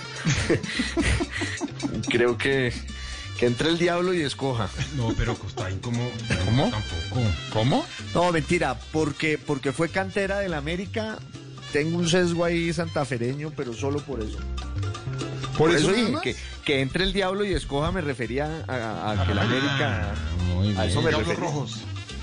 Creo que que entre el diablo y escoja. No, pero Costaín, ¿cómo? ¿Cómo? Tampoco. ¿Cómo? No, mentira, porque, porque fue cantera del América. Tengo un sesgo ahí santafereño, pero solo por eso. Por, por eso, eso dije que, que entre el diablo y escoja me refería a, a, a que el América. Muy bien. A eso me Diablos refería. Rojos.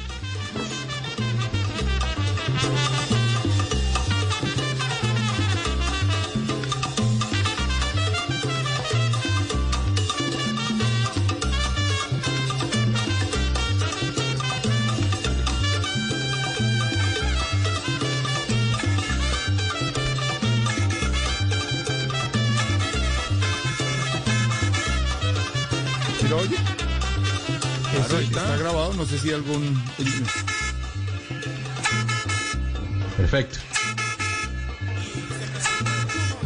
¿Lo oye? Eso está. está grabado, no sé si algún... Perfecto.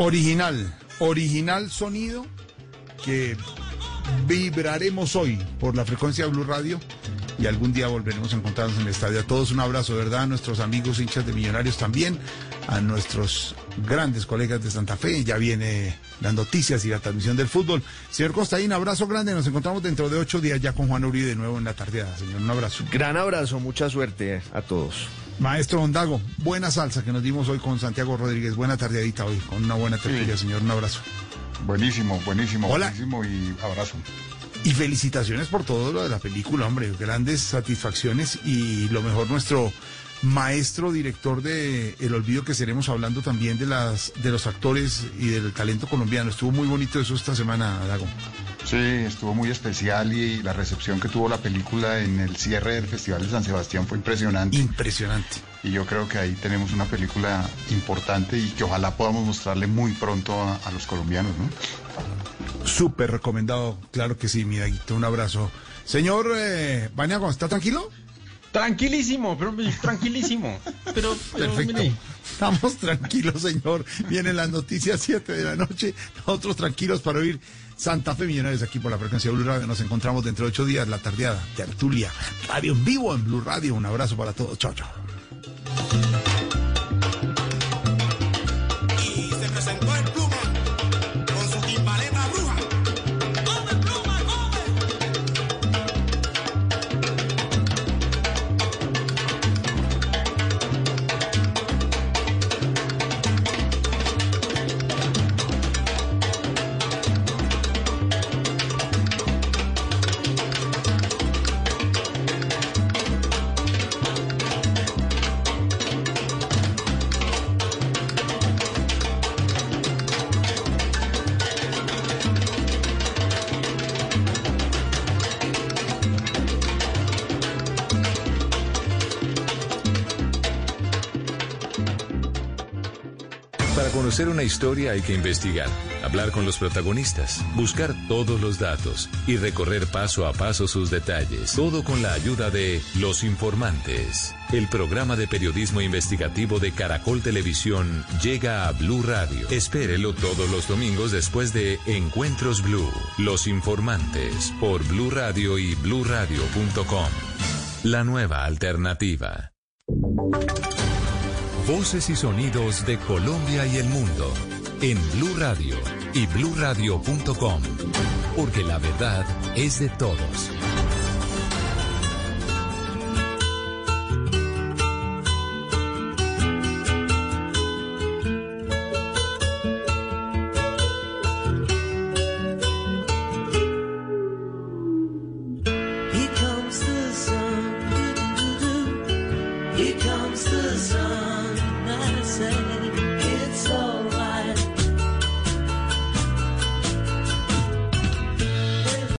Original, original sonido que vibraremos hoy por la frecuencia de Blue Radio y algún día volveremos a encontrarnos en el estadio. A todos un abrazo, ¿verdad? A nuestros amigos hinchas de Millonarios también, a nuestros grandes colegas de Santa Fe. Ya viene las noticias y la transmisión del fútbol. Señor Costaín, abrazo grande. Nos encontramos dentro de ocho días ya con Juan Uribe de nuevo en la tardeada, señor. Un abrazo. Gran abrazo, mucha suerte a todos. Maestro Ondago, buena salsa que nos dimos hoy con Santiago Rodríguez. Buena tardeadita hoy, con una buena tertulia, sí. Señor. Un abrazo. Buenísimo, buenísimo. Hola. Buenísimo y abrazo. Y felicitaciones por todo lo de la película, hombre. Grandes satisfacciones y lo mejor nuestro maestro director de El Olvido, que seremos hablando también de las de los actores y del talento colombiano. Estuvo muy bonito eso esta semana, Dago. Sí, estuvo muy especial y la recepción que tuvo la película en el cierre del Festival de San Sebastián fue impresionante. Impresionante. Y yo creo que ahí tenemos una película importante y que ojalá podamos mostrarle muy pronto a, a los colombianos, ¿no? Súper recomendado, claro que sí, mi Daguito, un abrazo. Señor eh, Baniago, ¿está tranquilo? Tranquilísimo, pero tranquilísimo. Pero, pero perfecto. Mire. Estamos tranquilos, señor. Vienen las noticias siete de la noche. Nosotros tranquilos para oír Santa Fe Millonarios aquí por la frecuencia de Blue Radio. Nos encontramos dentro de ocho días, la tardeada, tertulia, radio en vivo en Blue Radio. Un abrazo para todos. Chao, chao. Y se presentó el Pluma con su timbaleta bruja. ¡Come, Pluma, come! Para conocer una historia hay que investigar, hablar con los protagonistas, buscar todos los datos y recorrer paso a paso sus detalles. Todo con la ayuda de Los Informantes. El programa de periodismo investigativo de Caracol Televisión llega a Blue Radio. Espérelo todos los domingos después de Encuentros Blue. Los Informantes por Blue Radio y blue radio punto com. La nueva alternativa. Voces y sonidos de Colombia y el mundo en Blue Radio y blue radio punto com, porque la verdad es de todos.